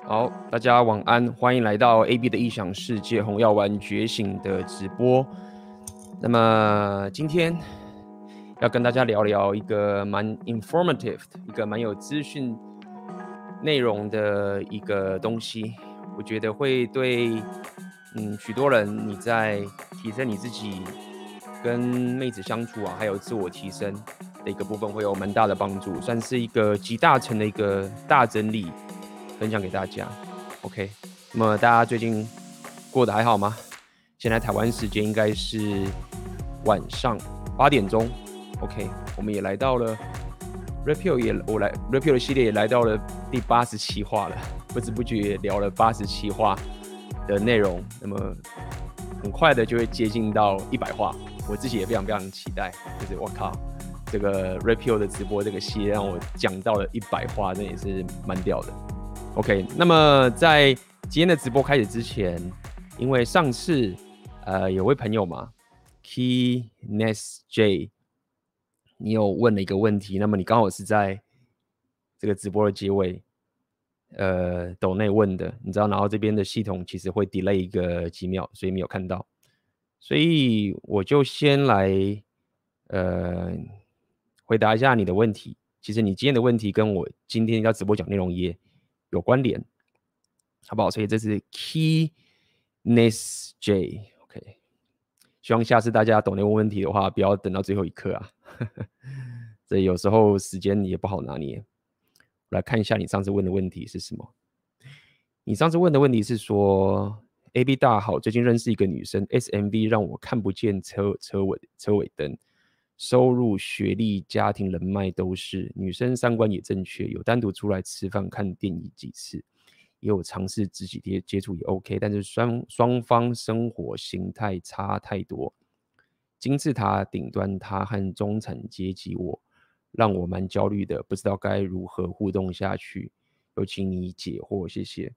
好，大家晚安，欢迎来到 AB 的异想世界红药丸觉醒的直播。那么今天要跟大家聊聊一个蛮 informative 的一个蛮有资讯内容的一个东西，我觉得会对许多人你在提升你自己跟妹子相处啊，还有自我提升的一个部分会有蛮大的帮助，算是一个集大成的一个大整理，分享给大家。OK， 那么大家最近过得还好吗？现在台湾时间应该是晚上8点钟。OK， 我们也来到了 Repeal 的系列也来到了第87话了，不知不觉也聊了87话的内容，那么很快的就会接近到100话，我自己也非常非常期待，就是我靠，这个 Repeal 的直播这个系列让我讲到了100话，那也是蛮屌的。OK， 那么在今天的直播开始之前，因为上次有位朋友嘛 Keynes J， 你有问了一个问题，那么你刚好是在这个直播的结尾抖内问的，你知道，然后这边的系统其实会 delay 一个几秒，所以没有看到，所以我就先来回答一下你的问题。其实你今天的问题跟我今天要直播讲内容也有关联，好不好？所以这是 Keyness J，OK。希望下次大家懂内问问题的话，不要等到最后一刻啊。这有时候时间也不好拿捏。我来看一下你上次问的问题是什么。你上次问的问题是说 ，AB 大好，最近认识一个女生 ，SMV 让我看不见车尾灯。收入、学历、家庭、人脉都是，女生三观也正确，有单独出来吃饭、看电影几次，也有尝试肢体接触也 OK， 但是双方生活形态差太多。金字塔顶端他和中产阶级我，让我蛮焦虑的，不知道该如何互动下去，有请你解惑，谢谢。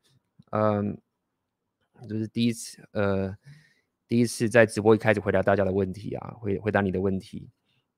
就是第一次在直播一开始回答大家的问题啊，回答你的问题。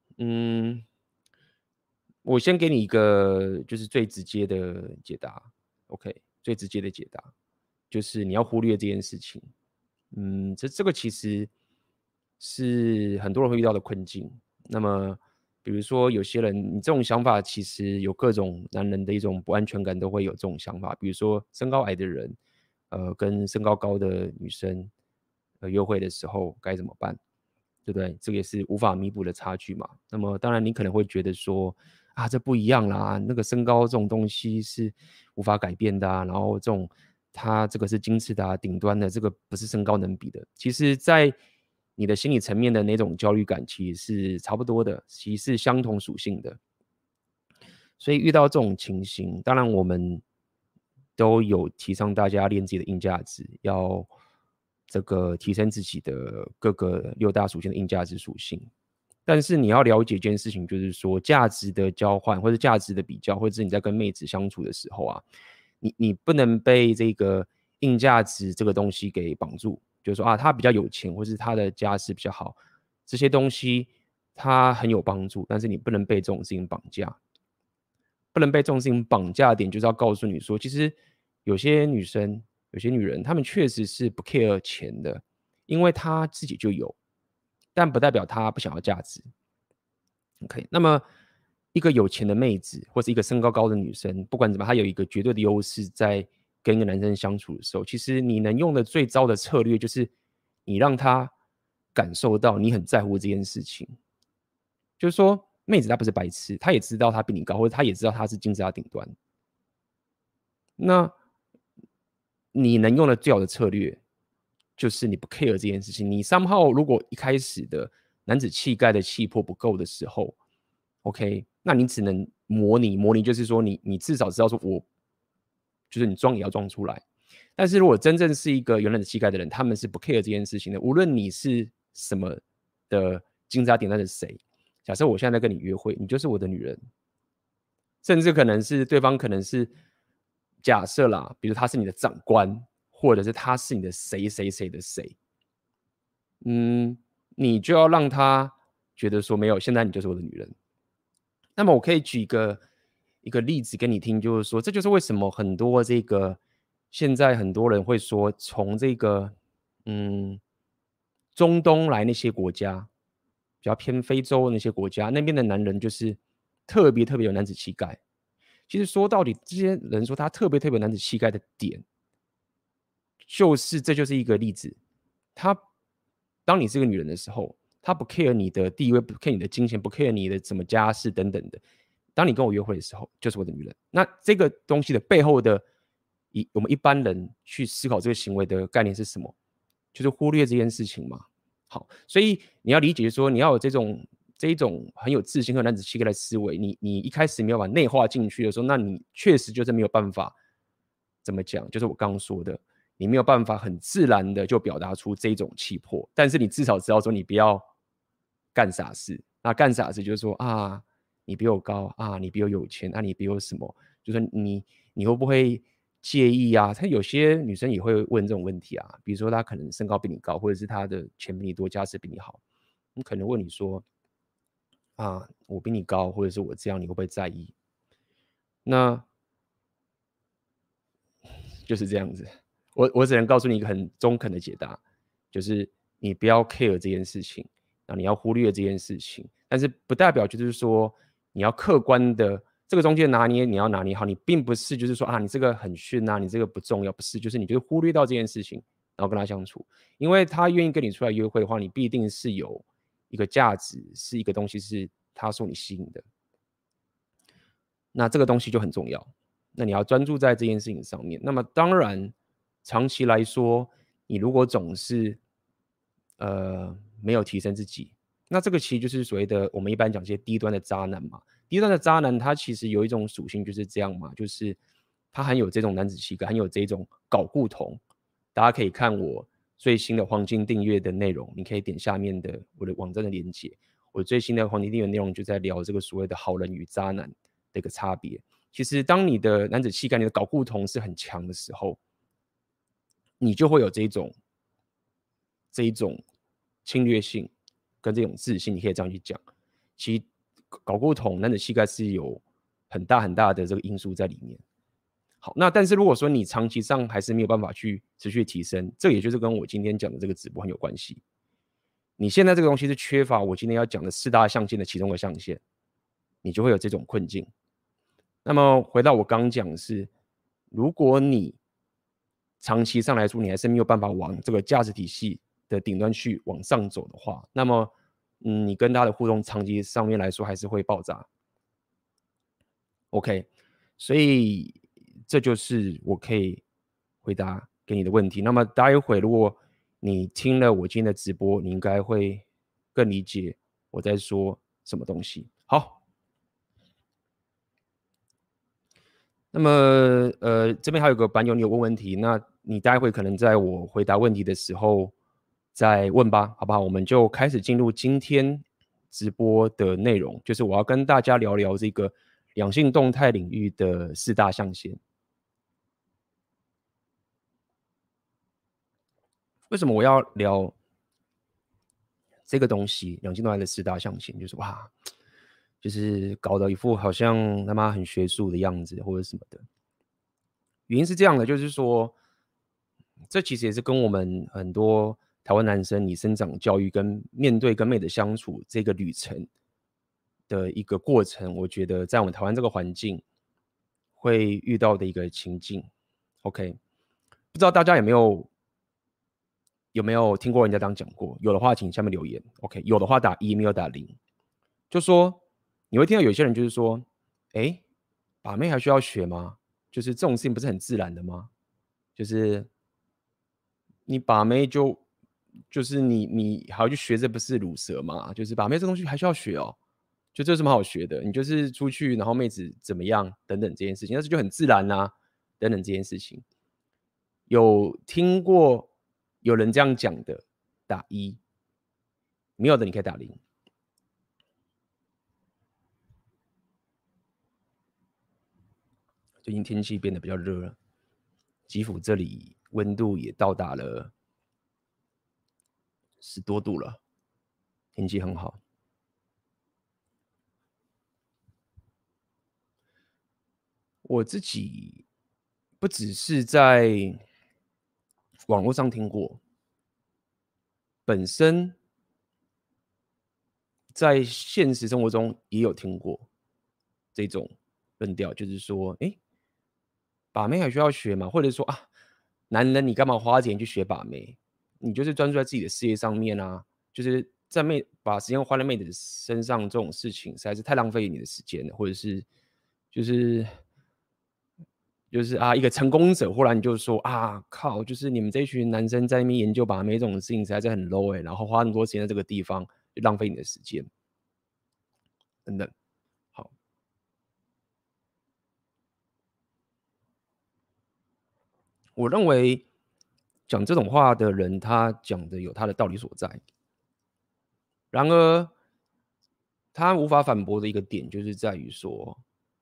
我先给你一个就是最直接的解答 ，OK， 最直接的解答就是你要忽略这件事情。这个其实是很多人会遇到的困境。那么，比如说有些人，你这种想法其实有各种男人的一种不安全感，都会有这种想法。比如说身高矮的人，跟身高高的女生，约会的时候该怎么办？对不对？这个也是无法弥补的差距嘛。那么当然，你可能会觉得说，啊，这不一样啦，那个身高这种东西是无法改变的啊，然后这种它这个是金字塔顶端的，这个不是身高能比的。其实，在你的心理层面的那种焦虑感，其实是差不多的，其实是相同属性的。所以遇到这种情形，当然我们都有提倡大家练自己的硬价值，要这个提升自己的各个6大属性的硬价值属性。但是你要了解一件事情，就是说价值的交换或者价值的比较，或者是你在跟妹子相处的时候啊，你不能被这个硬价值这个东西给绑住，就是说啊，他比较有钱，或是他的家世比较好，这些东西它很有帮助，但是你不能被这种事情绑架。不能被这种事情绑架的点，就是要告诉你说，其实有些女生、有些女人，她们确实是不 care 钱的，因为她自己就有，但不代表她不想要价值。OK， 那么一个有钱的妹子，或是一个身高高的女生，不管怎么，她有一个绝对的优势，在跟一个男生相处的时候，其实你能用的最糟的策略，就是你让她感受到你很在乎这件事情。就是说，妹子她不是白痴，她也知道她比你高，或者她也知道她是金字塔顶端。那你能用的最好的策略，就是你不 care 这件事情。你somehow如果一开始的男子气概的气魄不够的时候 ，OK， 那你只能模拟就是说你至少知道说我就是你装也要装出来。但是如果真正是一个有男子气概的人，他们是不 care 这件事情的。无论你是什么的金字塔顶端的谁，假设我现在在跟你约会，你就是我的女人，甚至可能是对方可能是假设啦，比如他是你的长官，或者是他是你的谁谁谁的谁，你就要让他觉得说没有，现在你就是我的女人。那么我可以举一个例子给你听，就是说，这就是为什么很多这个现在很多人会说，从这个中东来那些国家，比较偏非洲那些国家，那边的男人就是特别特别有男子气概。其实说到底，这些人说他特别特别有男子气概的点，这就是一个例子。他当你是个女人的时候，他不 care 你的地位，不 care 你的金钱，不 care 你的什么家世等等的。当你跟我约会的时候，就是我的女人。那这个东西的背后的，我们一般人去思考这个行为的概念是什么？就是忽略这件事情嘛。好，所以你要理解说，你要有这一种很有自信和男子气概的思维，你一开始没有把内化进去的时候，那你确实就是没有办法怎么讲，就是我刚刚说的，你没有办法很自然的就表达出这种气魄，但是你至少知道说你不要干傻事。那干傻事就是说啊，你比我高啊，你比我有钱啊，你比我什么？就说你会不会介意啊？他有些女生也会问这种问题啊，比如说她可能身高比你高，或者是她的钱比你多，家世比你好，你可能问你说啊，我比你高，或者是我这样，你会不会在意？那就是这样子。我只能告诉你一个很中肯的解答，就是你不要 care 这件事情，那你要忽略这件事情，但是不代表就是说你要客观的这个中间拿捏，你要拿捏好，你并不是就是说啊，你这个很逊啊，你这个不重要，不是，就是你就是忽略到这件事情，然后跟他相处，因为他愿意跟你出来约会的话，你必定是有一个价值，是一个东西是他受你吸引的，那这个东西就很重要。那你要专注在这件事情上面。那么当然，长期来说，你如果总是没有提升自己，那这个其实就是所谓的我们一般讲一些低端的渣男嘛。低端的渣男他其实有一种属性就是这样嘛，就是他很有这种男子气概，很有这种睾固酮。大家可以看我最新的黄金订阅的内容，你可以点下面的我的网站的连结。我最新的黄金订阅内容就在聊这个所谓的好人与渣男的一个差别。其实当你的男子气概、你的睾固酮是很强的时候，你就会有这一种侵略性跟这种自信，你可以这样去讲。其实睾固酮、男子气概是有很大很大的这个因素在里面。好，那但是如果说你长期上还是没有办法去持续提升，这也就是跟我今天讲的这个直播很有关系。你现在这个东西是缺乏我今天要讲的4大象限的其中一个象限，你就会有这种困境。那么回到我刚讲的是，如果你长期上来说，你还是没有办法往这个价值体系的顶端去往上走的话，那么你跟他的互动长期上面来说还是会爆炸。OK，所以这就是我可以回答给你的问题。那么待会如果你听了我今天的直播，你应该会更理解我在说什么东西。好，那么这边还有个版友你有问问题，那你待会可能在我回答问题的时候再问吧，好不好？我们就开始进入今天直播的内容，就是我要跟大家聊聊这个两性动态领域的4大象限。为什么我要聊这个东西？两性动态的4大象限，就是哇，就是搞得一副好像他妈很学术的样子，或者什么的。原因是这样的，就是说，这其实也是跟我们很多台湾男生你生长教育跟面对跟妹的相处这个旅程的一个过程，我觉得在我们台湾这个环境会遇到的一个情境。OK，不知道大家有没有听过人家这样讲过？有的话，请下面留言。OK，有的话打1，没有打0。就说你会听到有些人就是说，哎，把妹还需要学吗？就是这种事情不是很自然的吗？就是你把妹就是你还要去学，这不是乳蛇吗？就是把妹这东西还需要学哦，就这有什么好学的？你就是出去，然后妹子怎么样等等这件事情，但是就很自然啊，等等这件事情，有听过有人这样讲的，打1，没有的你可以打0。最近天气变得比较热了，基辅这里温度也到达了10多度了，天气很好。我自己不只是在网络上听过，本身在现实生活中也有听过这种论调，就是说，把妹还需要学吗？或者说啊，男人你干嘛花钱去学把妹？你就是专注在自己的事业上面啊，就是把时间花在妹子身上这种事情，实在是太浪费你的时间了，或者是就是啊，一个成功者，忽然就说啊，靠，就是你们这一群男生在那边研究把妹这种事情，实在是很 low 然后花那么多时间在这个地方，就浪费你的时间，等等。好，我认为讲这种话的人，他讲的有他的道理所在。然而，他无法反驳的一个点，就是在于说，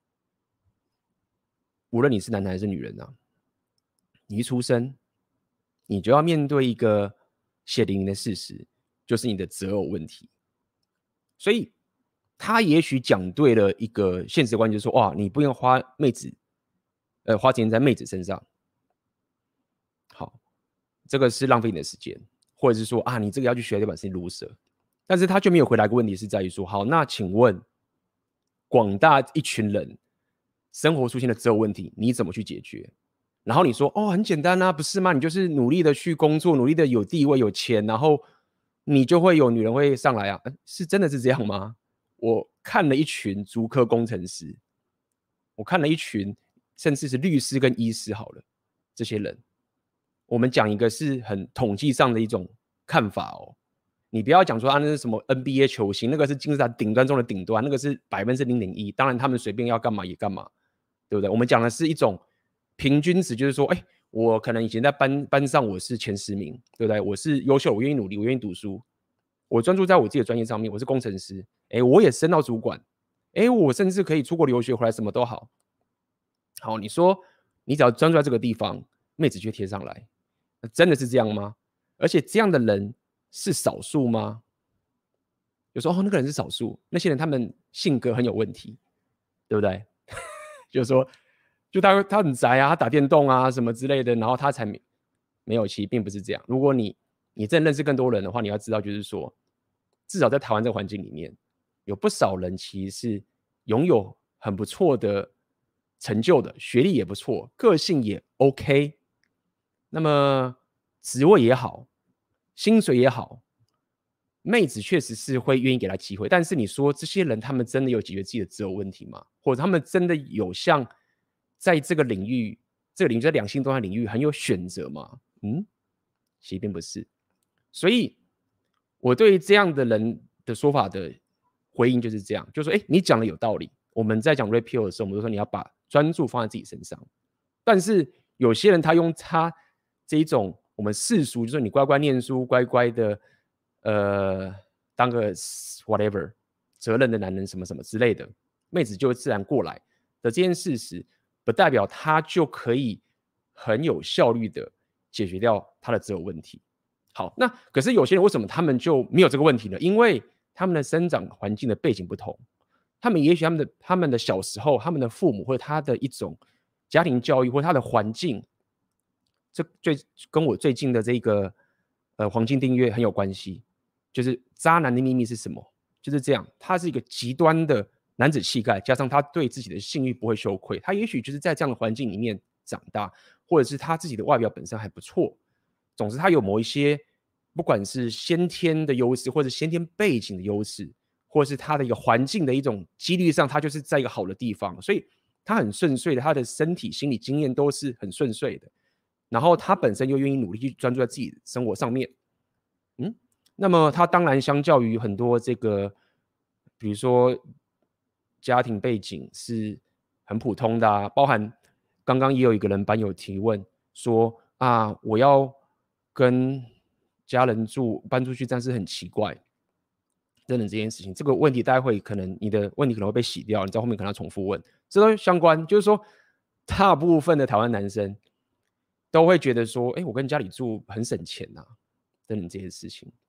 无论你是男人还是女人啊，你一出生，你就要面对一个血淋淋的事实，就是你的择偶问题。所以，他也许讲对了一个现实观，就是说，哇，你不用花花钱在妹子身上，好，这个是浪费你的时间，或者是说啊，你这个要去学的本是 loser。但是他就没有回答一个问题，是在于说，好，那请问广大一群人生活出现的择偶问题，你怎么去解决？然后你说，哦，很简单啊，不是吗？你就是努力的去工作，努力的有地位、有钱，然后你就会有女人会上来啊？是真的是这样吗？我看了一群竹科工程师，我看了一群甚至是律师跟医师，好了，这些人，我们讲一个是很统计上的一种看法哦。你不要讲说啊，那是什么 NBA 球星，那个是金字塔顶端中的顶端，那个是0.1%。当然，他们随便要干嘛也干嘛，对不对？我们讲的是一种平均值，就是说，我可能以前在班上我是前10名，对不对？我是优秀，我愿意努力，我愿意读书，我专注在我自己的专业上面，我是工程师，我也升到主管，我甚至可以出国留学回来，什么都好。好，你说你只要专注在这个地方，妹子就贴上来，真的是这样吗？而且这样的人是少数吗？有时候那个人是少数，那些人他们性格很有问题，对不对？就是说，就他很宅啊，他打电动啊什么之类的，然后他才没有，其实并不是这样。如果你真的认识更多人的话，你要知道，就是说，至少在台湾这个环境里面，有不少人其实是拥有很不错的成就的，学历也不错，个性也 OK，那么职位也好，薪水也好，妹子确实是会愿意给他机会。但是你说这些人，他们真的有解决自己的择偶问题吗？或者他们真的有像在这个领域，在两性动态领域很有选择吗？其实并不是。所以我对这样的人的说法的回应就是这样，就是说，你讲的有道理。我们在讲 repeal 的时候，我们就说你要把专注放在自己身上。但是有些人他用他这一种我们世俗，就是你乖乖念书，乖乖的当个 whatever 责任的男人什么什么之类的，妹子就会自然过来的这件事实，不代表他就可以很有效率的解决掉他的择偶问题。好，那可是有些人为什么他们就没有这个问题呢？因为他们的生长环境的背景不同，他们也许他们的小时候，他们的父母或者他的一种家庭教育或者他的环境，这跟我最近的这个黄金订阅很有关系。就是渣男的秘密是什么？就是这样，他是一个极端的男子气概，加上他对自己的性欲不会羞愧，他也许就是在这样的环境里面长大，或者是他自己的外表本身还不错。总之，他有某一些不管是先天的优势，或者先天背景的优势，或者是他的一个环境的一种几率上，他就是在一个好的地方，所以他很顺遂的，他的身体、心理经验都是很顺遂的。然后他本身又愿意努力去专注在自己的生活上面，那么他当然相较于很多这个，比如说家庭背景是很普通的啊，包含刚刚也有一个人班友提问说啊，我要跟家人搬出去，但是很奇怪，等等这件事情，这个问题待会可能你的问题可能会被洗掉，你在后面可能要重复问，这都相关，就是说大部分的台湾男生都会觉得说，我跟家里住很省钱啊，等等这些事情。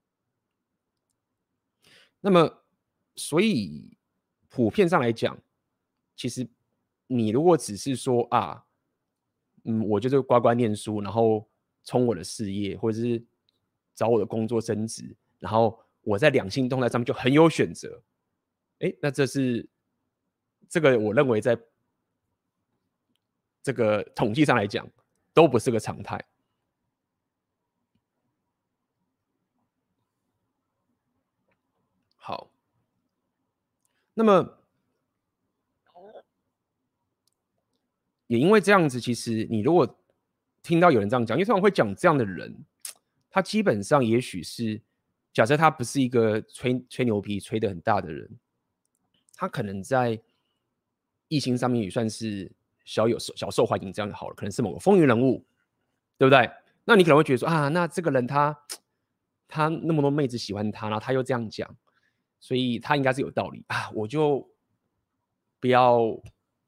那么，所以普遍上来讲，其实你如果只是说啊， 我就是乖乖念书，然后冲我的事业，或者是找我的工作升职，然后我在两性动态上面就很有选择。那这个我认为在这个统计上来讲，都不是个常态。好，那么也因为这样子，其实你如果听到有人这样讲，因为通常会讲这样的人，他基本上也许是假设他不是一个吹牛皮吹得很大的人，他可能在异性上面也算是小受欢迎，这样就好了，可能是某个风云人物，对不对？那你可能会觉得说啊，那这个人他那么多妹子喜欢他，然后他又这样讲，所以他应该是有道理啊，我就不要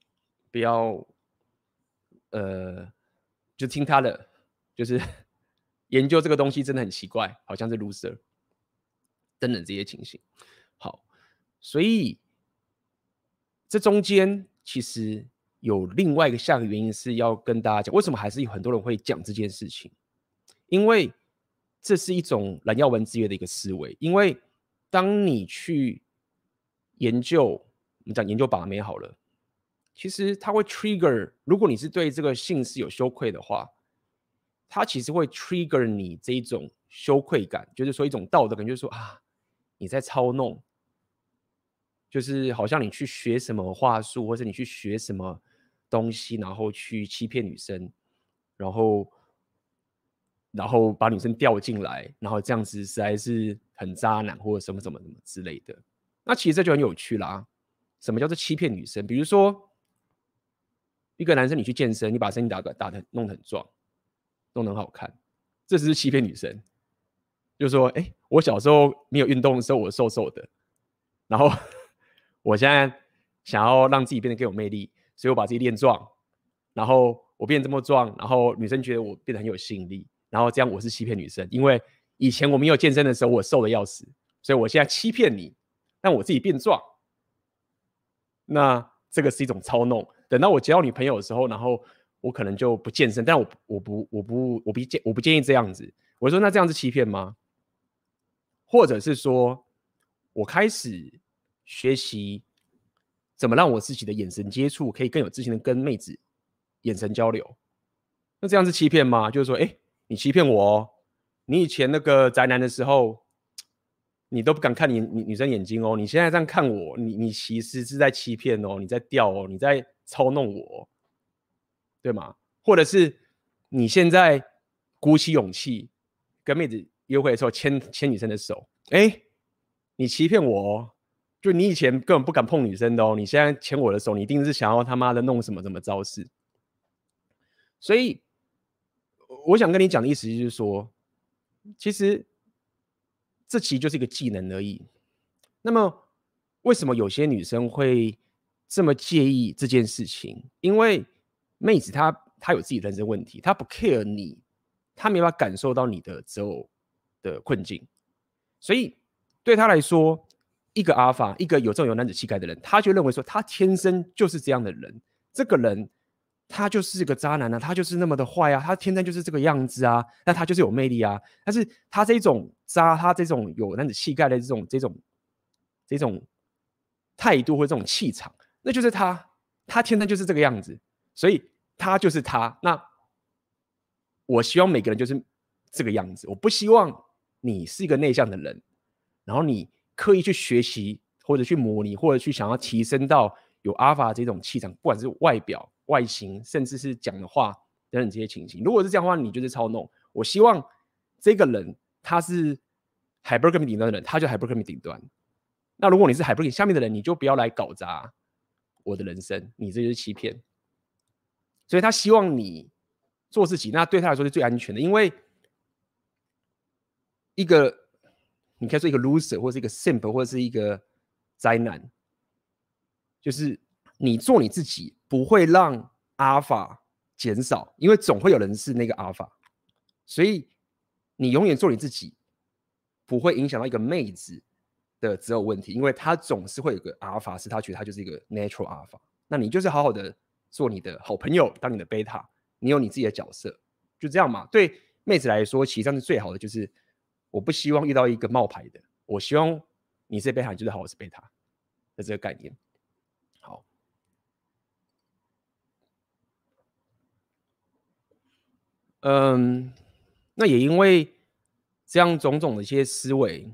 就听他的，就是研究这个东西真的很奇怪，好像是 loser 等等这些情形。好，所以这中间其实有另外一个下个原因是要跟大家讲，为什么还是有很多人会讲这件事情？因为这是一种蓝耀文制约的一个思维。因为当你去研究，我们讲研究把妹好了，其实它会 trigger， 如果你是对这个性是有羞愧的话，它其实会 trigger 你这一种羞愧感，就是说一种道德感，就是说啊，你在操弄，就是好像你去学什么话术，或者你去学什么东西，然后去欺骗女生，然后把女生调进来，然后这样子实在是很渣男或者什么什么什么之类的。那其实这就很有趣啦。什么叫做欺骗女生？比如说，一个男生你去健身，你把身体打得弄得很壮，弄得很好看，这只是欺骗女生。就是说，我小时候没有运动的时候，我瘦瘦的，然后我现在想要让自己变得更有魅力，所以我把自己练壮，然后我变这么壮，然后女生觉得我变得很有吸引力，然后这样我是欺骗女生，因为以前我没有健身的时候，我瘦的要死，所以我现在欺骗你，让我自己变壮。那这个是一种操弄。等到我交女朋友的时候，然后我可能就不健身，但我不建议这样子。我说那这样是欺骗吗？或者是说我开始学习怎么让我自己的眼神接触可以更有自信的跟妹子眼神交流，那这样是欺骗吗？就是说，你欺骗我哦，你以前那个宅男的时候，你都不敢看你女生眼睛哦，你现在这样看我，你其实是在欺骗哦，你在钓哦，你在操弄我，对吗？或者是你现在鼓起勇气跟妹子约会的时候牵女生的手，你欺骗我哦，就你以前根本不敢碰女生的哦，你现在牵我的手，你一定是想要他妈的弄什么招式。所以我想跟你讲的意思就是说，其实这其实就是一个技能而已。那么为什么有些女生会这么介意这件事情？因为妹子她有自己的人生问题，她不 care 你，她没办法感受到你的择偶的困境，所以对她来说，一个阿法，一个有这种有男子气概的人，他就认为说他天生就是这样的人，这个人他就是个渣男啊，他就是那么的坏啊，他天生就是这个样子啊，那他就是有魅力啊。但是他这种渣，他这种有男子气概的这种态度或这种气场，那就是他天生就是这个样子，所以他就是他。那我希望每个人就是这个样子，我不希望你是一个内向的人，然后你刻意去学习或者去模拟，或者去想要提升到有阿法这种气场，不管是外表、外形，甚至是讲的话等等这些情形。如果是这样的话，你就是操弄。我希望这个人他是 hypergamy 顶端的人，他就 hypergamy 顶端。那如果你是 hypergamy 下面的人，你就不要来搞砸我的人生，你这就是欺骗。所以他希望你做自己，那对他来说是最安全的，因为一个你可以说一个 loser 或是一个 simp 或是一个灾难，就是你做你自己不会让阿尔法减少，因为总会有人是那个阿尔法，所以你永远做你自己，不会影响到一个妹子的择偶问题，因为他总是会有个阿尔法，是他觉得他就是一个 natural 阿尔法，那你就是好好的做你的好朋友，当你的贝塔， 你有你自己的角色，就这样嘛。对妹子来说，其实上是最好的，就是我不希望遇到一个冒牌的，我希望你是被他，就是好好是被他的这个概念。好，那也因为这样种种的一些思维，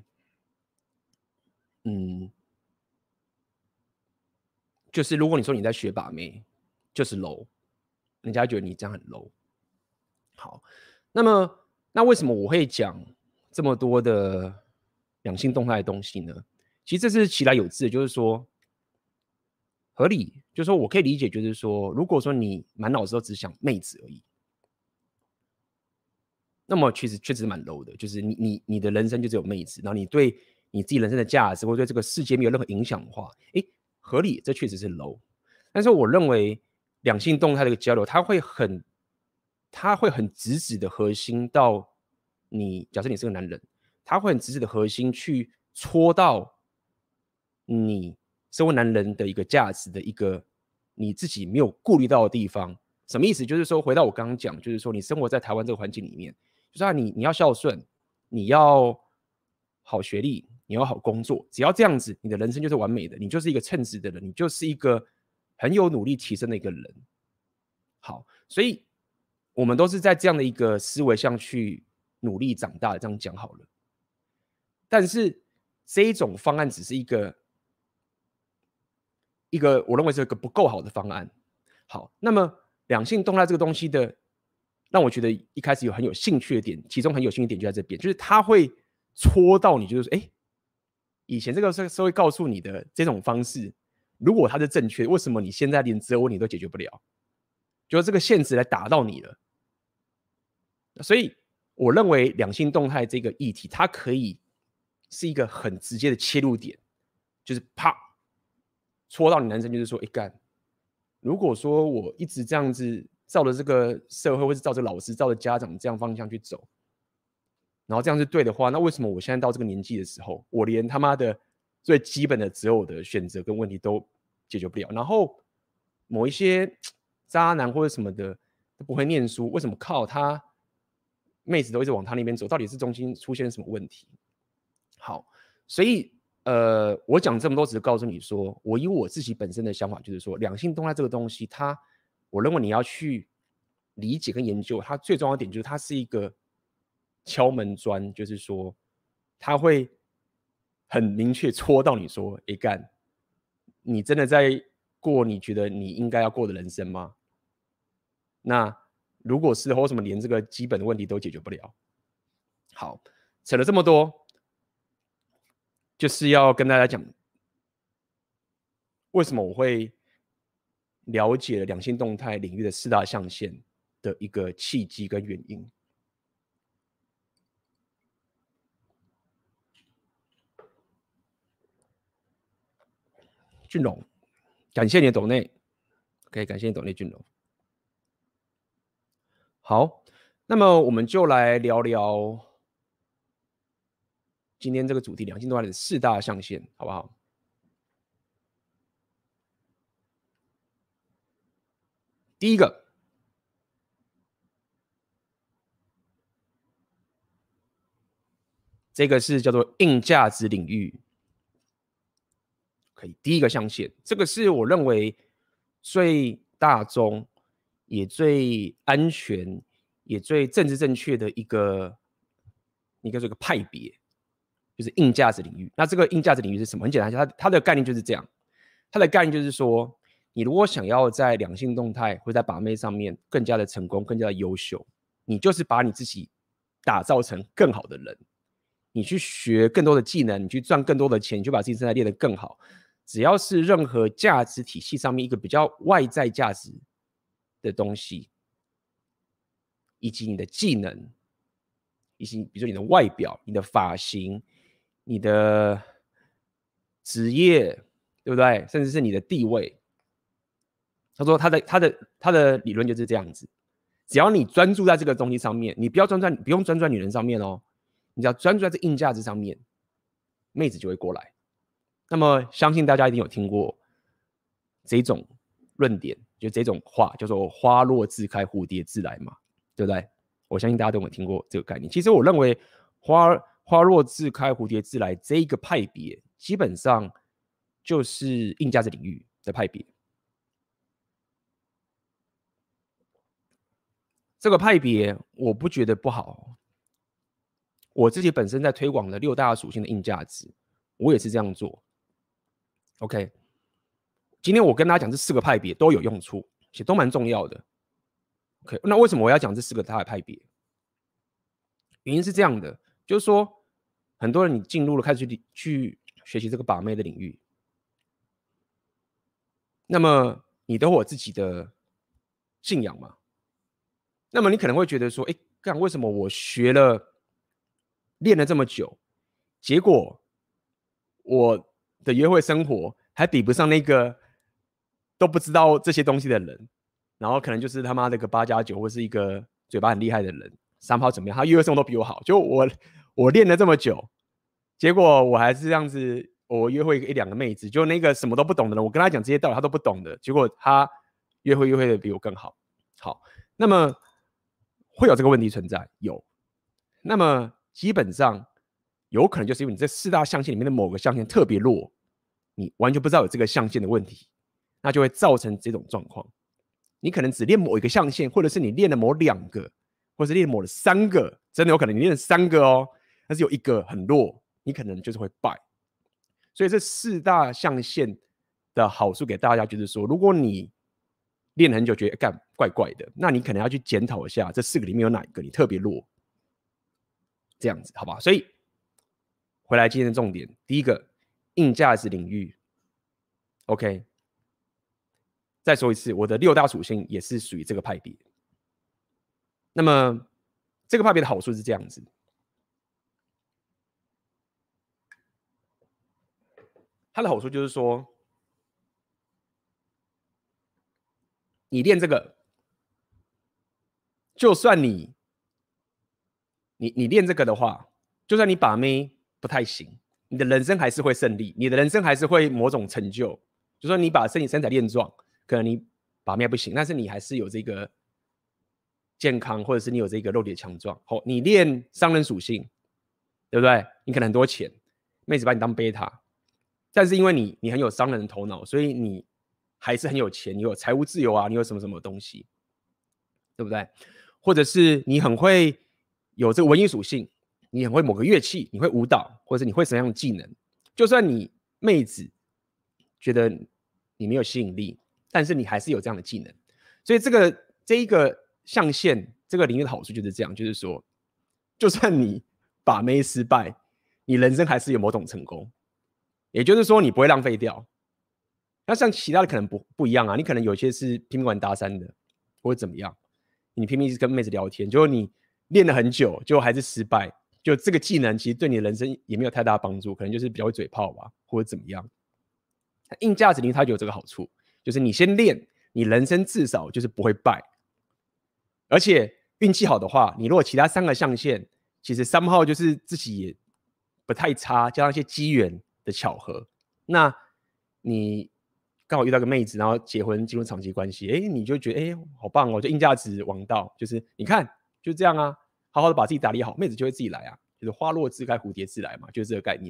就是如果你说你在学把妹，就是 low， 人家觉得你这样很 low。好，那为什么我会讲这么多的两性动态的东西呢？其实这是其来有自的，就是说合理，就是说我可以理解，就是说，如果说你满脑子都只想妹子而已，那么确实蛮 low 的，就是你的人生就只有妹子，然后你对你自己人生的价值或对这个世界没有任何影响的话，合理，这确实是 low。但是我认为两性动态的一个交流，它会很直指的核心到你，假设你是个男人，它会很直指的核心去戳到你身为男人的一个价值的一个你自己没有顾虑到的地方。什么意思？就是说，回到我刚刚讲，就是说，你生活在台湾这个环境里面，就是你要孝顺，你要好学历，你要好工作，只要这样子，你的人生就是完美的，你就是一个称职的人，你就是一个很有努力提升的一个人。好，所以我们都是在这样的一个思维上去努力长大的，这样讲好了。但是这一种方案只是一个我认为是一个不够好的方案。好，那么两性动态这个东西的，让我觉得一开始很有兴趣的点，其中很有兴趣的点就在这边，就是它会戳到你，就是说，以前这个社会告诉你的这种方式，如果它是正确的，为什么你现在连这个问题都解决不了？就是这个现实来打到你了。所以我认为两性动态这个议题，它可以是一个很直接的切入点，就是啪戳到你男生，就是说，干，如果说我一直这样子照着这个社会，或是照着老师、照着家长这样方向去走，然后这样是对的话，那为什么我现在到这个年纪的时候，我连他妈的最基本的择偶的选择跟问题都解决不了？然后某一些渣男或者什么的都不会念书，为什么靠他妹子都一直往他那边走？到底是中间出现什么问题？好，所以我讲这么多，只是告诉你说，我以我自己本身的想法，就是说，两性动态这个东西，我认为你要去理解跟研究，它最重要的点就是它是一个敲门砖，就是说，它会很明确戳到你说，干，你真的在过你觉得你应该要过的人生吗？那如果是的话，为什么连这个基本的问题都解决不了？好，扯了这么多，就是要跟大家讲，为什么我会了解两性动态领域的4大象限的一个契机跟原因。俊龙，感谢你的抖内 ，OK， 感谢你抖内俊龙。好，那么我们就来聊聊今天这个主题，两性动态的4大象限，好不好？第一个，这个是叫做硬价值领域，可以，第一个象限，这个是我认为最大众、也最安全、也最政治正确的一个派别，就是硬价值领域。那这个硬价值领域是什么？很简单，它的概念就是这样。它的概念就是说，你如果想要在两性动态或在把妹上面更加的成功、更加的优秀，你就是把你自己打造成更好的人。你去学更多的技能，你去赚更多的钱，你就把自己身材练得更好。只要是任何价值体系上面一个比较外在价值的东西，以及你的技能，以及比如说你的外表、你的发型、你的职业，对不对？甚至是你的地位。他说他的理论就是这样子，只要你专注在这个东西上面，你不用专注在女人上面哦，你只要专注在这硬价值上面，妹子就会过来。那么相信大家一定有听过这种论点， 就这种话叫做花落自开，蝴蝶自来嘛，对不对？我相信大家都有听过这个概念。其实我认为花落自开，蝴蝶自来这一个派别，基本上就是硬价值领域的派别。这个派别我不觉得不好，我自己本身在推广的6大属性的硬价值，我也是这样做。OK， 今天我跟大家讲这4个派别都有用处，且都蛮重要的。OK， 那为什么我要讲这4个大的派别？原因是这样的，就是说，很多人你进入了开始去学习这个把妹的领域，那么你都有自己的信仰嘛？那么你可能会觉得说，哎，干为什么我练了这么久，结果我的约会生活还比不上那个都不知道这些东西的人，然后可能就是他妈的个8+9，或是一个嘴巴很厉害的人，三炮怎么样？他约会生活都比我好，就我练了这么久，结果我还是这样子，我约会1-2个妹子，就那个什么都不懂的人，我跟他讲这些道理他都不懂的，结果他约会的比我更好。好，那么会有这个问题存在，有。那么基本上有可能就是因为你这4大象限里面的某个象限特别弱，你完全不知道有这个象限的问题，那就会造成这种状况。你可能只练某一个象限，或者是你练了某2个，或者是练某了3个，真的有可能你练了3个哦，但是有1个很弱，你可能就是会败。所以这4大象限的好处给大家就是说，如果你练很久觉得干怪怪的，那你可能要去检讨一下这4个里面有哪一个你特别弱，这样子好吧？所以回来今天的重点，第一个硬价值领域 ，OK。再说一次，我的6大属性也是属于这个派别。那么这个派别的好处是这样子，它的好处就是说，你练这个，就算你练这个的话，就算你把妹不太行，你的人生还是会胜利，你的人生还是会某种成就。就说你把身材练壮，可能你把妹不行，但是你还是有这个健康，或者是你有这个肉体的强壮。好，你练商人属性，对不对？你可能很多钱，妹子把你当贝塔，但是因为你很有商人的头脑，所以你还是很有钱，你有财务自由啊，你有什么什么东西，对不对？或者是你很会有这个文艺属性，你很会某个乐器，你会舞蹈，或者是你会什么样的技能，就算你妹子觉得你没有吸引力，但是你还是有这样的技能。所以这一个象限，这个领域的好处就是这样，就是说，就算你把妹失败，你人生还是有某种成功。也就是说，你不会浪费掉。那像其他的可能不一样啊，你可能有些是拼命玩搭讪的，或者怎么样，你拼命跟妹子聊天，结果你练了很久，结果还是失败。就这个技能其实对你的人生也没有太大帮助，可能就是比较会嘴炮吧，或者怎么样。硬价值领域它就有这个好处，就是你先练，你人生至少就是不会败。而且运气好的话，你如果其他3个象限，其实3号就是自己也不太差，加上一些机缘的巧合，那你刚好遇到个妹子，然后结婚进入长期关系，你就觉得好棒哦，就硬价值王道，就是你看就这样啊，好好的把自己打理好，妹子就会自己来啊，就是花落自开，蝴蝶自来嘛，就是这个概念。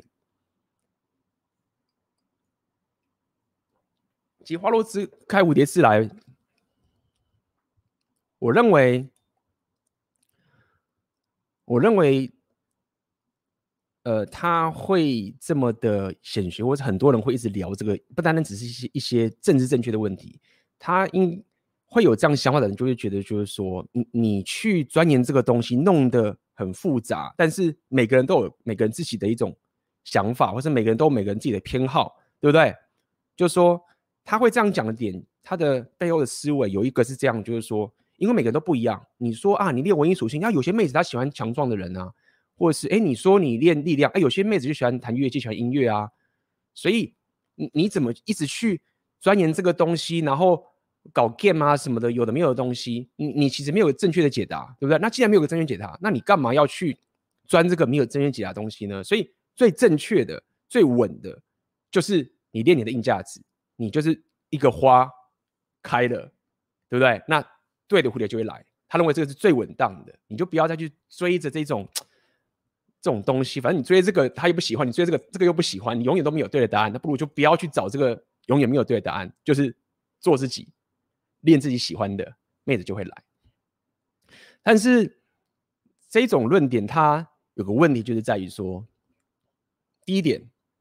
其实花落自开，蝴蝶自来，我认为，他会这么的显学，或者很多人会一直聊这个，不单单只是一些政治正确的问题，他会有这样想法的人，就会觉得就是说，你去钻研这个东西，弄得很复杂，但是每个人都有每个人自己的一种想法，或是每个人都有每个人自己的偏好，对不对？就是说他会这样讲的点，他的背后的思维有一个是这样，就是说，因为每个人都不一样，你说啊，你练文艺属性，那有些妹子她喜欢强壮的人啊。或者是你说你练力量，有些妹子就喜欢弹乐器，喜欢音乐啊，所以你怎么一直去钻研这个东西，然后搞 game 啊什么的，有的没有的东西，你其实没有正确的解答，对不对？那既然没有个正确解答，那你干嘛要去钻这个没有正确解答的东西呢？所以最正确的、最稳的，就是你练你的硬价值，你就是一个花开了， 对不对？那对的蝴蝶就会来，他认为这个是最稳当的，你就不要再去追着这种东西，反正你追这个他又不喜欢，你追这个又不喜欢，你永远都没有对的答案，那不如就不要去找这个永远没有对的答案，就是做自己，练自己喜欢的，妹子就会来。但是这种论点它有个问题，就是在于说，第一点，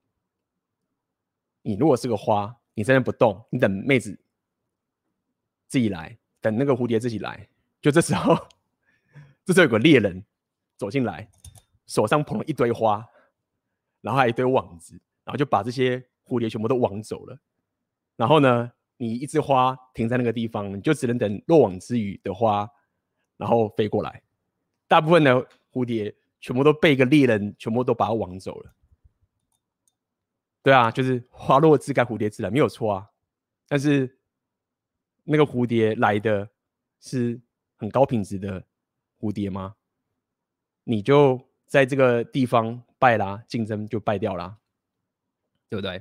你如果是个花，你在那不动，你等妹子自己来，等那个蝴蝶自己来，就这时候有个猎人走进来，手上捧了一堆花，然后还有一堆网子，然后就把这些蝴蝶全部都网走了。然后呢，你一枝花停在那个地方，你就只能等落网之鱼的花，然后飞过来。大部分的蝴蝶全部都被一个猎人全部都把它网走了。对啊，就是花落自该蝴蝶自来，没有错啊。但是那个蝴蝶来的是很高品质的蝴蝶吗？你就在这个地方败啦，竞争就败掉啦，对不对？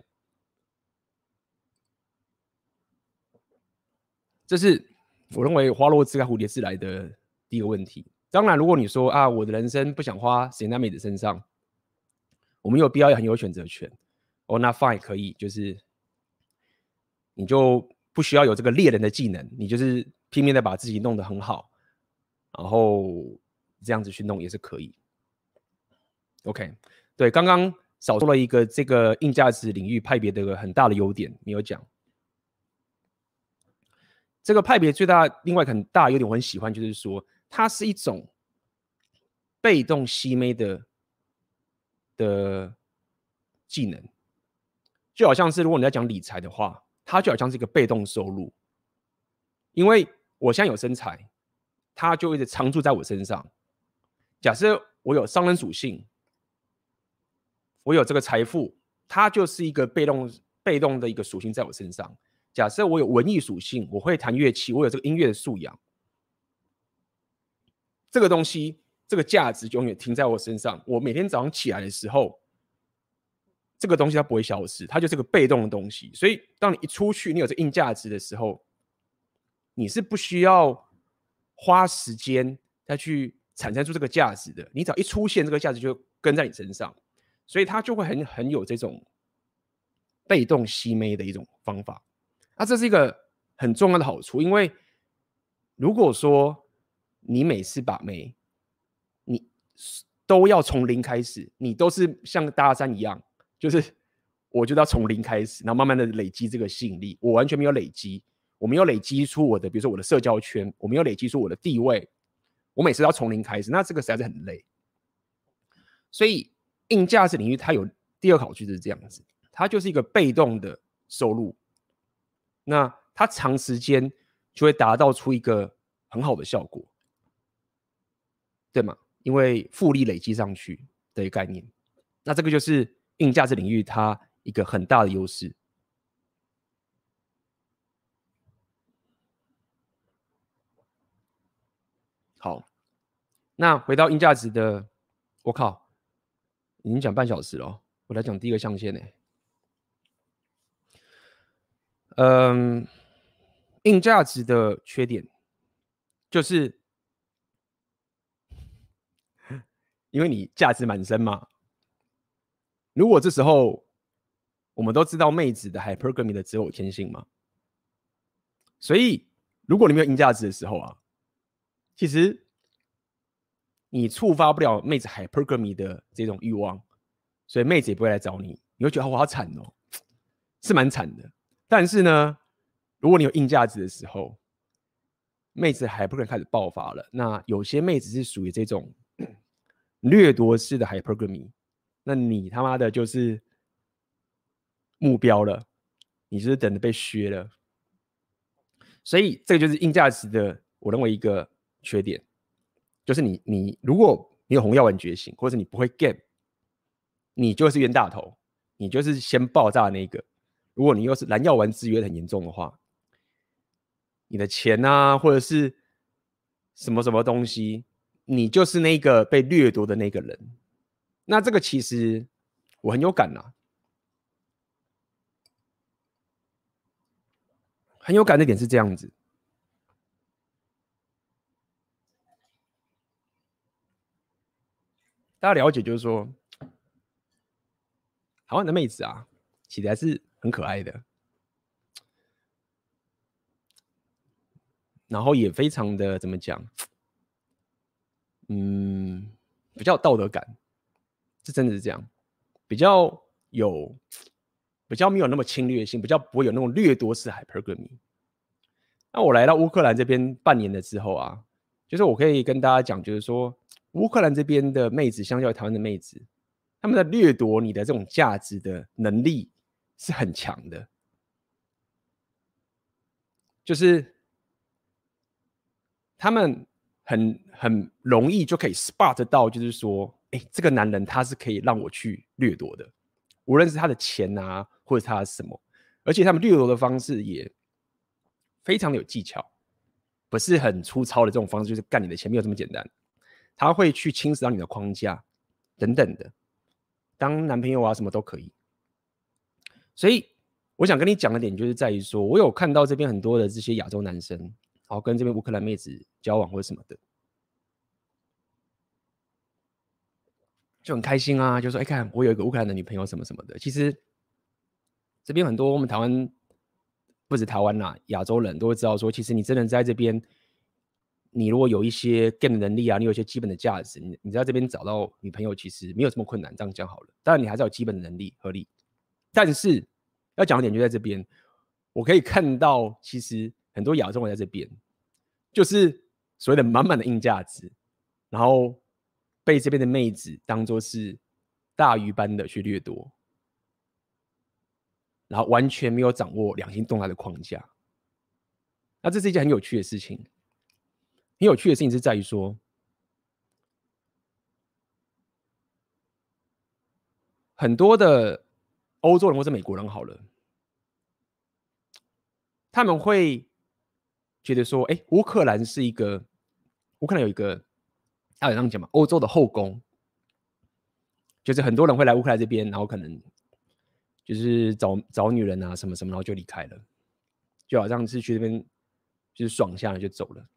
这是我认为花落自该蝴蝶自来的第一个问题。当然，如果你说啊，我的人生不想花时间在妹子身上，我们有必要也很有选择权。哦，那 fine 可以，就是你就不需要有这个猎人的技能，你就是拼命的把自己弄得很好，然后这样子去弄也是可以。OK， 对，刚刚少说了一个这个硬价值领域派别的很大的优点没有讲。这个派别最大另外很大的优点我很喜欢，就是说它是一种被动吸妹的技能，就好像是如果你在讲理财的话，它就好像是一个被动收入，因为我现在有身材，它就一直常驻在我身上。假设我有商人属性，我有这个财富，它就是一个被动的一个属性在我身上。假设我有文艺属性，我会弹乐器，我有这个音乐的素养，这个东西，这个价值永远停在我身上。我每天早上起来的时候，这个东西它不会消失，它就是个被动的东西。所以，当你一出去，你有这硬价值的时候，你是不需要花时间再去产生出这个价值的。你只要一出现，这个价值就跟在你身上，所以它就会很有这种被动吸妹的一种方法。那这是一个很重要的好处，因为如果说你每次把妹，你都要从零开始，你都是像大山一样，就是我就要从零开始，然后慢慢的累积这个吸引力。我完全没有累积，我没有累积出我的，比如说我的社交圈，我没有累积出我的地位，我每次都要从零开始，那这个实在是很累。所以硬价值领域它有第二个好处就是这样子，它就是一个被动的收入，那它长时间就会达到出一个很好的效果，对吗？因为复利累积上去的一个概念，那这个就是硬价值领域它一个很大的优势。好，那回到硬价值的，我靠，已经讲半小时了，我来讲第一个象限呢。硬价值的缺点就是因为你价值满身嘛。如果这时候我们都知道妹子的 hypergamy 的择偶天性嘛，所以如果你没有硬价值的时候啊，其实你触发不了妹子 hypergamy 的这种欲望，所以妹子也不会来找你，你会觉得我好惨哦，是蛮惨的。但是呢，如果你有硬价值的时候，妹子hypergamy 开始爆发了。那有些妹子是属于这种掠夺式的 hypergamy， 那你他妈的就是目标了，你就是等着被削了。所以这个就是硬价值的，我认为一个缺点，就是你如果你有红药丸觉醒，或者你不会 game， 你就是冤大头，你就是先爆炸的那个。如果你又是蓝药丸制约很严重的话，你的钱啊，或者是什么什么东西，你就是那个被掠夺的那个人。那这个其实我很有感啊，很有感的点是这样子， 大家了解，就是说，台湾的妹子啊，其实还是很可爱的，然后也非常的怎么讲，比较有道德感，是真的是这样，比较没有那么侵略性，比较不会有那种掠夺式 hypergamy。那我来到乌克兰这边半年了之后啊，就是我可以跟大家讲，就是说乌克兰这边的妹子相较于台湾的妹子，他们的掠夺你的这种价值的能力是很强的，就是他们很容易就可以 spot 到，就是说，哎，这个男人他是可以让我去掠夺的，无论是他的钱啊，或者他的什么，而且他们掠夺的方式也非常的有技巧，不是很粗糙的这种方式，就是干你的钱，没有这么简单。他会去侵蚀到你的框架等等的，当男朋友啊什么都可以。所以我想跟你讲的点就是在于说，我有看到这边很多的这些亚洲男生，然后跟这边乌克兰妹子交往或者什么的，就很开心啊，就说哎，看我有一个乌克兰的女朋友什么什么的。其实这边很多我们台湾不止台湾啦，亚洲人都会知道说，其实你真的在这边，你如果有一些 game 的能力啊，你有一些基本的价值，你在这边找到女朋友其实没有这么困难。这样讲好了，当然你还是要有基本的能力合理。但是要讲的点就在这边，我可以看到，其实很多亚洲人在这边，就是所谓的满满的硬价值，然后被这边的妹子当作是大鱼般的去掠夺，然后完全没有掌握两性动态的框架。那这是一件很有趣的事情。很有趣的事情是在于说，很多的欧洲人或是美国人好了，他们会觉得说，哎，乌克兰有一个，要这样讲嘛，欧洲的后宫，就是很多人会来乌克兰这边，然后可能就是找女人啊什么什么，然后就离开了，就好像是去那边就是爽下来就走了。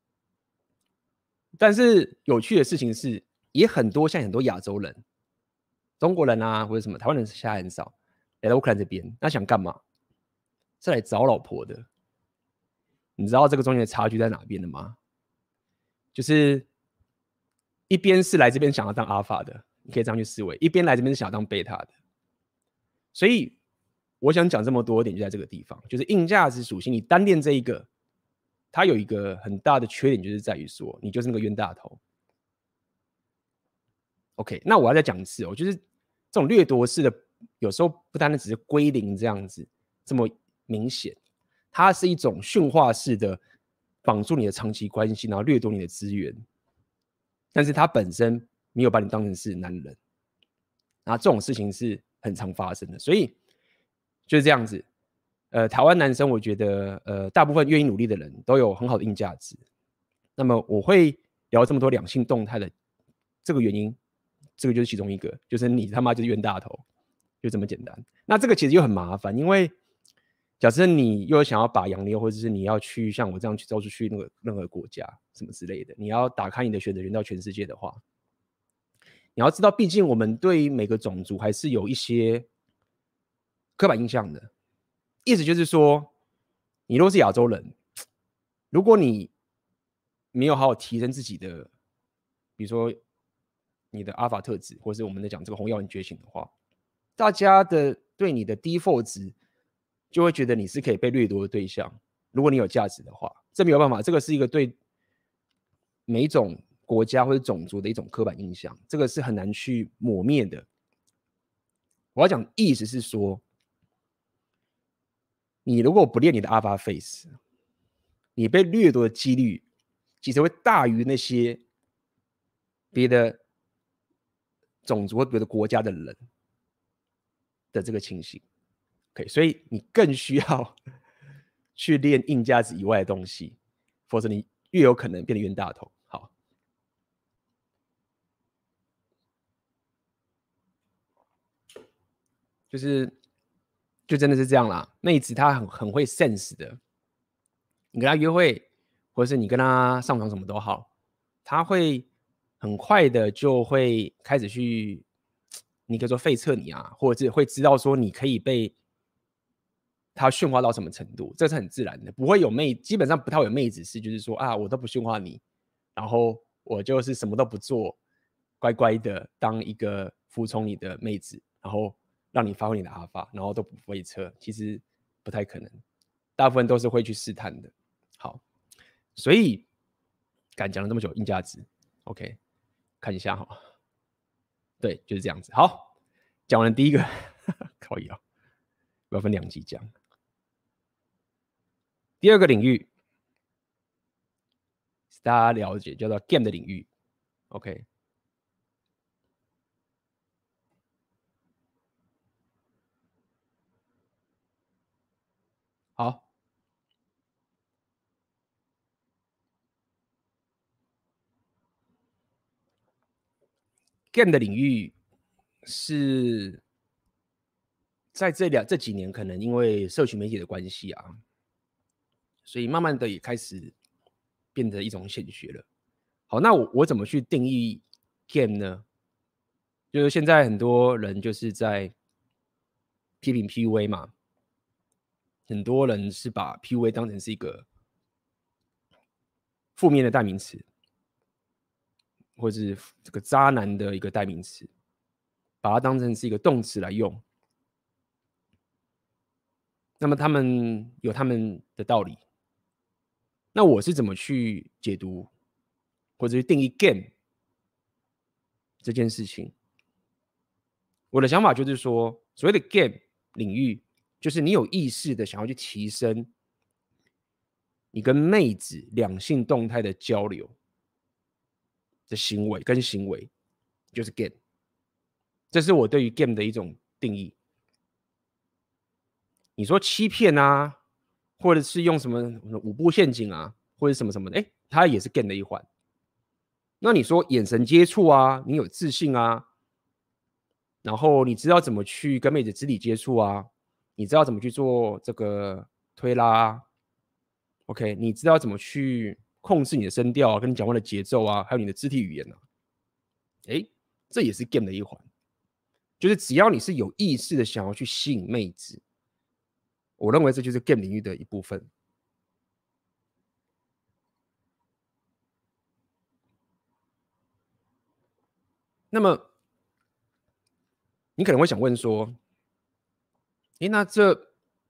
但是有趣的事情是，也很多像很多亚洲人、中国人啊或者什么台湾人现在很少来到乌克兰这边，那想干嘛？是来找老婆的。你知道这个中间的差距在哪边的吗？就是一边是来这边想要当阿尔法的，你可以这样去思维；一边来这边是想要当贝塔的。所以我想讲这么多点就在这个地方，就是硬价值属性，你单练这一个，它有一个很大的缺点，就是在于说你就是那个冤大头。OK， 那我要再讲一次哦，就是这种掠夺式的，有时候不单单只是归零这样子这么明显，它是一种驯化式的绑住你的长期关系，然后掠夺你的资源，但是它本身没有把你当成是男人，然后这种事情是很常发生的，所以就是这样子。台湾男生我觉得大部分愿意努力的人都有很好的硬价值。那么我会聊这么多两性动态的这个原因，这个就是其中一个，就是你他妈就是冤大头，就这么简单。那这个其实又很麻烦，因为假设你又想要把洋妞，或者是你要去像我这样去到处去那个任何国家什么之类的，你要打开你的选择权到全世界的话，你要知道，毕竟我们对于每个种族还是有一些刻板印象的。意思就是说，你如果是亚洲人，如果你没有好好提升自己的，比如说你的阿尔法特质，或是我们在讲这个红药丸觉醒的话，大家的对你的 default 值就会觉得你是可以被掠夺的对象。如果你有价值的话，这没有办法，这个是一个对每一种国家或者种族的一种刻板印象，这个是很难去抹灭的。我要讲意思是说，你如果不练你的 Alpha Face， 你被掠夺的几率其实会大于那些别的种族或别的国家的人的这个情形。OK， 所以你更需要去练硬价值以外的东西，否则你越有可能变得冤大头。好，就真的是这样啦。妹子她很会 sense 的，你跟她约会，或者是你跟她上床什么都好，她会很快的就会开始去，你可以说废测你啊，或者是会知道说你可以被他驯化到什么程度，这是很自然的，不会有基本上不太会有妹子是就是说啊，我都不驯化你，然后我就是什么都不做，乖乖的当一个服从你的妹子，然后让你发挥你的阿法，然后都不会测，其实不太可能，大部分都是会去试探的。好，所以敢讲了这么久，硬价值 ，OK， 看一下哈，对，就是这样子。好，讲完了第一个，可以啊，我要分2集讲。第二个领域，大家了解叫做 game 的领域 ，OK。好，game 的领域是在这几年，可能因为社群媒体的关系啊，所以慢慢的也开始变得一种显学了。好，那我怎么去定义 game 呢？就是现在很多人就是在批评 PUA 嘛，很多人是把 PUA 当成是一个负面的代名词，或是这个渣男的一个代名词，把它当成是一个动词来用。那么他们有他们的道理。那我是怎么去解读或者去定义 game 这件事情？我的想法就是说，所谓的 game 领域，就是你有意识的想要去提升你跟妹子两性动态的交流的行为跟行为，就是 game。这是我对于 game 的一种定义。你说欺骗啊，或者是用什么五步陷阱啊，或者什么什么的，它也是 game 的一环。那你说眼神接触啊，你有自信啊，然后你知道怎么去跟妹子肢体接触啊，你知道怎么去做这个推拉啊 ，OK， 你知道怎么去控制你的声调啊，跟你讲话的节奏啊，还有你的肢体语言啊，这也是 game 的一环。就是只要你是有意识的想要去吸引妹子，我认为这就是 game 领域的一部分。那么你可能会想问说，那这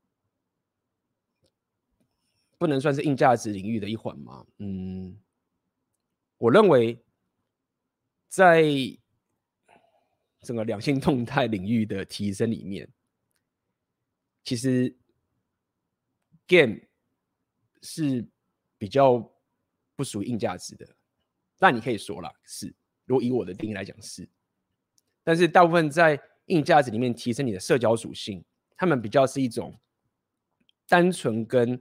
不能算是硬价值领域的一环吗？我认为在整个两性动态领域的提升里面，其实 game 是比较不属于硬价值的。但你可以说啦，是，如果以我的定义来讲是，但是大部分在硬价值里面提升你的社交属性，他们比较是一种单纯跟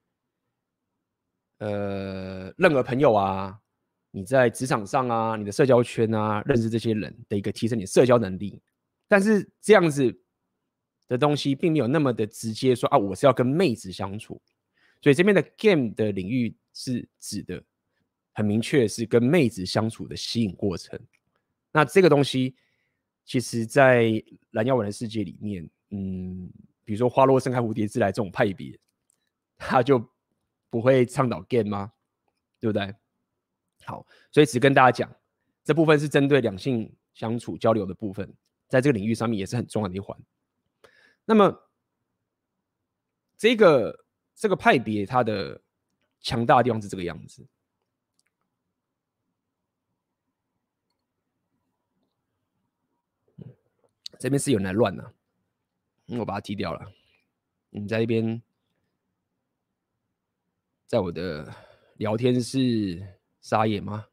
任何朋友啊，你在职场上啊，你的社交圈啊，认识这些人的一个提升你的社交能力。但是这样子的东西并没有那么的直接说啊，我是要跟妹子相处。所以这边的 game 的领域是指的很明确是跟妹子相处的吸引过程。那这个东西其实在蓝药丸的世界里面，比如说花落盛开蝴蝶自来这种派别，他就不会倡导 game 吗？对不对？好，所以只跟大家讲，这部分是针对两性相处交流的部分，在这个领域上面也是很重要的一环。那么这个派别它的强大的地方是这个样子。这边是有人来乱呢、我把它踢掉了。你在一边，在我的聊天室撒野吗？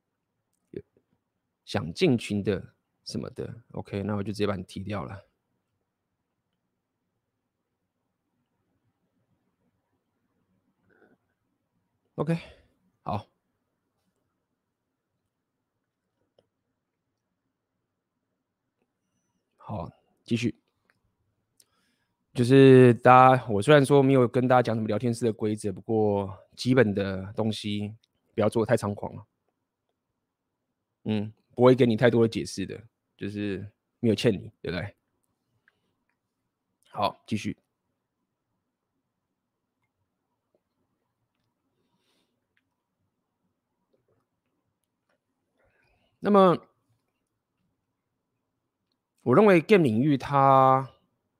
想进群的什么的 ，OK， 那我就直接把你踢掉了。OK， 好，好，继续。就是我虽然说没有跟大家讲什么聊天室的规则，不过基本的东西不要做得太猖狂了。 不会给你太多的解释的，就是没有欠你，对不对？好，继续。那么，我认为 game 领域它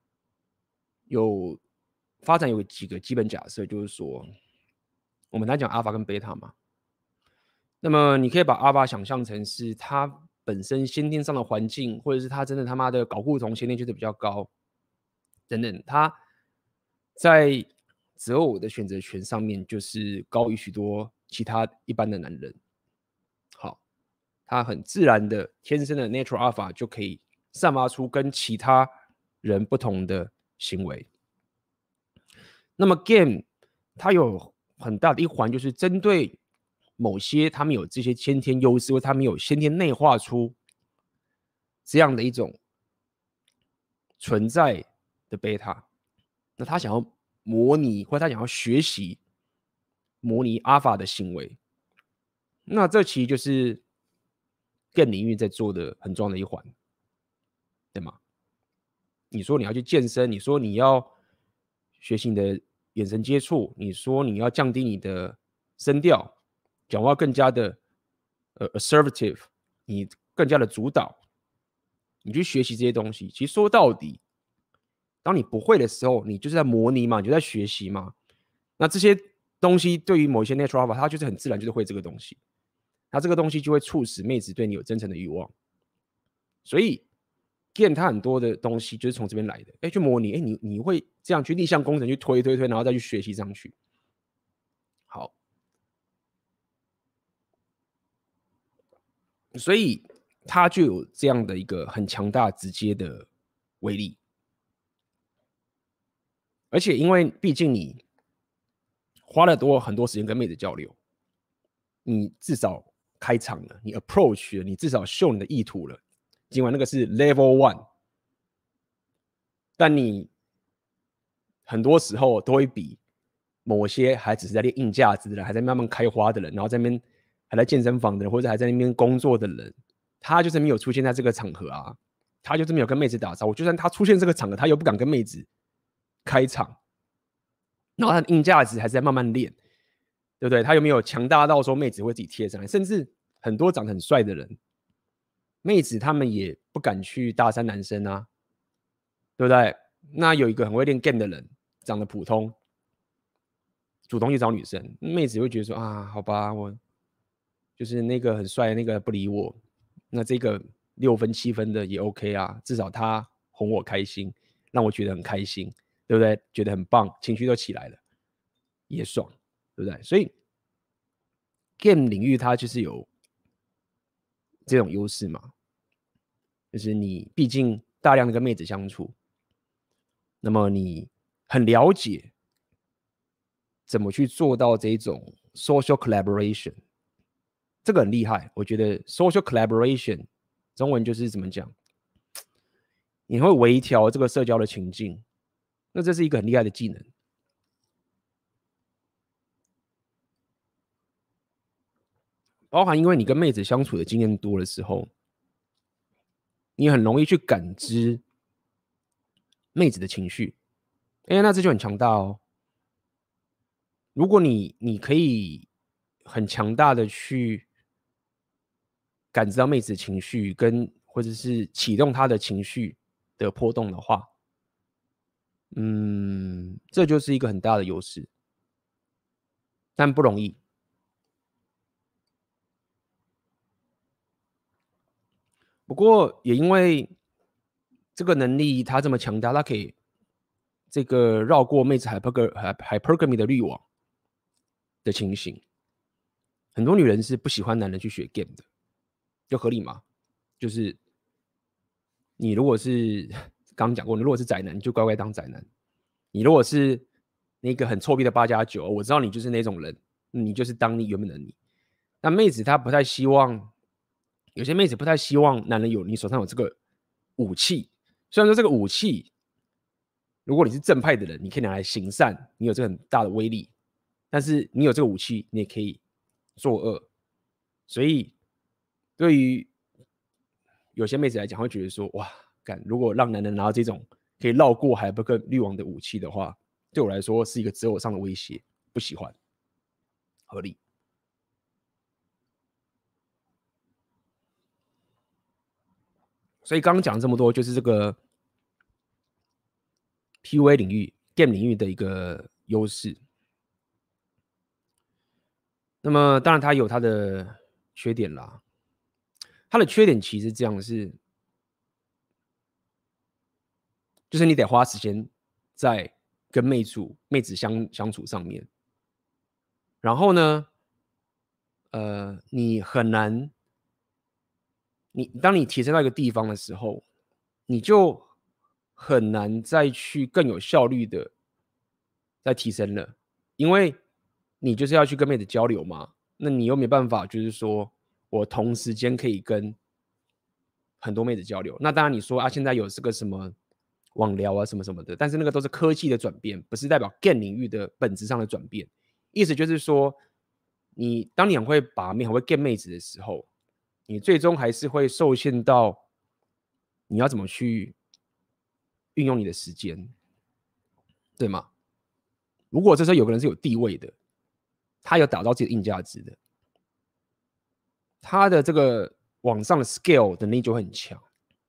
有发展有几个基本假设，就是说，我们来讲 alpha 跟 beta 嘛。那么你可以把 alpha 想象成是它本身先天上的环境，或者是它真的他妈的睾固酮先天就是比较高，等等，它在择偶的选择权上面就是高于许多其他一般的男人。好，他很自然的天生的 natural alpha 就可以散发出跟其他人不同的行为。那么 game 它有很大的一环就是针对某些他们有这些先天优势，或他们有先天内化出这样的一种存在的 beta， 那他想要模拟或他想要学习模拟 alpha 的行为，那这其实就是 game 领域在做的很重要的一环，对吗？你说你要去健身，你说你要学习你的眼神接触，你说你要降低你的声调，讲话更加的assertive， 你更加的主导，你去学习这些东西。其实说到底，当你不会的时候，你就是在模拟嘛，你就在学习嘛。那这些东西对于某些 natural alpha， 它就是很自然就是会这个东西，那这个东西就会促使妹子对你有真诚的欲望。所以 game 它很多的东西就是从这边来的，去模拟，你会这样去逆向工程去推，然后再去学习上去。好，所以它就有这样的一个很强大直接的威力。而且因为毕竟你花了很多时间跟妹子交流，你至少开场了，你 approach 了，你至少秀你的意图了。尽管那个是 level 1， 但你很多时候都会比某些还只是在练硬架子的人，还在慢慢开花的人，然后在那边还在健身房的人，或者还在那边工作的人，他就是没有出现在这个场合啊，他就是没有跟妹子打招呼。就算他出现这个场合，他又不敢跟妹子开场，然后他的硬架子还是在慢慢练，对不对？他有没有强大到说妹子会自己贴上来？甚至很多长得很帅的人，妹子他们也不敢去搭讪男生啊，对不对？那有一个很会练 game 的人，长得普通，主动去找女生，妹子会觉得说啊，好吧，我就是那个很帅的那个不理我，那这个6分7分的也 OK 啊，至少他哄我开心，让我觉得很开心，对不对？觉得很棒，情绪都起来了，也爽，对不对？所以 game 领域它就是有这种优势嘛，就是你毕竟大量的跟妹子相处，那么你很了解怎么去做到这种 social collaboration， 这个很厉害。我觉得 social collaboration 中文就是怎么讲，你会微调这个社交的情境，那这是一个很厉害的技能。包含因为你跟妹子相处的经验多的时候，你很容易去感知妹子的情绪，那这就很强大哦。如果你可以很强大的去感知到妹子的情绪，或者是启动她的情绪的波动的话，这就是一个很大的优势，但不容易。不过也因为这个能力它这么强大，它可以这个绕过妹子 hypergamy 的滤网的情形。很多女人是不喜欢男人去学 game 的，就合理嘛？就是你如果是刚刚讲过，你如果是宅男，你就乖乖当宅男；你如果是那个很臭屁的8+9，我知道你就是那种人，你就是当你原本的你。那妹子她不太希望，有些妹子不太希望男人有你手上有这个武器。虽然说这个武器，如果你是正派的人，你可以拿来行善，你有这个很大的威力，但是你有这个武器，你也可以作恶。所以对于有些妹子来讲，会觉得说，哇，如果让男人拿到这种可以绕过海伯克滤网的武器的话，对我来说是一个择偶上的威胁，不喜欢，合理。所以刚刚讲这么多，就是这个 PUA 领域、Game 领域的一个优势。那么当然它有它的缺点啦，它的缺点其实这样是，就是你得花时间在跟妹子相处上面，然后呢，你很难，当你提升到一个地方的时候，你就很难再去更有效率的再提升了，因为你就是要去跟妹子交流嘛，那你又没办法，就是说我同时间可以跟很多妹子交流。那当然你说啊，现在有这个什么网聊啊什么什么的，但是那个都是科技的转变，不是代表 game 领域的本质上的转变。意思就是说，当你很会把妹、很会 game 妹子的时候，你最终还是会受限到你要怎么去运用你的时间，对吗？如果这时候有个人是有地位的，他有打造自己的硬价值的，他的这个网上的 scale 能力就会很强，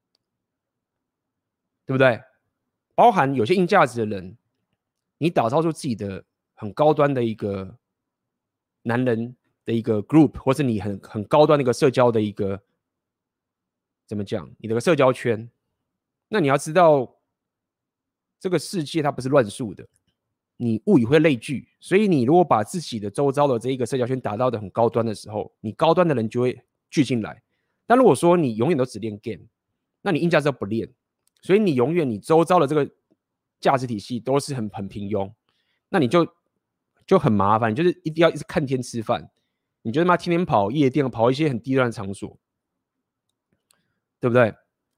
对不对？包含有些硬价值的人，你打造出自己的很高端的一个男人的一个 group， 或是你很高端的一个社交的一个怎么讲，你的社交圈，那你要知道，这个世界它不是乱数的，你物以会类聚，所以你如果把自己的周遭的这一个社交圈打造的很高端的时候，你高端的人就会聚进来。但如果说你永远都只练 game， 那你硬价值不练，所以你永远你周遭的这个价值体系都是很平庸，那你就很麻烦，你就是一定要一直看天吃饭，你就他妈天天跑夜店，跑一些很低端的场所，对不对？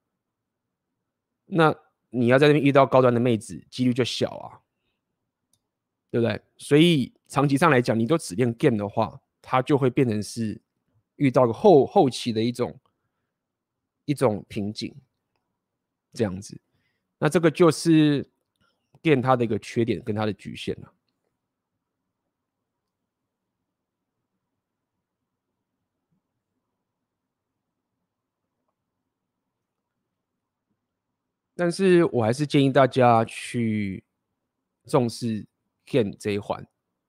那你要在那边遇到高端的妹子，几率就小啊，对不对？所以长期上来讲，你都只练 game 的话，它就会变成是遇到个后期的一种瓶颈，这样子。那这个就是 game 它的一个缺点跟它的局限了。但是我还是建议大家去重视 game 这一环，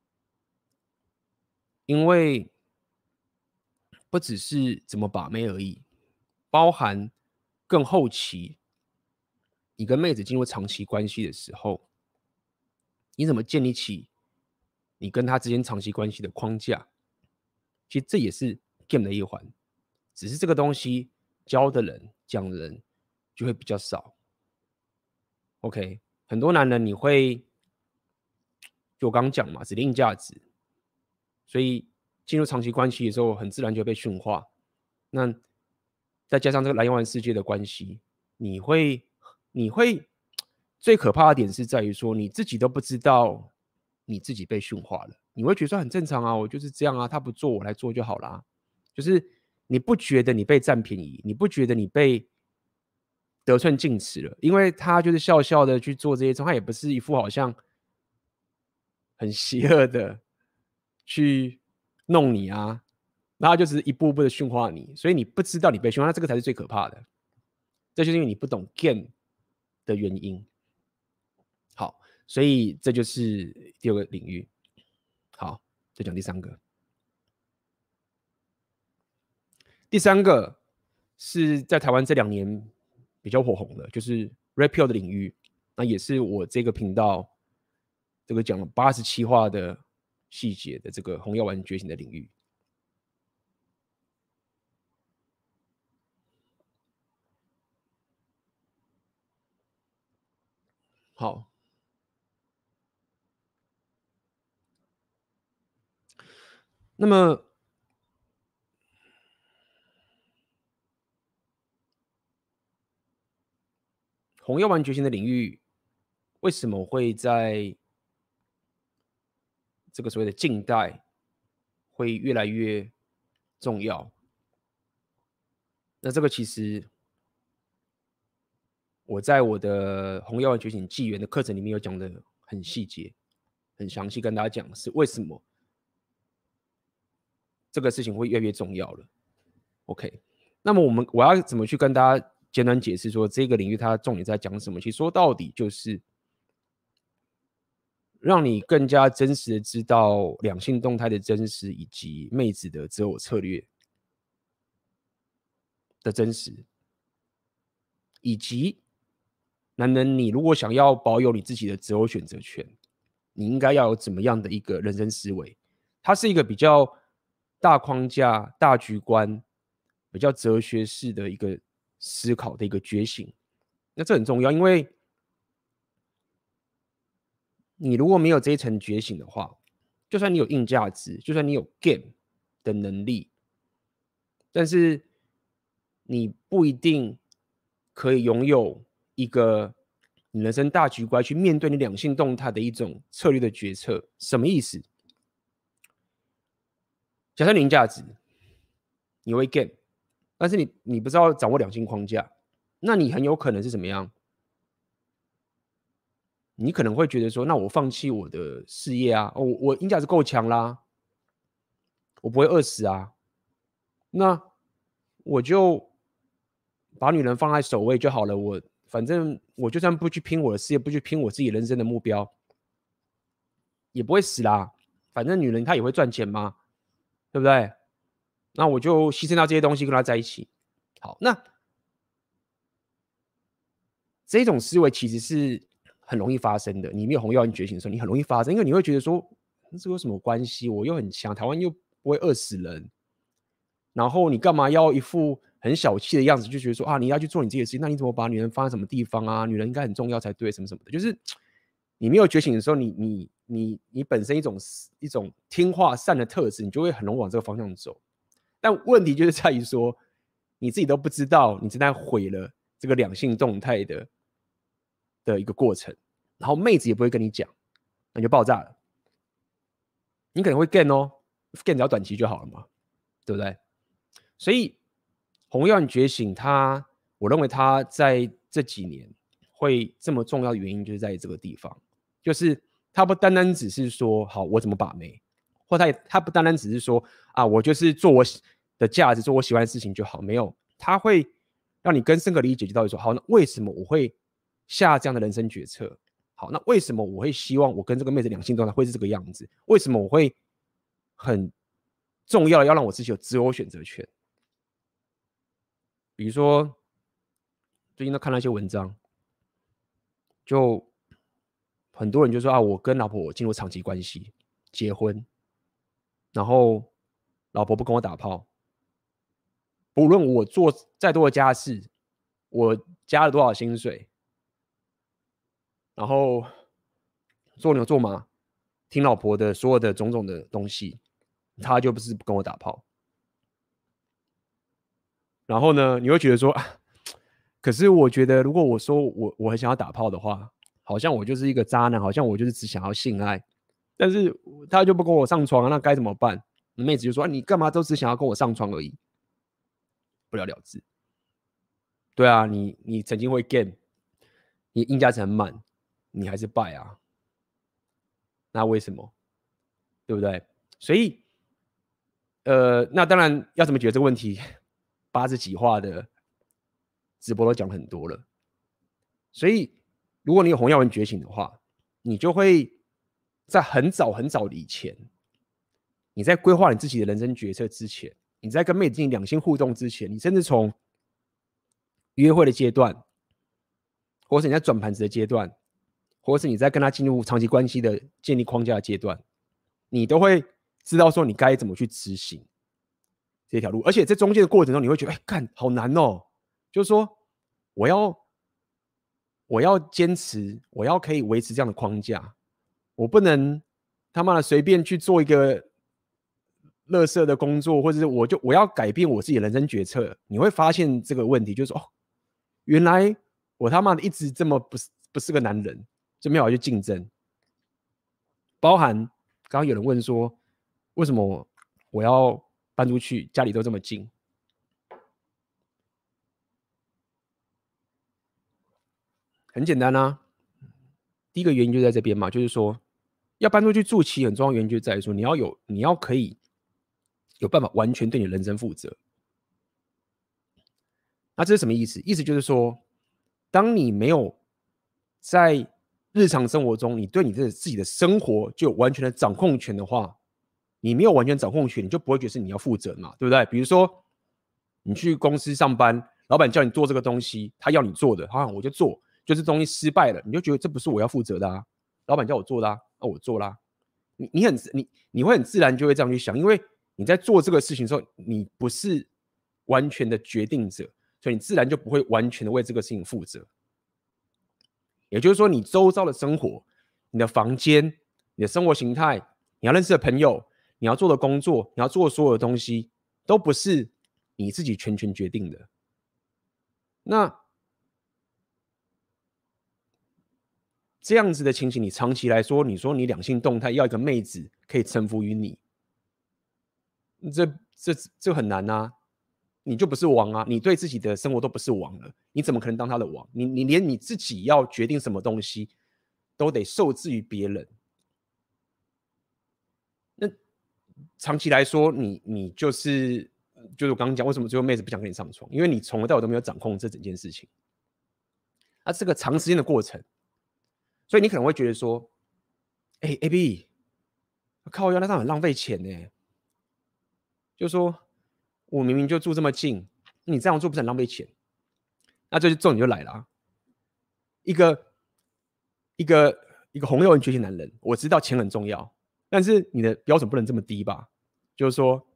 因为不只是怎么把妹而已，包含更后期，你跟妹子进入长期关系的时候，你怎么建立起你跟她之间长期关系的框架？其实这也是 game 的一环，只是这个东西教的人、讲的人就会比较少。OK，很多男人你会，就我刚刚讲嘛，指定价值，所以进入长期关系的时候，很自然就会被驯化。那再加上这个蓝药丸世界的关系，你会最可怕的点是在于说，你自己都不知道你自己被驯化了，你会觉得说很正常啊，我就是这样啊，他不做我来做就好啦。就是你不觉得你被占便宜，你不觉得你被得寸进尺了，因为他就是笑笑的去做这些，他也不是一副好像很邪恶的去弄你啊，然后就只是一步步的驯化你，所以你不知道你被驯化，那这个才是最可怕的。这就是因为你不懂 game 的原因。好，所以这就是第二个领域。好，再讲第三个。第三个是在台湾这2年比较火红的，就是 Rapio 的领域，那也是我这个频道这个讲了87话的细节的这个红药丸觉醒的领域。好，那么红药丸觉醒的领域为什么会在这个所谓的近代会越来越重要？ 那这个其实我在我的红药丸觉醒纪元的课程里面有讲的很细节、很详细，跟大家讲是为什么这个事情会越来越重要了。OK， 那么我要怎么去跟大家简单解释说这个领域它重点在讲什么？其实说到底就是让你更加真实的知道两性动态的真实，以及妹子的择偶策略的真实，以及男人你如果想要保有你自己的择偶选择权，你应该要有怎么样的一个人生思维？它是一个比较大框架、大局观、比较哲学式的一个思考的一个觉醒。那这很重要，因为你如果没有这一层觉醒的话，就算你有硬价值，就算你有 game 的能力，但是你不一定可以拥有一个你人生大局观去面对你两性动态的一种策略的决策。什么意思？假设你硬价值，你会 game， 但是你不知道掌握两性框架，那你很有可能是怎么样？你可能会觉得说，那我放弃我的事业啊，我硬价值够强啦，我不会饿死啊，那我就把女人放在首位就好了。反正我就算不去拼我的事业，不去拼我自己人生的目标，也不会死啦。反正女人她也会赚钱嘛，对不对？那我就牺牲掉这些东西跟她在一起。好，那这种思维其实是很容易发生的。你没有红药丸觉醒的时候，你很容易发生，因为你会觉得说，这有什么关系？我又很强，台湾又不会饿死人，然后你干嘛要一副很小气的样子，就觉得说啊，你要去做你自己的事情，那你怎么把女人放在什么地方啊？女人应该很重要才对，什么什么的，就是你没有觉醒的时候，你本身一种听话善的特质，你就会很容易往这个方向走。但问题就是在于说，你自己都不知道，你正在毁了这个两性动态的一个过程，然后妹子也不会跟你讲，那你就爆炸了。你可能会 gain 哦，gain 只要短期就好了嘛，对不对？所以红药丸觉醒我认为它在这几年会这么重要的原因，就是在这个地方，就是它不单单只是说好我怎么把妹，或它不单单只是说啊我就是做我的价值，做我喜欢的事情就好，没有，它会让你更深刻理解到说，好，那为什么我会下这样的人生决策？好，那为什么我会希望我跟这个妹子两性状态会是这个样子？为什么我会很重要的要让我自己有自我选择权？比如说，最近都看了一些文章，就很多人就说啊，我跟老婆进入长期关系，结婚，然后老婆不跟我打炮，不论我做再多的家事，我加了多少薪水，然后做牛做马，听老婆的所有的种种的东西，他就不是不跟我打炮。然后呢，你会觉得说，啊，可是我觉得如果我说我很想要打炮的话，好像我就是一个渣男，好像我就是只想要性爱，但是他就不跟我上床，那该怎么办？妹子就说，啊，你干嘛都只想要跟我上床而已，不了了之。对啊，你曾经会 game， 你硬价值很满，你还是败啊，那为什么？对不对？所以那当然要怎么解决这个问题，80几话的直播都讲很多了。所以如果你有红药丸觉醒的话，你就会在很早很早以前，你在规划你自己的人生决策之前，你在跟妹子进行两性互动之前，你甚至从约会的阶段，或是你在转盘子的阶段，或是你在跟他进入长期关系的建立框架的阶段，你都会知道说你该怎么去执行这条路。而且在中间的过程中，你会觉得，哎，干好难哦，就是说我要坚持，我要可以维持这样的框架，我不能他妈的随便去做一个垃圾的工作，或者是我要改变我自己的人生决策。你会发现这个问题，就是说，哦，原来我他妈的一直这么不是个男人，就没有去竞争。包含刚刚有人问说，为什么我要搬出去，家里都这么近？ 很简单啊，第一个原因就在这边嘛，就是说要搬出去住，其实很重要的原因就在于说你要可以有办法完全对你的人生负责。那这是什么意思？意思就是说，当你没有在日常生活中，你对你自己的生活就有完全的掌控权的话，你没有完全掌控权，你就不会觉得是你要负责嘛，对不对？比如说你去公司上班，老板叫你做这个东西，他要你做的，我就做，就是东西失败了，你就觉得这不是我要负责的啊，老板叫我做的啊，我做啦。你会很自然就会这样去想，因为你在做这个事情的时候，你不是完全的决定者，所以你自然就不会完全的为这个事情负责。也就是说，你周遭的生活、你的房间、你的生活形态、你要认识的朋友、你要做的工作、你要做的所有的东西，都不是你自己全权决定的。那这样子的情形，你长期来说，你说你两性动态要一个妹子可以臣服于你，这很难啊！你就不是王啊！你对自己的生活都不是王了，你怎么可能当他的王？你连你自己要决定什么东西，都得受制于别人。那长期来说，你就是我刚刚讲，为什么最后妹子不想跟你上床？因为你从头到尾都没有掌控这整件事情。那这个长时间的过程，所以你可能会觉得说，AB， 靠腰，那这样很浪费钱呢。就说我明明就住这么近，你这样做不是很浪费钱？那这就重点就来了啊！一个红六人觉醒男人，我知道钱很重要，但是你的标准不能这么低吧？就是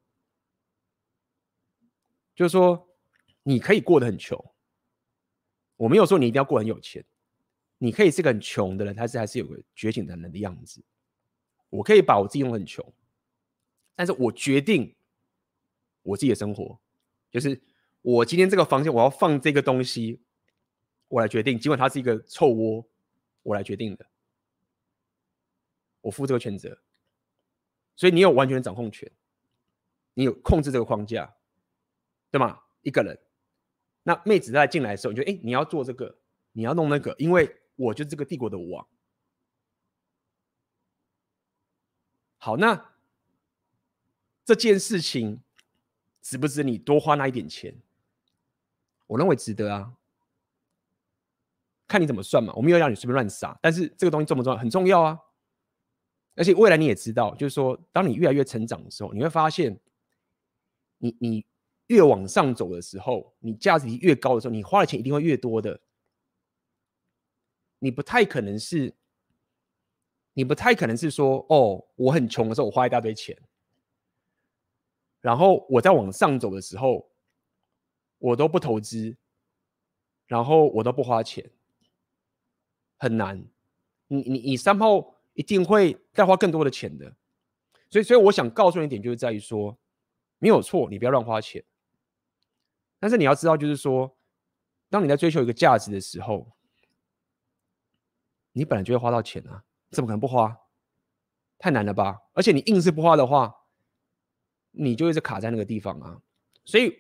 说，你可以过得很穷，我没有说你一定要过得很有钱，你可以是个很穷的人，但是还是有个觉醒男人的样子。我可以把我自己弄很穷，但是我决定我自己的生活，就是我今天这个房间我要放这个东西，我来决定，尽管它是一个臭窝，我来决定的，我负这个全责。所以你有完全的掌控权，你有控制这个框架，对吗？一个人，那妹子在进来的时候，你就你要做这个，你要弄那个，因为我就是这个帝国的王。好，那这件事情值不值你多花那一点钱？我认为值得啊，看你怎么算嘛。我没有让你随便乱撒，但是这个东西重不重要？很重要啊。而且未来你也知道，就是说，当你越来越成长的时候，你会发现你越往上走的时候，你价值越高的时候，你花的钱一定会越多的。你不太可能是说，我很穷的时候，我花一大堆钱，然后我在往上走的时候，我都不投资，然后我都不花钱，很难。你三炮一定会再花更多的钱的。所以我想告诉你一点，就是在于说，没有错，你不要乱花钱。但是你要知道，就是说，当你在追求一个价值的时候，你本来就会花到钱啊，怎么可能不花？太难了吧？而且你硬是不花的话，你就一直卡在那个地方啊。所以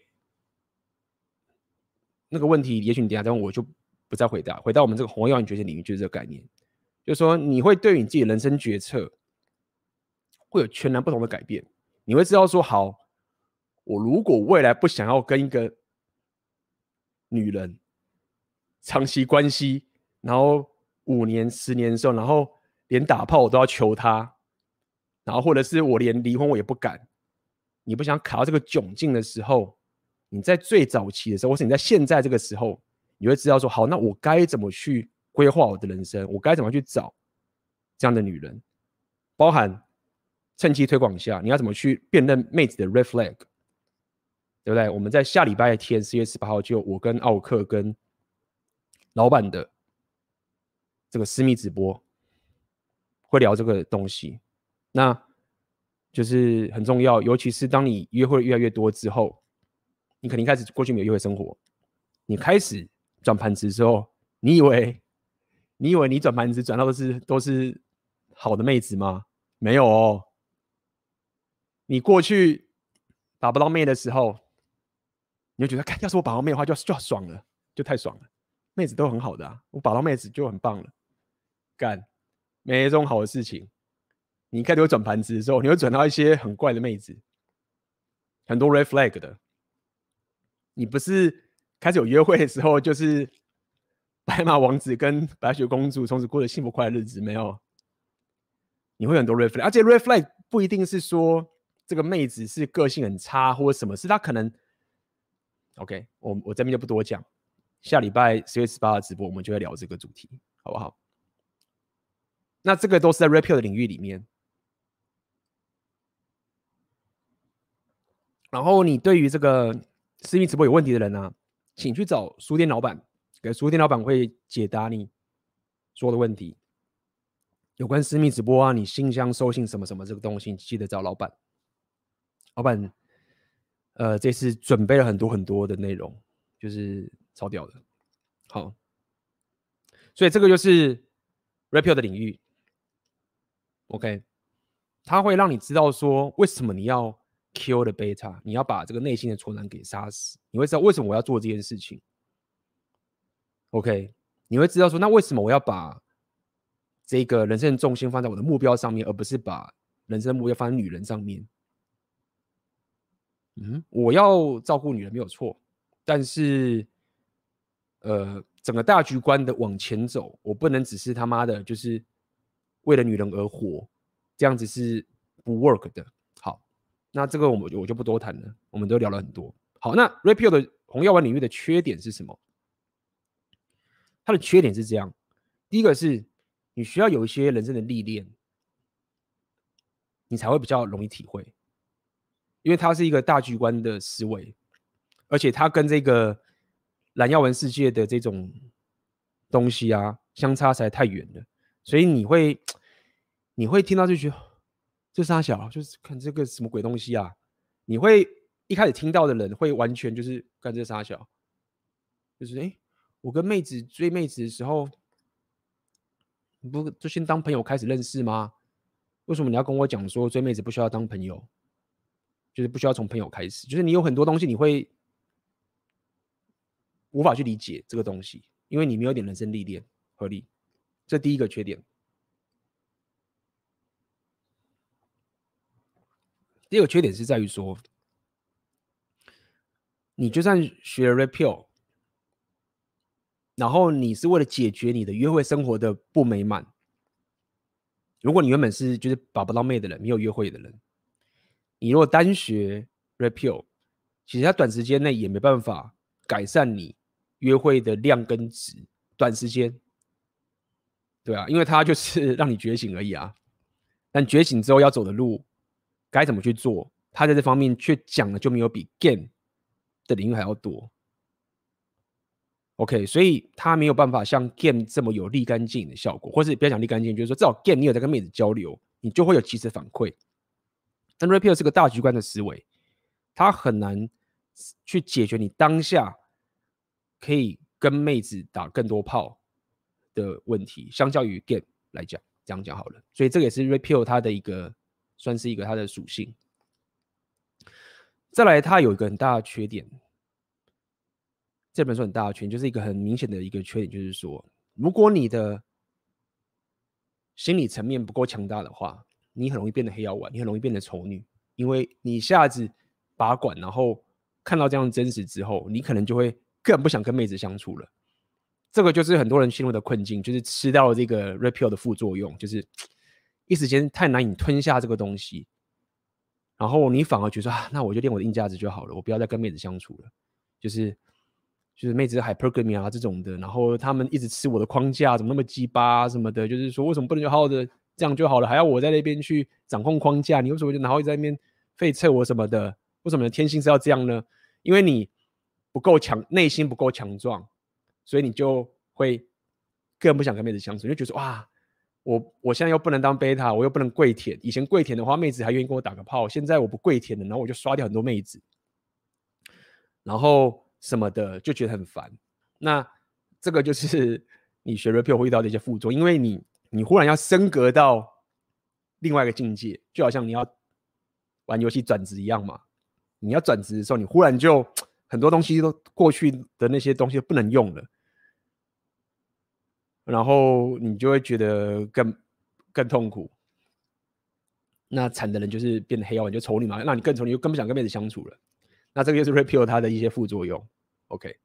那个问题，也许你等一下再问，我就不再回答。回到我们这个红药丸觉醒领域，就是这个概念，就是说你会对于你自己的人生决策会有全然不同的改变。你会知道说，好，我如果未来不想要跟一个女人长期关系，然后5年、10年的时候，然后连打炮我都要求她，然后或者是我连离婚我也不敢。你不想卡到这个窘境的时候，你在最早期的时候，或是你在现在这个时候，你会知道说，好，那我该怎么去规划我的人生？我该怎么去找这样的女人？包含趁机推广一下，你要怎么去辨认妹子的 red flag， 对不对？我们在下礼拜天4月18号，就我跟奥克跟老板的这个私密直播会聊这个东西。那就是很重要，尤其是当你约会越来越多之后，你肯定开始过去没有约会生活，你开始转盘子之后，你以为你转盘子转到都是好的妹子吗？没有哦。你过去把不到妹的时候，你就觉得，要是我把到妹的话就爽了，就太爽了。 妹子都很好的啊，我把到妹子就很棒了，干，没这种好的事情。你一开始会转盘子的时候，你会转到一些很怪的妹子，很多 red flag 的。你不是开始有约会的时候，就是白马王子跟白雪公主从此过着幸福快乐的日子，没有。你会有很多 red flag，而且 red flag 不一定是说这个妹子是个性很差或者什么，是她可能 OK， 我这边就不多讲。下礼拜10月18的直播，我们就会聊这个主题，好不好？那这个都是在 Red Pill 的领域里面。然后你对于这个私密直播有问题的人啊，请去找书店老板，给书店老板会解答你所有的问题。有关私密直播啊，你信箱收信什么什么这个东西，记得找老板。老板，这次准备了很多很多的内容，就是超屌的。好，所以这个就是 Red Pill 的领域。OK， 它会让你知道说为什么你要 kill the beta， 你要把这个内心的仇男给杀死。你会知道为什么我要做这件事情。OK， 你会知道说那为什么我要把这个人生的重心放在我的目标上面，而不是把人生的目标放在女人上面。我要照顾女人没有错，但是整个大局观的往前走，我不能只是他妈的就是为了女人而活，这样子是不 work 的。好，那这个我就不多谈了，我们都聊了很多。好，那 Red Pill 的红药丸领域的缺点是什么？它的缺点是这样，第一个是你需要有一些人生的历练，你才会比较容易体会，因为它是一个大局观的思维，而且它跟这个蓝药丸世界的这种东西啊，相差实在太远了，所以你会听到就觉得这傻小，就是看这个什么鬼东西啊！你会一开始听到的人会完全就是干这傻小，就是我跟妹子追妹子的时候，你不就先当朋友开始认识吗？为什么你要跟我讲说追妹子不需要当朋友？就是不需要从朋友开始，就是你有很多东西你会无法去理解这个东西，因为你没有点人生历练，合理。这第一个缺点。第二个缺点是在于说，你就算学了 Red Pill， 然后你是为了解决你的约会生活的不美满。如果你原本是就是把不到妹的人，没有约会的人，你如果单学 Red Pill， 其实它短时间内也没办法改善你约会的量跟质，短时间，对啊，因为它就是让你觉醒而已啊。但觉醒之后要走的路该怎么去做，它在这方面却讲的就没有比 Game 的领域还要多。OK， 所以它没有办法像 Game 这么有立竿见影的效果，或是不要讲立竿见影，就是说至少 Game 你有在跟妹子交流，你就会有及时反馈。但 Red Pill 是个大局观的思维，它很难去解决你当下可以跟妹子打更多炮的问题，相较于 Game 来讲，这样讲好了。所以这个也是 Red Pill 它的一个算是一个它的属性。再来，它有一个很大的缺点，这本书很大的缺点，就是一个很明显的一个缺点，就是说，如果你的心理层面不够强大的话，你很容易变得黑药丸，你很容易变得丑女，因为你一下子把管，然后看到这样真实之后，你可能就会更不想跟妹子相处了。这个就是很多人陷入的困境，就是吃到了这个 Red Pill 的副作用，就是一时间太难以吞下这个东西，然后你反而觉得那我就练我的硬价值就好了，我不要再跟妹子相处了，就是妹子 hypergamy 啊这种的，然后他们一直吃我的框架，怎么那么鸡巴什么的，就是说为什么不能就好好的这样就好了，还要我在那边去掌控框架？你为什么就然后在那边废撤我什么的？为什么天性是要这样呢？因为你不够强，内心不够强壮，所以你就会更不想跟妹子相处，你就觉得哇，我现在又不能当 beta， 我又不能跪舔。以前跪舔的话，妹子还愿意跟我打个炮，现在我不跪舔了，然后我就刷掉很多妹子，然后什么的，就觉得很烦。那这个就是你学 Red Pill 会遇到的一些副作用，因为你忽然要升格到另外一个境界，就好像你要玩游戏转职一样嘛。你要转职的时候，你忽然就很多东西都过去的那些东西都不能用了， 然后你就会觉得更痛苦。那惨的人就是变得黑曜，你就丑女嘛，那你更丑，你就更不想跟妹子相处了。那这个就是 Repeal 它的一些副作用。OK，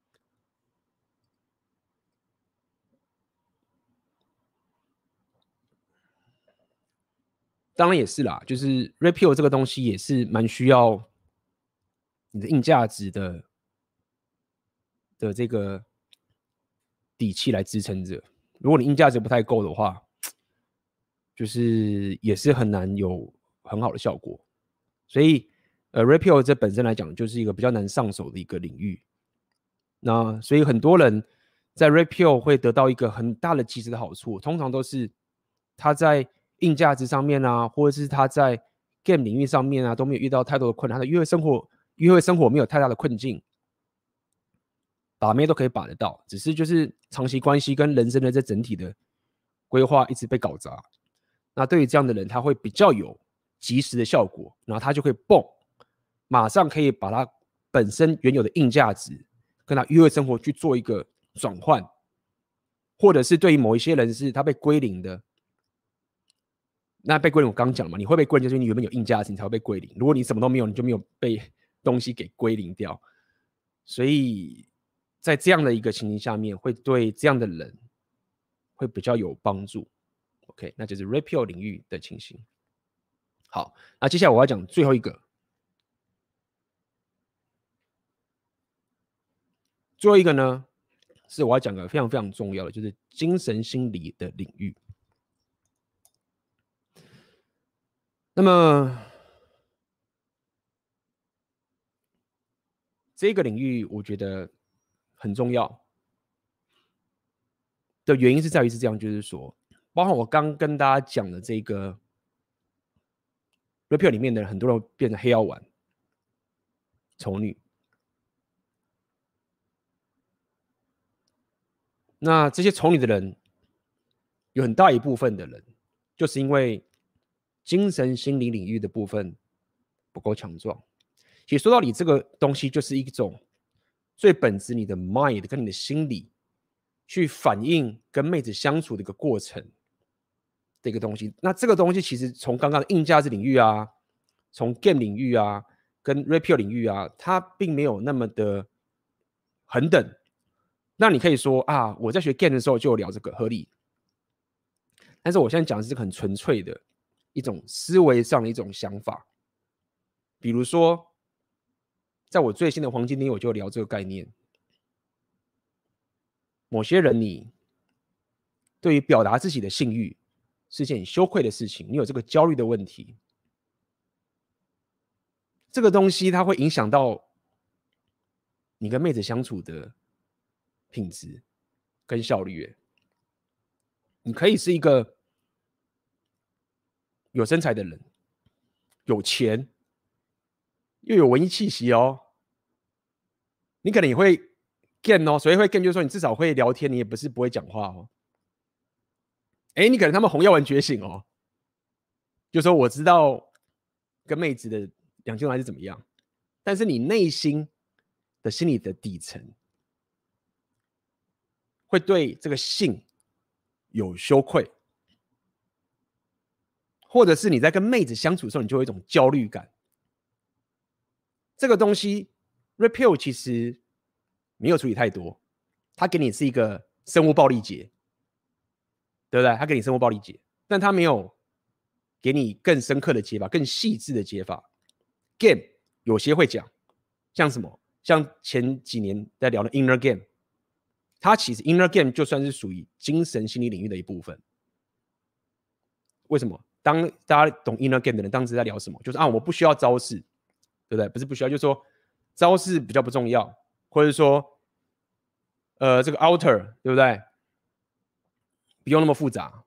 当然也是啦，就是 Repeal 这个东西也是蛮需要你的硬价值的这个底气来支撑着。如果你硬价值不太够的话，就是也是很难有很好的效果。所以Repeal 这本身来讲就是一个比较难上手的一个领域。那所以很多人在 Repeal 会得到一个很大的即时的好处，通常都是他在硬价值上面啊，或者是他在 Game 领域上面啊，都没有遇到太多的困难，他的约会生活没有太大的困境，把妹都可以把得到，只是就是长期关系跟人生的这整体的规划一直被搞砸。那对于这样的人，他会比较有即时的效果，然后他就可以蹦，马上可以把他本身原有的硬价值跟他约会生活去做一个转换，或者是对于某一些人是他被归零的。那被归零我刚刚讲了嘛，你会被归零就是你原本有硬价值，你才会被归零。如果你什么都没有，你就没有被东西给归零掉。所以在这样的一个情形下面，会对这样的人会比较有帮助。OK， 那就是 Repeal 领域的情形。好，那接下来我要讲最后一个。最后一个呢，是我要讲的非常非常重要的，就是精神心理的领域。那么这个领域我觉得很重要的原因是在于是这样，就是说，包括我刚跟大家讲的这个 Repeal 里面的很多人变成黑药丸、丑女。那这些丑女的人，有很大一部分的人，就是因为精神心理领域的部分不够强壮。其实说到底，这个东西就是一种最本质你的 mind 跟你的心理去反映跟妹子相处的一个过程的一个东西。那这个东西其实从刚刚的硬价值领域啊，从 game 领域啊，跟 Repeal 领域啊，它并没有那么的恒等。那你可以说啊，我在学 game 的时候就有聊这个，合理。但是我现在讲的是很纯粹的一种思维上的一种想法。比如说，在我最新的黄金年，我就聊这个概念。某些人你对于表达自己的性欲是件很羞愧的事情，你有这个焦虑的问题，这个东西它会影响到你跟妹子相处的品质跟效率。你可以是一个有身材的人，有钱，又有文艺气息哦，你可能也会 game 哦，所以会 game 就是说你至少会聊天，你也不是不会讲话哦。你可能他们红药丸觉醒哦，就说我知道跟妹子的两性关系是怎么样，但是你内心的心理的底层会对这个性有羞愧，或者是你在跟妹子相处的时候，你就有一种焦虑感。这个东西 Repeal 其实没有处理太多，他给你是一个生物暴力解，对不对？他给你生物暴力解，但他没有给你更深刻的解法、更细致的解法。Game 有些会讲，像什么，像前几年在聊的 Inner Game， 它其实 Inner Game 就算是属于精神心理领域的一部分。为什么？当大家懂 Inner Game 的人，当时在聊什么？就是我不需要招式，对不对？不是不需要，就是说招式比较不重要，或者说这个 Outer 对不对？不用那么复杂，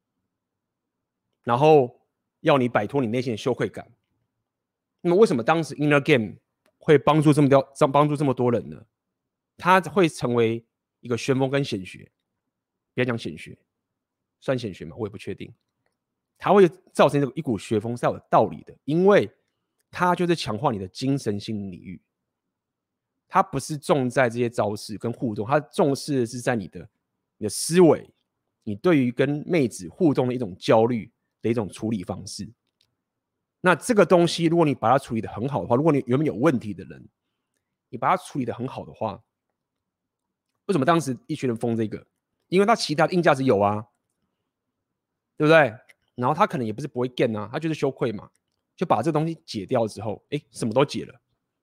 然后要你摆脱你内心的羞愧感。那么为什么当时 Inner Game 会帮助这么多人呢？它会成为一个旋风跟显学，别讲显学，算显学吗？我也不确定。它会造成一股旋风是有道理的，因为它就是强化你的精神心理领域。它不是重在这些招式跟互动，它重视的是在你的你的思维，你对于跟妹子互动的一种焦虑的一种处理方式。那这个东西，如果你把它处理的很好的话，如果你原本有问题的人，你把它处理的很好的话，为什么当时一群人封这个？因为他其他的硬价值有啊，对不对？然后他可能也不是不会 get 啊，他就是羞愧嘛，就把这个东西解掉之后，哎，什么都解了。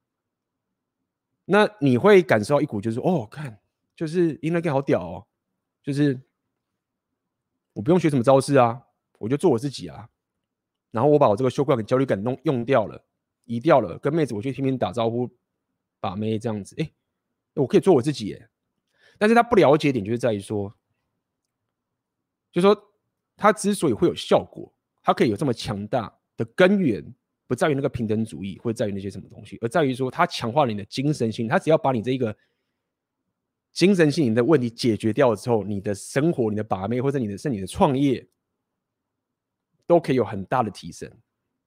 那你会感受到一股就是哦，看，就是 inner game 好屌哦，就是我不用学什么招式啊，我就做我自己啊。然后我把我这个羞愧感、焦虑感用掉了，移掉了，跟妹子我去拼命打招呼、把妹这样子，哎，我可以做我自己耶。但是他不了解点就是在于说，就是说他之所以会有效果，他可以有这么强大的根源，不在于那个平等主义，或者在于那些什么东西，而在于说他强化了你的精神性。他只要把你这一个精神性的问题解决掉之后，你的生活、你的把妹，或者你的创业，都可以有很大的提升。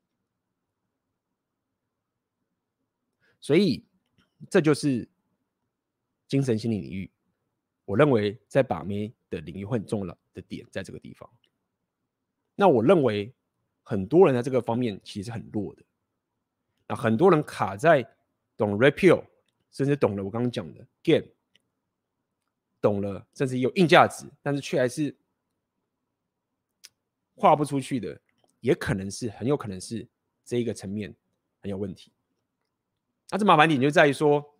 所以这就是精神心理领域，我认为在把妹的领域会很重要的点在这个地方。那我认为很多人在这个方面其实很弱的，那很多人卡在懂 repeal， 甚至懂了我刚刚讲的 game， 懂了甚至有硬价值，但是却还是跨不出去的，也可能是很有可能是这一个层面很有问题。那这麻烦点就在于说，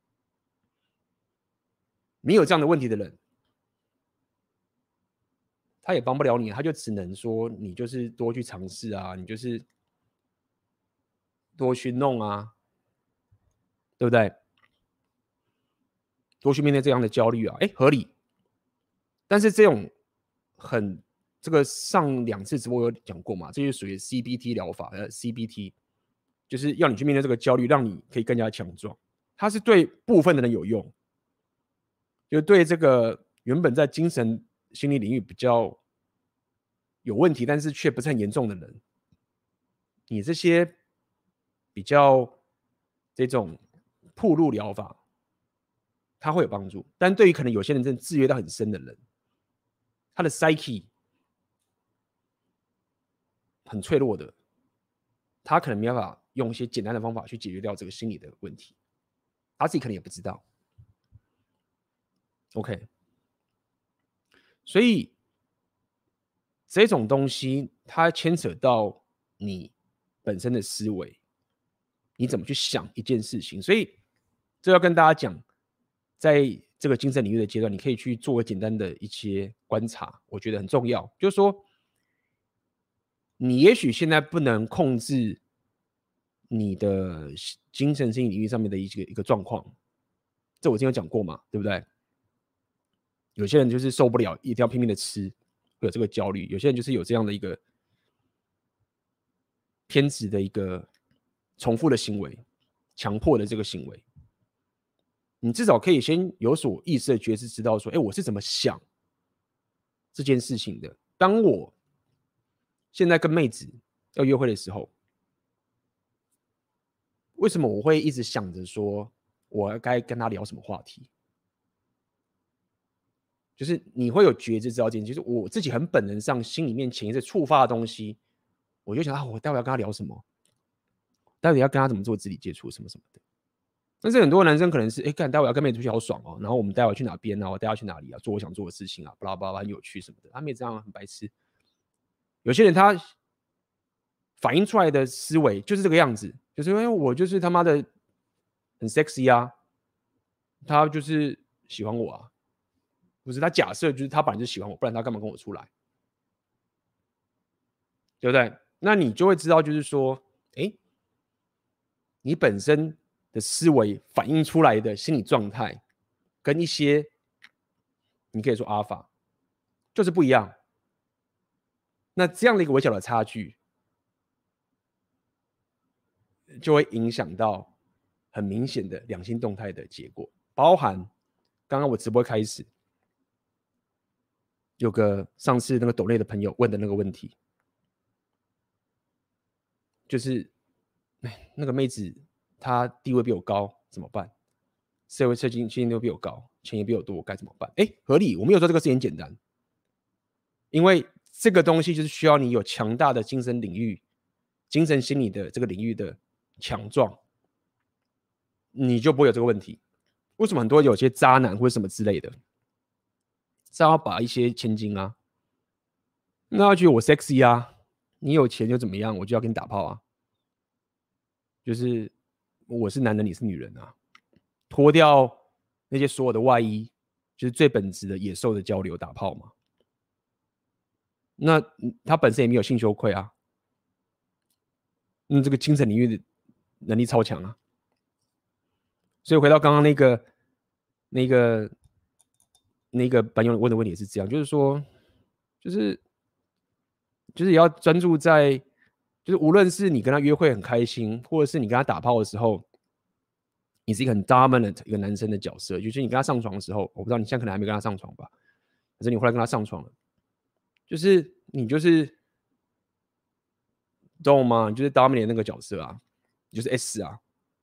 没有这样的问题的人，他也帮不了你，他就只能说你就是多去尝试啊，你就是多去弄啊，对不对？多去面对这样的焦虑啊，哎，合理。但是这种这个上2次直播有讲过嘛，这就属于 CBT 疗法，CBT 就是要你去面对这个焦虑，让你可以更加强壮。它是对部分的人有用，就对这个原本在精神心理领域比较有问题，但是却不是很严重的人，你这些比较这种暴露疗法，它会有帮助。但对于可能有些人真的制约到很深的人，他的 psyche 很脆弱的，他可能没办法用一些简单的方法去解决掉这个心理的问题，他自己可能也不知道。OK， 所以这种东西它牵扯到你本身的思维，你怎么去想一件事情。所以这要跟大家讲，在这个精神领域的阶段，你可以去做简单的一些观察，我觉得很重要。就是说，你也许现在不能控制你的精神心理领域上面的一个状况，这我之前有讲过嘛，对不对？有些人就是受不了，一定要拼命的吃，会有这个焦虑；有些人就是有这样的一个偏执的一个重复的行为，强迫的这个行为。你至少可以先有所意识的觉知，知道说，哎，我是怎么想这件事情的。当我现在跟妹子要约会的时候，为什么我会一直想着说，我该跟她聊什么话题？就是你会有觉知知道这件事，就是我自己很本能上心里面潜意识触发的东西，我就想啊，我待会要跟她聊什么？待会要跟她怎么做肢体接触什么什么的。但是很多男生可能是，哎，干，待会要跟妹子出去好爽哦，然后我们待会去哪边啊？我带她去哪里啊？做我想做的事情啊，巴拉巴拉很有趣什么的。他妹子这样很白痴。有些人他反映出来的思维就是这个样子，就是因为我就是他妈的很 sexy 啊，他就是喜欢我啊，不是他假设就是他本来就喜欢我，不然他干嘛跟我出来，对不对？那你就会知道，就是说，哎，你本身的思维反映出来的心理状态，跟一些你可以说阿尔法就是不一样。那这样的一个微小的差距，就会影响到很明显的两性动态的结果，包含刚刚我直播开始有个上次那个抖内的朋友问的那个问题，就是那个妹子她地位比我高怎么办？社会经济都比我高， 钱也比我多，该怎么办？合理，我没有说这个事情简单，因为这个东西就是需要你有强大的精神领域、精神心理的这个领域的强壮，你就不会有这个问题。为什么很多有些渣男或者什么之类的，是要把一些千金啊，那要觉得我 sexy 啊，你有钱就怎么样，我就要跟你打炮啊，就是我是男人，你是女人啊，脱掉那些所有的外衣，就是最本质的野兽的交流打炮嘛。那他本身也没有性羞愧啊，这个精神领域的能力超强啊。所以回到刚刚那个班友问的问题也是这样，就是说，就是也要专注在，就是无论是你跟他约会很开心，或者是你跟他打炮的时候，你是一个很 dominant 一个男生的角色，就是你跟他上床的时候，我不知道你现在可能还没跟他上床吧，可是你后来跟他上床了，就是你就是懂吗？你就是 dominant 那个角色啊，你就是 S 啊，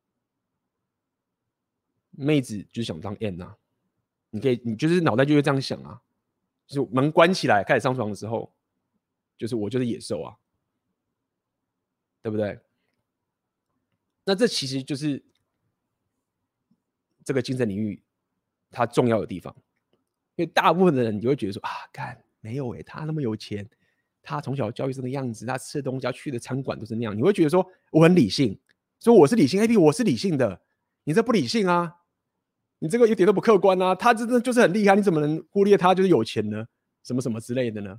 妹子就是想当 N 啊，你就是脑袋就会这样想啊，就是门关起来开始上床的时候，就是我就是野兽啊，对不对？那这其实就是这个精神领域它重要的地方，因为大部分的人你会觉得说啊，干没有他那么有钱，他从小教育这个样子，他吃的东西，他去的餐馆都是那样，你会觉得说我很理性，说我是理性 ，AP 我是理性的，你这不理性啊，你这个一点都不客观啊，他真的就是很厉害，你怎么能忽略他就是有钱呢？什么什么之类的呢？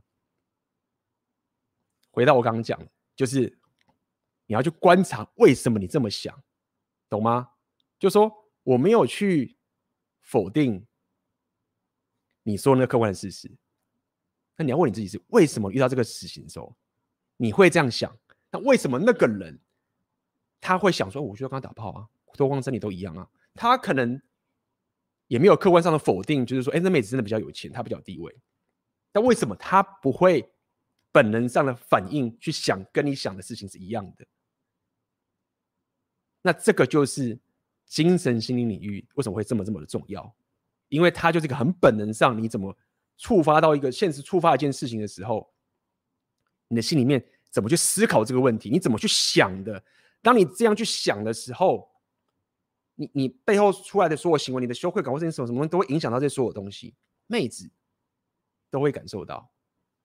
回到我刚刚讲，就是你要去观察为什么你这么想，懂吗？就说我没有去否定你说那个客观的事实，那你要问你自己是为什么遇到这个事情的时候你会这样想？那为什么那个人他会想说，我就要跟他打炮啊，多光真理都一样啊？他可能也没有客观上的否定，就是说，那妹子真的比较有钱，她比较有地位。但为什么他不会本能上的反应去想跟你想的事情是一样的？那这个就是精神心理领域为什么会这么的重要？因为它就是一个很本能上，你怎么触发到一个现实触发一件事情的时候，你的心里面怎么去思考这个问题？你怎么去想的？当你这样去想的时候，你背后出来的所有行为，你的羞愧感或者什么什么都会影响到这所有东西，妹子都会感受到。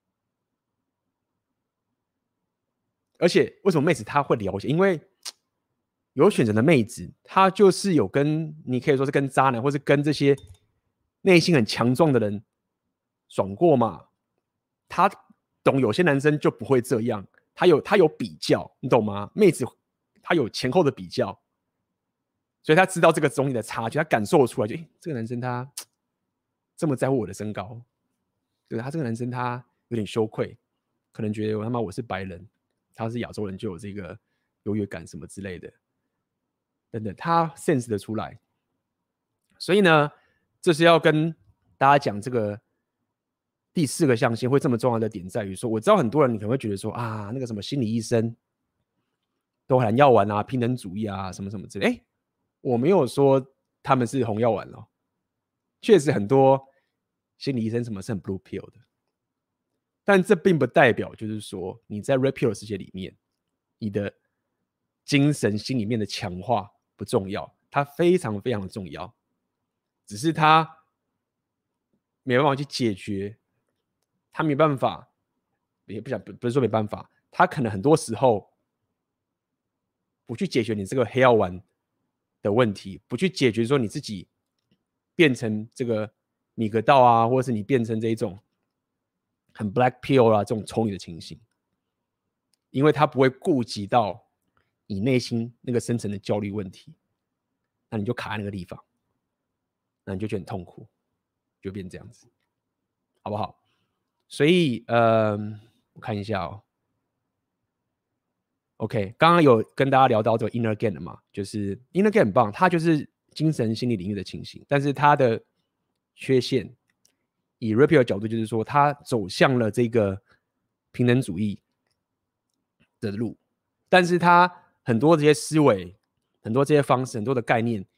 而且为什么妹子她会了解？因为有选择的妹子，她就是有跟你可以说是跟渣男，或是跟这些内心很强壮的人爽过嘛。她懂有些男生就不会这样，他有比较，你懂吗？妹子她有前后的比较，所以她知道这个中间的差距，她感受出来就，这个男生他这么在乎我的身高，对他这个男生他有点羞愧，可能觉得他妈我是白人，他是亚洲人就有这个优越感什么之类的，等等，他 sense 得出来。所以呢，这是要跟大家讲这个第4个象限会这么重要的点在于说，我知道很多人你可能会觉得说啊，那个什么心理医生都很药丸啊、平等主义啊什么什么之类的，我没有说他们是红药丸哦，确实很多心理医生什么是很 blue pill 的，但这并不代表就是说你在 red pill 的世界里面，你的精神心里面的强化不重要，它非常非常的重要，只是它没办法去解决，它没办法，也不是说没办法，它可能很多时候不去解决你这个黑药丸的问题，不去解决说你自己变成这个米格道啊，或者是你变成这一种很 black pill 啊这种丑女的情形，因为它不会顾及到你内心那个深层的焦虑问题，那你就卡在那个地方，那你就觉得很痛苦，就变这样子，好不好？所以，我看一下哦。OK， 刚刚有跟大家聊到这个 inner game 的嘛，就是 inner game 很棒，它就是精神心理领域的情形，但是它的缺陷，以 Rapio 的角度就是说，它走向了这个平等主义的路，但是它很多这些思维、很多这些方式、很多的概念，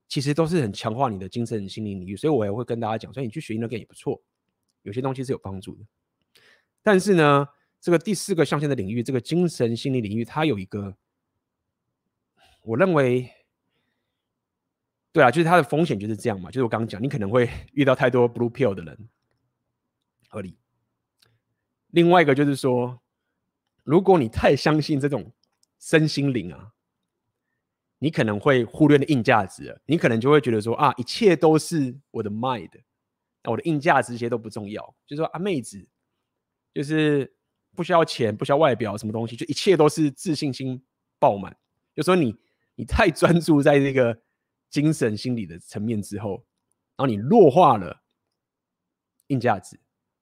其实都是很强化你的精神心灵领域，所以我也会跟大家讲，所以你去学 inner game 也不错，有些东西是有帮助的。但是呢，这个第4个象限的领域，这个精神心理领域，它有一个，我认为，对啊，就是它的风险就是这样嘛，就是我刚刚讲，你可能会遇到太多 blue pill 的人，合理。另外一个就是说，如果你太相信这种身心灵啊，你可能会忽略了硬价值了，你可能就会觉得说啊，一切都是我的 mind， 我的硬价值这些都不重要，就是说啊，妹子就是不需要钱，不需要外表什么东西，就一切都是自信心爆满。就说你太专注在这个精神心理的层面之后，然后你弱化了硬价值，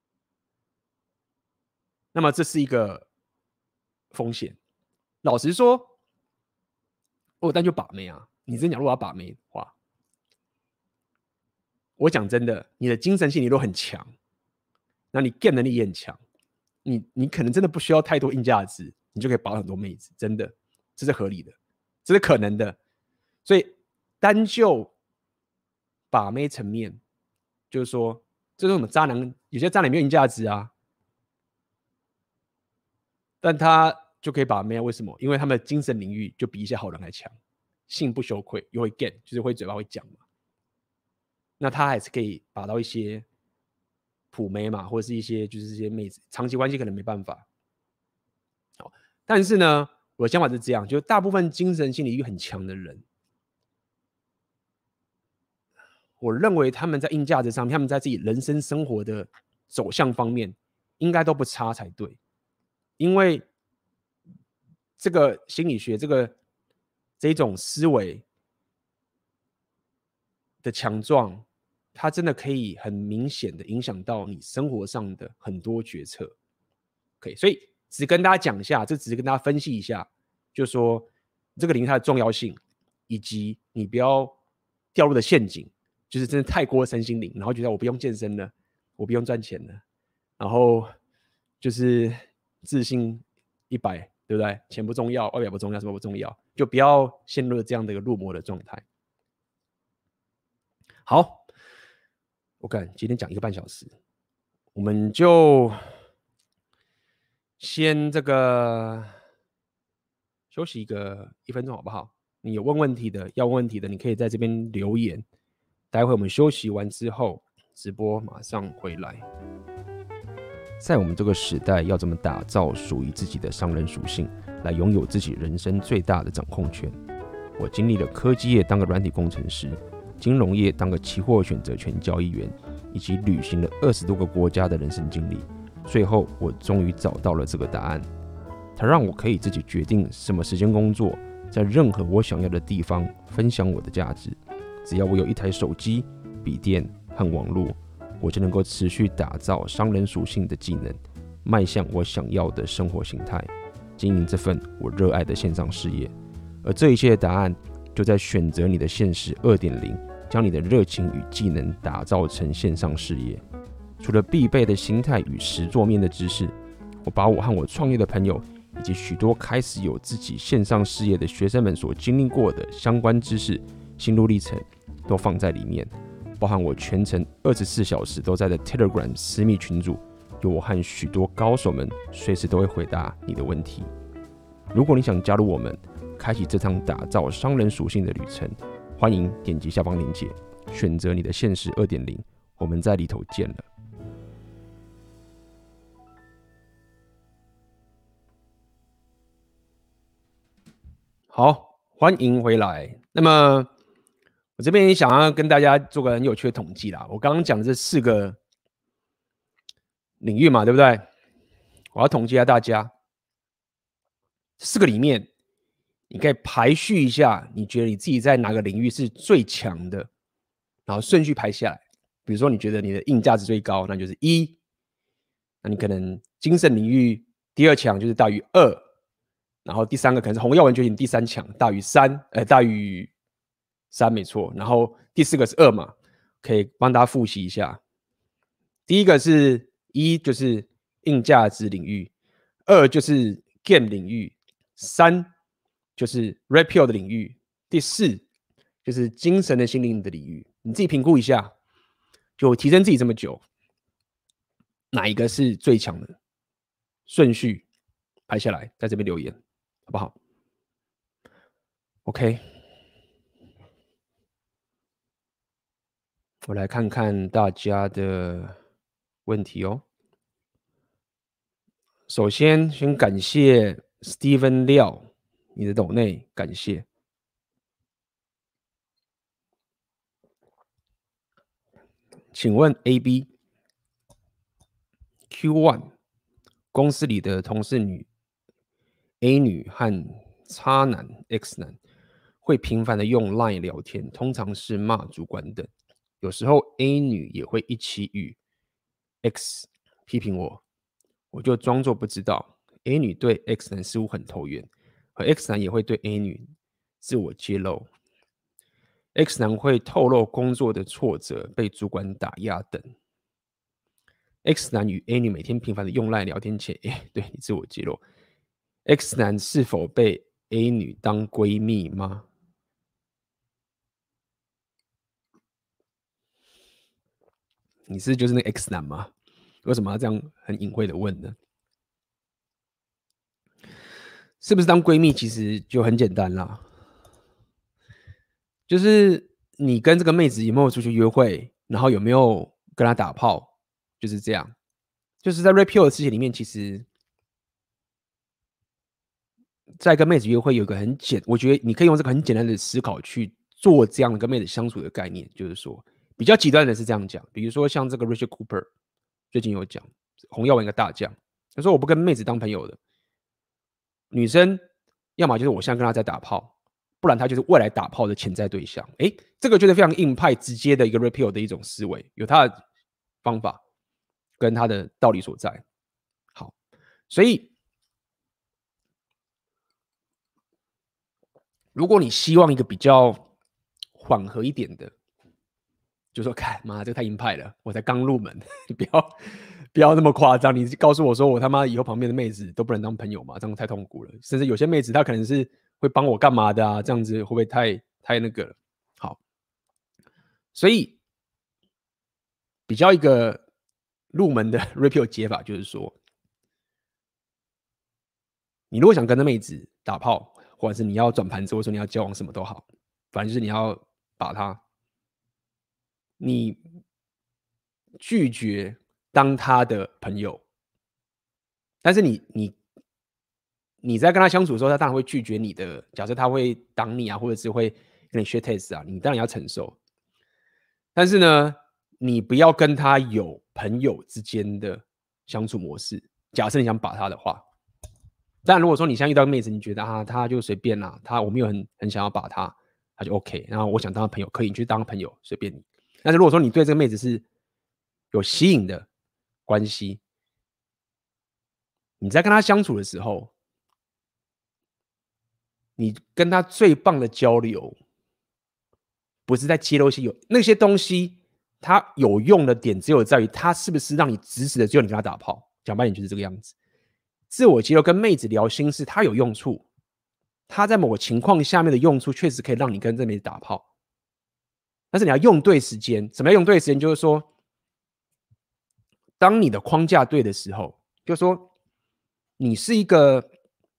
那么这是一个风险。老实说，但就把妹啊，你真讲如果要把妹的话，我讲真的，你的精神心理都很强，那你 game 能力也很强，你可能真的不需要太多硬价值，你就可以把很多妹子，真的，这是合理的，这是可能的。所以单就把妹层面，就是说，这是什么渣男？有些渣男没有硬价值啊，但他就可以把妹，为什么？因为他们的精神领域就比一些好人还强，性不羞愧，又会 get， 就是会嘴巴会讲嘛。那他还是可以把到一些普妹嘛，或者是一些就是这些妹子，长期关系可能没办法。但是呢，我的想法是这样，就大部分精神心理欲很强的人，我认为他们在硬价值上面，他们在自己人生生活的走向方面，应该都不差才对。因为这个心理学，这种思维的强壮，它真的可以很明显的影响到你生活上的很多决策。OK， 所以只跟大家讲一下，这只是跟大家分析一下，就是说这个领域它的重要性，以及你不要掉入的陷阱，就是真的太过身心灵，然后觉得我不用健身了，我不用赚钱了，然后就是自信100，对不对？钱不重要，外表不重要，什么不重要，就不要陷入这样的一个入魔的状态。好，我看今天讲1个半小时，我们就先这个休息1分钟好不好？你有问问题的，要问问题的，你可以在这边留言。待会我们休息完之后，直播马上回来。在我们这个时代，要怎么打造属于自己的商人属性，来拥有自己人生最大的掌控权？我经历了科技业当个软体工程师，金融业当个期货选择权交易员，以及旅行了20多个国家的人生经历。最后，我终于找到了这个答案。它让我可以自己决定什么时间工作，在任何我想要的地方分享我的价值。只要我有一台手机、笔电和网络，我就能够持续打造商人属性的技能，迈向我想要的生活形态，经营这份我热爱的线上事业。而这一切的答案，就在选择你的现实 2.0， 将你的热情与技能打造成线上事业。除了必备的形态与实作面的知识，我把我和我创业的朋友，以及许多开始有自己线上事业的学生们所经历过的相关知识、心路历程，都放在里面，包含我全程24小时都在的 Telegram 私密群组，有我和许多高手们随时都会回答你的问题。如果你想加入我们，开启这趟打造商人属性的旅程，欢迎点击下方链接，选择你的现实 2.0， 我们在里头见了。好，欢迎回来。那么我这边也想要跟大家做个很有趣的统计啦。我刚刚讲的这4个领域嘛，对不对？我要统计一下大家4个里面，你可以排序一下，你觉得你自己在哪个领域是最强的，然后顺序排下来。比如说，你觉得你的硬价值最高，那就是1，那你可能精神领域第2强就是大于2，然后第3个可能是红药丸觉醒第3强大于3，大于3没错，然后第4个是2嘛，可以帮大家复习一下。第一个是1，就是硬价值领域；2就是game 领域；3就是 red pill 的领域；第4 就是精神的、心灵的领域，你自己评估一下，就提升自己这么久，哪一个是最强的顺序排下来，在这边留言，好不好 ？OK， 我来看看大家的问题哦。首先，先感谢 Steven 廖你的抖内，感谢。请问 AB Q1 公司里的同事女 A 女和叉男 X 男会频繁的用 LINE 聊天，通常是骂主管等。有时候 A 女也会一起与 X 批评我，我就装作不知道。A 女对 X 男似乎很投缘，而 X 男也会对 A 女自我揭露。X 男会透露工作的挫折、被主管打压等。X 男与 A 女每天频繁的用赖聊天前，对你自我揭露。X 男是否被 A 女当闺蜜吗？你是就是那个 X 男吗？为什么要这样很隐晦的问呢？是不是当闺蜜其实就很简单啦？就是你跟这个妹子有没有出去约会，然后有没有跟她打炮，就是这样。就是在 Rapio 的事情里面，其实，在跟妹子约会有一个我觉得你可以用这个很简单的思考去做这样的跟妹子相处的概念，就是说比较极端的是这样讲，比如说像这个 Richard Cooper 最近有讲红药丸一个大将，他说我不跟妹子当朋友的，女生要么就是我现在跟她在打炮，不然她就是未来打炮的潜在对象。这个就是非常硬派直接的一个 Rapio 的一种思维，有他的方法跟他的道理所在。好，所以如果你希望一个比较缓和一点的，就说看妈这个太硬派了，我才刚入门，你不要那么夸张。你告诉我说我他妈以后旁边的妹子都不能当朋友嘛，这样太痛苦了。甚至有些妹子她可能是会帮我干嘛的啊，这样子会不会太那个了？好，所以比较一个入门的 Rapio 解法就是说，你如果想跟那妹子打炮，或者是你要转盘子，或者说你要交往什么都好，反正就是你要把她，你拒绝当他的朋友，但是你在跟他相处的时候，他当然会拒绝你的。假设他会挡你啊，或者是会跟你 share taste 啊，你当然要承受。但是呢，你不要跟他有朋友之间的相处模式。假设你想把他的话，但如果说你现在遇到妹子，你觉得啊，他就随便啦，我没有很想要把他，他就 OK。然后我想当他朋友，可以你去当朋友，随便你。但是如果说你对这个妹子是有吸引的关系，你在跟他相处的时候，你跟他最棒的交流，不是在揭露那些东西，它有用的点只有在于它是不是让你指使的只有你跟他打炮。讲白点就是这个样子。自我揭露跟妹子聊心事，它有用处，它在某个情况下面的用处确实可以让你跟这妹子打炮，但是你要用对时间。什么叫用对时间？就是说，当你的框架对的时候，就是说你是一个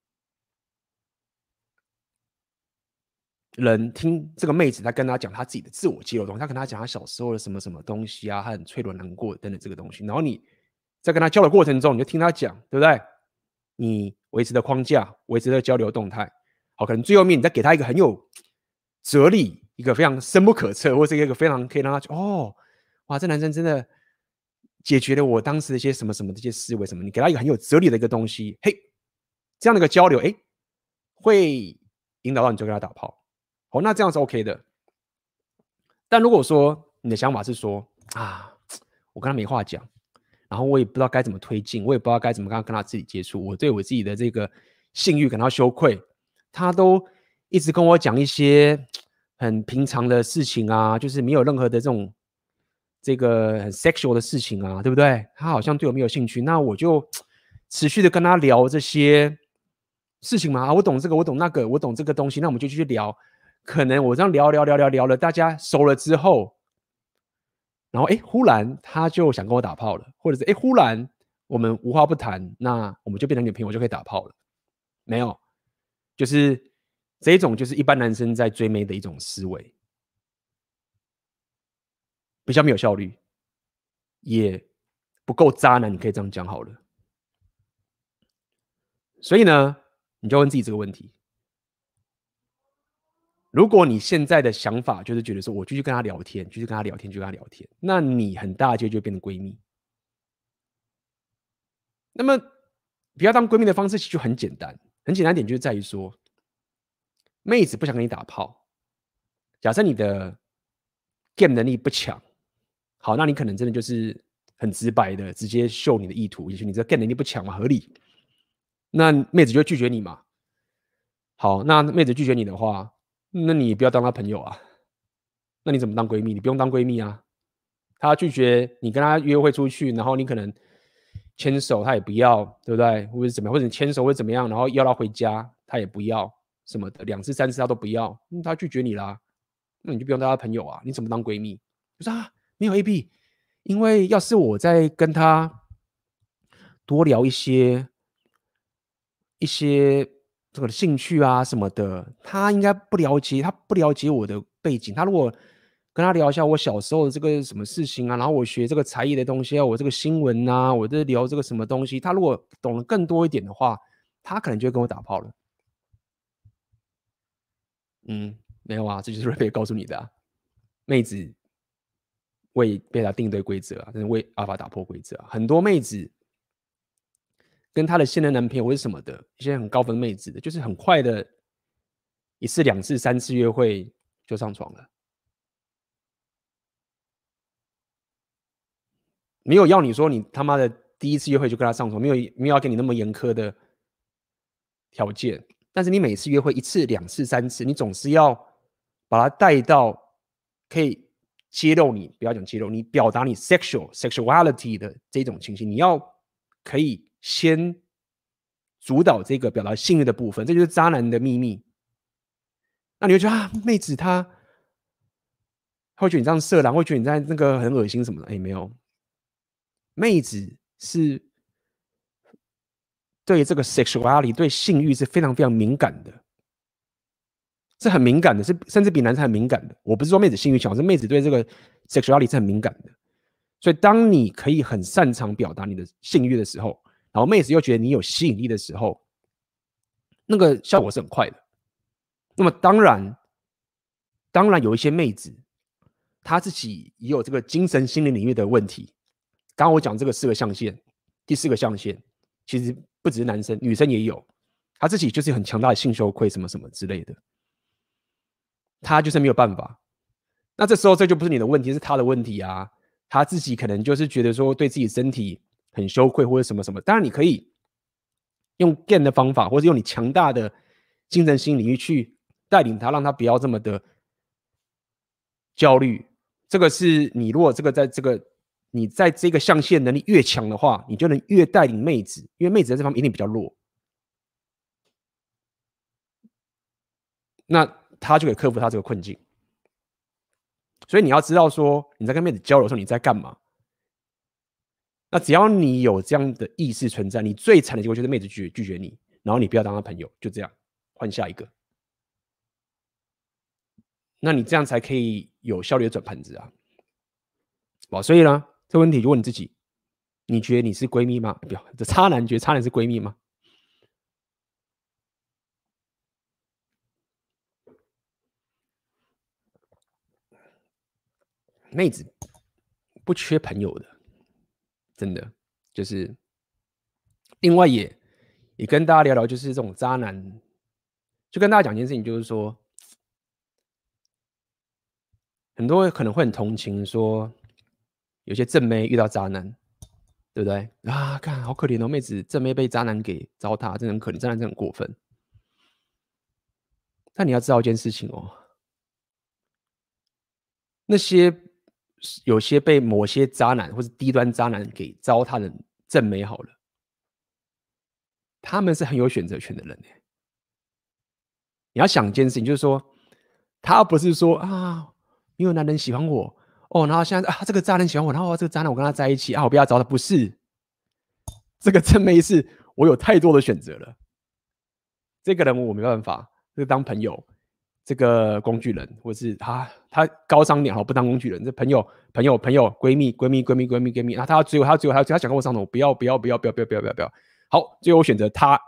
人听这个妹子，她跟她讲她自己的自我揭露东西，她跟她讲她小时候的什么什么东西啊，她很脆弱、难过等等这个东西。然后你在跟她交流过程中，你就听她讲，对不对？你维持的框架，维持的交流动态，好，可能最后面你再给她一个很有哲理、一个非常深不可测，或是一个非常可以让她哦，哇，这男生真的解决了我当时的一些什么什么这些思维什么，你给他一个很有哲理的一个东西，嘿，这样的一个交流，会引导到你就跟他打炮。好，那这样是 OK 的。但如果说你的想法是说啊，我跟他没话讲，然后我也不知道该怎么推进，我也不知道该怎么跟他自己接触，我对我自己的这个性欲感到羞愧，他都一直跟我讲一些很平常的事情啊，就是没有任何的这个很 sexual 的事情啊，对不对？他好像对我没有兴趣，那我就持续的跟他聊这些事情嘛。我懂这个，我懂那个，我懂这个东西，那我们就继续聊。 可能我这样聊了，大家熟了之后，然后忽然他就想跟我打炮了，或者是忽然我们无话不谈，那我们就变成女朋友，就可以打炮了。没有，就是这种就是一般男生在追妹的一种思维，比较没有效率，也不够渣男，你可以这样讲好了。所以呢，你就问自己这个问题：如果你现在的想法就是觉得说，我继续跟他聊天，继续跟他聊天，继续跟他聊天，那你很大就变成闺蜜。那么，不要当闺蜜的方式其实就很简单，很简单点就是在于说，妹子不想跟你打炮，假设你的 game 能力不强，好，那你可能真的就是很直白的直接秀你的意图，也许你这 game 能力不强嘛，合理，那妹子就会拒绝你嘛。好，那妹子拒绝你的话，那你不要当她朋友啊。那你怎么当闺蜜？你不用当闺蜜啊。她拒绝你跟她约会出去，然后你可能牵手，她也不要，对不对？或者怎么样，或者你牵手或者怎么样，然后要她回家，她也不要什么的，2次3次她都不要，她拒绝你啦，那你就不用当她朋友啊。你怎么当闺蜜？就说啊，没有 AB，因为要是我在跟她多聊一些这个兴趣啊什么的，他应该不了解，他不了解我的背景。他如果跟他聊一下我小时候的这个什么事情啊，然后我学这个才艺的东西啊，我这个新闻啊，我在聊这个什么东西，他如果懂得更多一点的话，他可能就会跟我打炮了。没有啊，这就是瑞贝告诉你的啊，妹子为贝塔定对规则啊，但是为阿法打破规则啊。很多妹子跟她的现任男朋友或者什么的，一些很高分妹子的，就是很快的1次、2次、3次约会就上床了，没有要你说你他妈的第1次约会就跟他上床，没有要给你那么严苛的条件，但是你每次约会1次、2次、3次，你总是要把他带到可以揭露你，不要讲揭露，你表达你 sexuality 的这种情形，你要可以先主导这个表达性欲的部分，这就是渣男的秘密。那你会觉得啊，妹子她会觉得你这样色狼，会觉得你在那个很恶心什么的。没有，妹子是对这个 sexuality 对性欲是非常非常敏感的，是很敏感的，是甚至比男生很敏感的。我不是说妹子性欲强，是妹子对这个 sexuality 是很敏感的。所以当你可以很擅长表达你的性欲的时候，然后妹子又觉得你有吸引力的时候，那个效果是很快的。那么当然有一些妹子，她自己也有这个精神心理领域的问题。刚刚我讲这个4个象限，第4个象限其实不只是男生，女生也有，她自己就是很强大的性羞愧什么什么之类的，她就是没有办法。那这时候这就不是你的问题，是她的问题啊。她自己可能就是觉得说对自己身体很羞愧或者什么什么。当然你可以用 GAN 的方法，或者用你强大的精神心理领域去带领她，让她不要这么的焦虑。这个是你如果你在这个象限能力越强的话，你就能越带领妹子，因为妹子在这方面一定比较弱，那她就可以克服她这个困境。所以你要知道说你在跟妹子交流的时候你在干嘛。那只要你有这样的意识存在，你最惨的结果就是妹子拒绝你，然后你不要当她朋友，就这样换下一个。那你这样才可以有效率的转盘子啊。所以呢，这个问题就问你自己：你觉得你是闺蜜吗？不要，这渣男觉得渣男是闺蜜吗？妹子不缺朋友的，真的就是另外也跟大家聊聊，就是这种渣男，就跟大家讲一件事情，就是说，很多人可能会很同情说，有些正妹遇到渣男，对不对？啊，看好可怜哦，妹子正妹被渣男给糟蹋，真的很可怜，渣男真的很过分。但你要知道一件事情哦，那些有些被某些渣男或是低端渣男给糟蹋的正妹好了，他们是很有选择权的人。你要想一件事情，就是说， 他不是说啊，因为男人喜欢我哦，然后现在啊这个渣男喜欢我，然后这个渣男我跟他在一起啊，我不要找他，不是这个正妹是我有太多的选择了，这个人我没办法，这个当朋友，这个工具人，或是他高尚点好，不当工具人，这朋友闺蜜，然后他要追我，他想跟我上床，不要，好，最后我选择他。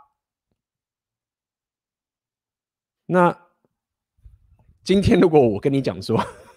那今天如果我跟你讲说，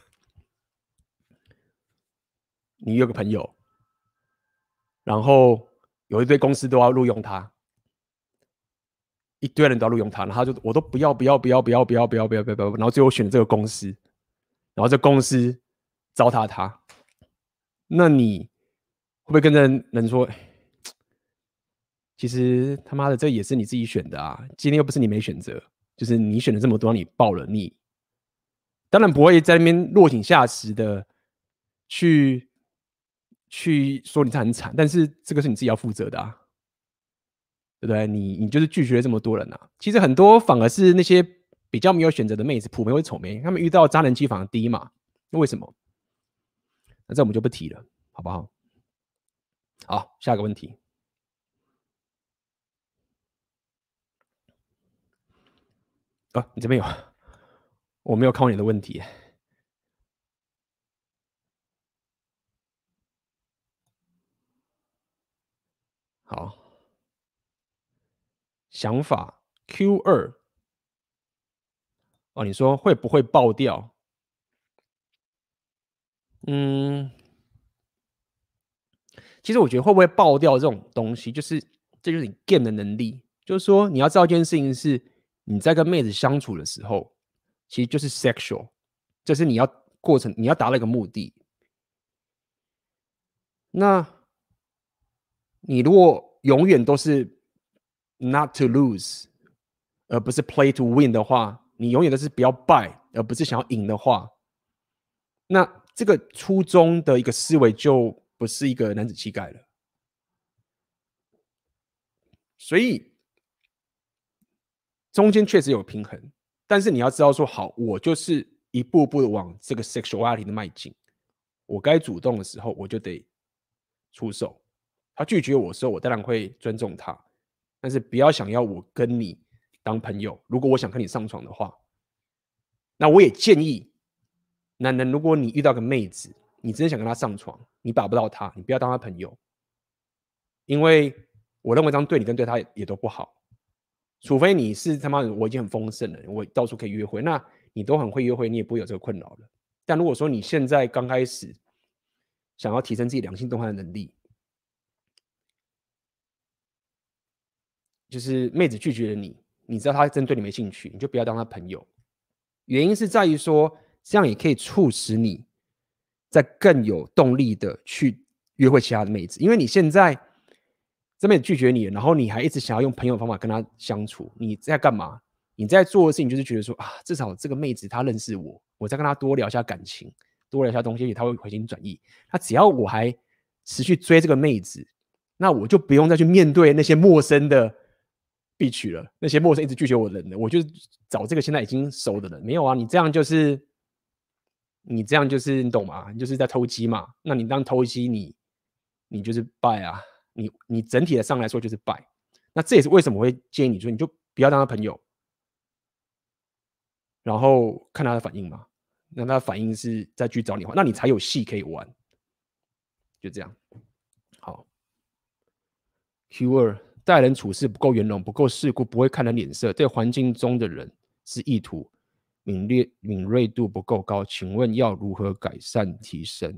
你有个朋友，然后有一堆公司都要录用他，一堆人都要录用他，然后我都不要，然后最后选这个公司，然后这公司糟蹋他，那你会不会跟着人说，其实他妈的这也是你自己选的啊，今天又不是你没选择，就是你选了这么多，你报了，你当然不会在那边落井下石的去说你很惨，但是这个是你自己要负责的啊，对不对？你就是拒绝了这么多人啊，其实很多反而是那些比较没有选择的妹子，普妹或丑妹，他们遇到渣男机反而低嘛，那为什么？那这我们就不提了，好不好？好，下个问题。啊，你这边有，我没有看过你的问题。好，想法 Q2哦，你说会不会爆掉？嗯，其实我觉得会不会爆掉这种东西，这就是你 game 的能力。就是说，你要知道一件事情是，你在跟妹子相处的时候，其实就是 sexual，这是你要过程，你要达到一个目的。那你如果永远都是 not to lose，而不是 play to win 的话，你永远都是不要败，而不是想要赢的话，那这个初衷的一个思维就不是一个男子气概了。所以中间确实有平衡，但是你要知道说，好，我就是一步步的往这个 sexuality 的迈进。我该主动的时候，我就得出手。他拒绝我的时候，我当然会尊重他，但是不要想要我跟你当朋友。如果我想跟你上床的话，那我也建议男人，如果你遇到个妹子，你真的想跟她上床，你把不到她，你不要当她朋友，因为我认为这样对你跟对她也都不好。除非你是他妈的我已经很丰盛了，我到处可以约会，那你都很会约会，你也不会有这个困扰了。但如果说你现在刚开始想要提升自己良性动态的能力，就是妹子拒绝了你，你知道她真对你没兴趣，你就不要当她朋友。原因是在于说，这样也可以促使你在更有动力的去约会其他的妹子，因为你现在这妹子拒绝你了，然后你还一直想要用朋友方法跟她相处，你在干嘛？你在做的事情就是觉得说啊，至少这个妹子她认识我，我再跟她多聊一下感情，多聊一下东西，她会回心转意。那只要我还持续追这个妹子，那我就不用再去面对那些陌生的必取了，那些陌生一直拒绝我的人了，我就找这个现在已经熟的人。没有啊，你这样就是你懂吗？你就是在偷鸡嘛。那你当偷鸡，你就是败啊。你整体的上来说就是败。那这也是为什么我会建议你说，你就不要当他朋友，然后看他的反应嘛。那他的反应是再去找你的话，那你才有戏可以玩。就这样。好 ，Q2，待人处事不够圆融，不够世故，不会看人脸色，对环境中的人是意图敏锐度不够高，请问要如何改善提升？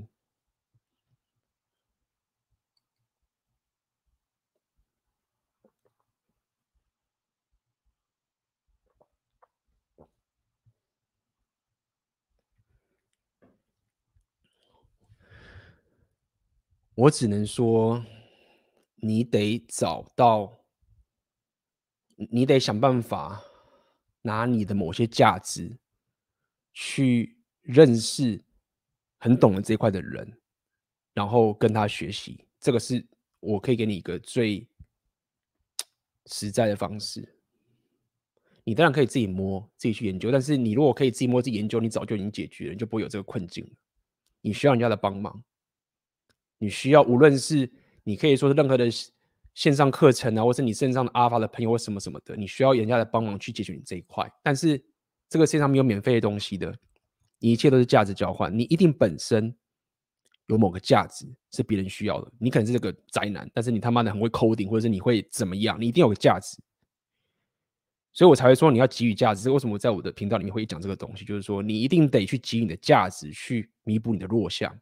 我只能说，你得找到，你得想办法拿你的某些价值去认识很懂得这一块的人，然后跟他学习。这个是我可以给你一个最实在的方式。 你当然可以自己摸，自己去研究。但是你如果可以自己摸、自己研究，你早就已经解决了，你就不会有这个困境了。你需要人家的帮忙，你需要无论是你可以说是任何的线上课程啊，或是你线上的阿法的朋友或什么什么的，你需要人家的帮忙去解决你这一块。但是这个世界上没有免费的东西的，你一切都是价值交换。你一定本身有某个价值是别人需要的，你可能是这个宅男，但是你他妈的很会 coding，或者是你会怎么样，你一定有个价值。所以我才会说你要给予价值。为什么我在我的频道里面会讲这个东西？就是说你一定得去给予你的价值，去弥补你的弱项。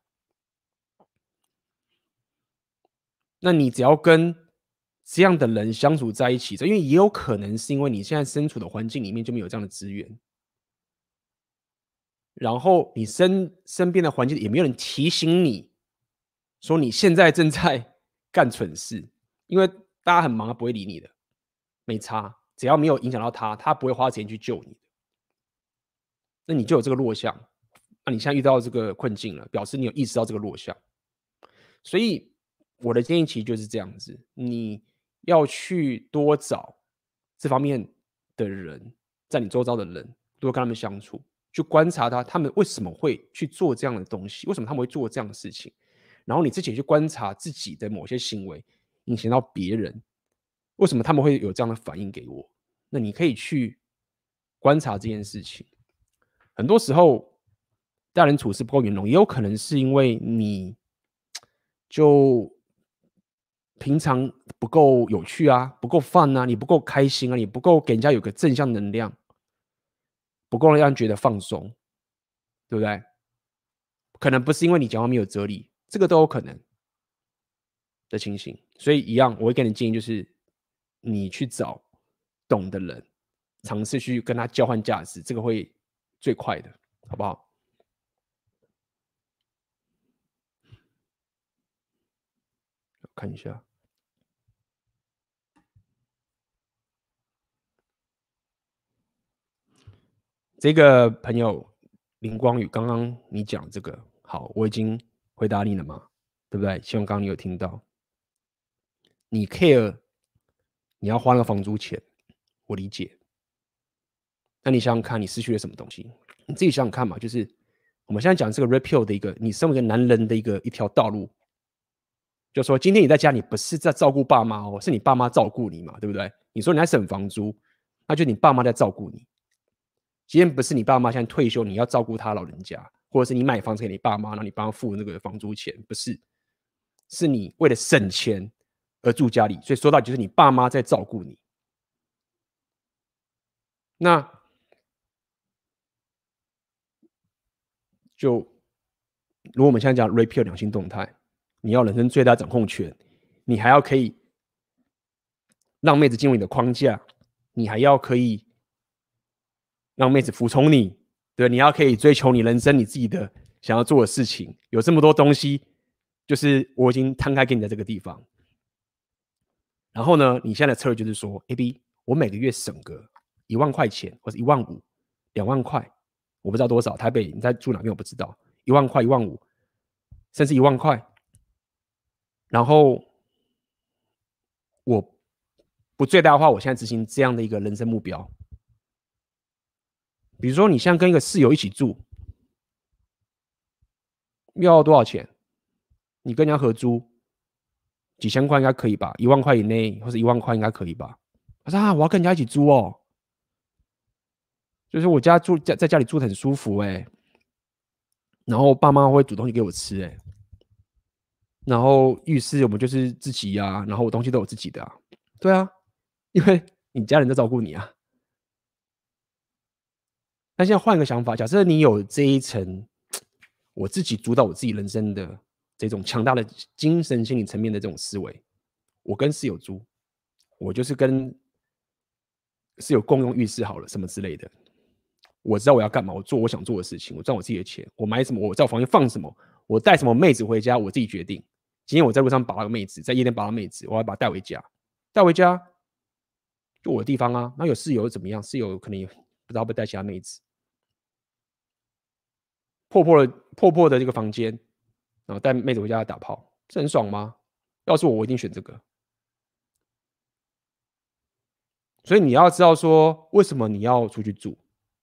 那你只要跟这样的人相处在一起，因为也有可能是因为你现在身处的环境里面就没有这样的资源，然后你身边的环境也没有人提醒你说你现在正在干蠢事，因为大家很忙，他不会理你的，没差，只要没有影响到他，他不会花钱去救你。那你就有这个弱项，那你现在遇到这个困境了，表示你有意识到这个弱项。所以我的建议其实就是这样子，你要去多找这方面的人，在你周遭的人，多跟他们相处，去观察他们为什么会去做这样的东西，为什么他们会做这样的事情，然后你自己去观察自己的某些行为，影响到别人，为什么他们会有这样的反应给我？那你可以去观察这件事情。很多时候，待人处事不够圆融，也有可能是因为你就平常不够有趣啊，不够 fun 啊，你不够开心啊，你不够给人家有个正向能量，不够让人觉得放松，对不对？可能不是因为你讲话没有哲理，这个都有可能的情形。所以一样，我会给你建议，就是你去找懂的人，尝试去跟他交换价值，这个会最快的，好不好？看一下。这个朋友林光宇，刚刚你讲这个，好，我已经回答你了嘛，对不对？希望刚刚你有听到。你 care 你要花那个房租钱，我理解。那你想想看，你失去了什么东西？你自己想想看嘛，就是我们现在讲这个 repeal 的一个，你身为一个男人的一条道路，就说今天你在家，你不是在照顾爸妈哦，是你爸妈照顾你嘛，对不对？你说你在省房租，那就你爸妈在照顾你。今天不是你爸妈现在退休，你要照顾他老人家，或者是你买房子给你爸妈，让你帮他付那个房租钱，不是，是你为了省钱而住家里，所以说到底就是你爸妈在照顾你。那就如果我们现在讲 repeal 两性动态，你要人生最大掌控权，你还要可以让妹子进入你的框架，你还要可以让妹子服从你，对，你要可以追求你人生你自己的想要做的事情，有这么多东西，就是我已经摊开给你的这个地方。然后呢，你现在的策略就是说 ，AB， 我每个月省个1万块钱，或者15000、2万块，我不知道多少，台北你在住哪边我不知道，1万块、15000，甚至1万块，然后我不最大化我现在执行这样的一个人生目标。比如说，你现在跟一个室友一起住，要多少钱？你跟人家合租，几千块应该可以吧？1万块以内，或者1万块应该可以吧？他说啊，我要跟人家一起租哦，就是我家住在家里住得很舒服哎，然后爸妈会煮东西给我吃哎，然后浴室我们就是自己呀、然后我东西都有自己的啊，对啊，因为你家人在照顾你啊。那现在换个想法，假设你有这一层，我自己主导我自己人生的这种强大的精神心理层面的这种思维，我跟室友租，我就是跟室友共用浴室好了，什么之类的。我知道我要干嘛，我做我想做的事情，我赚我自己的钱，我买什么，我在我房间放什么，我带什么妹子回家，我自己决定。今天我在路上把那个妹子，在夜店把那妹子，我要把她带回家，带回家就我的地方啊。那有室友怎么样？室友可能也不知道会不会带其他妹子，破的这个房间，然后带妹子回家打炮，这很爽吗？要是我一定选这个。 所以你要知道说，为什么你要出去住？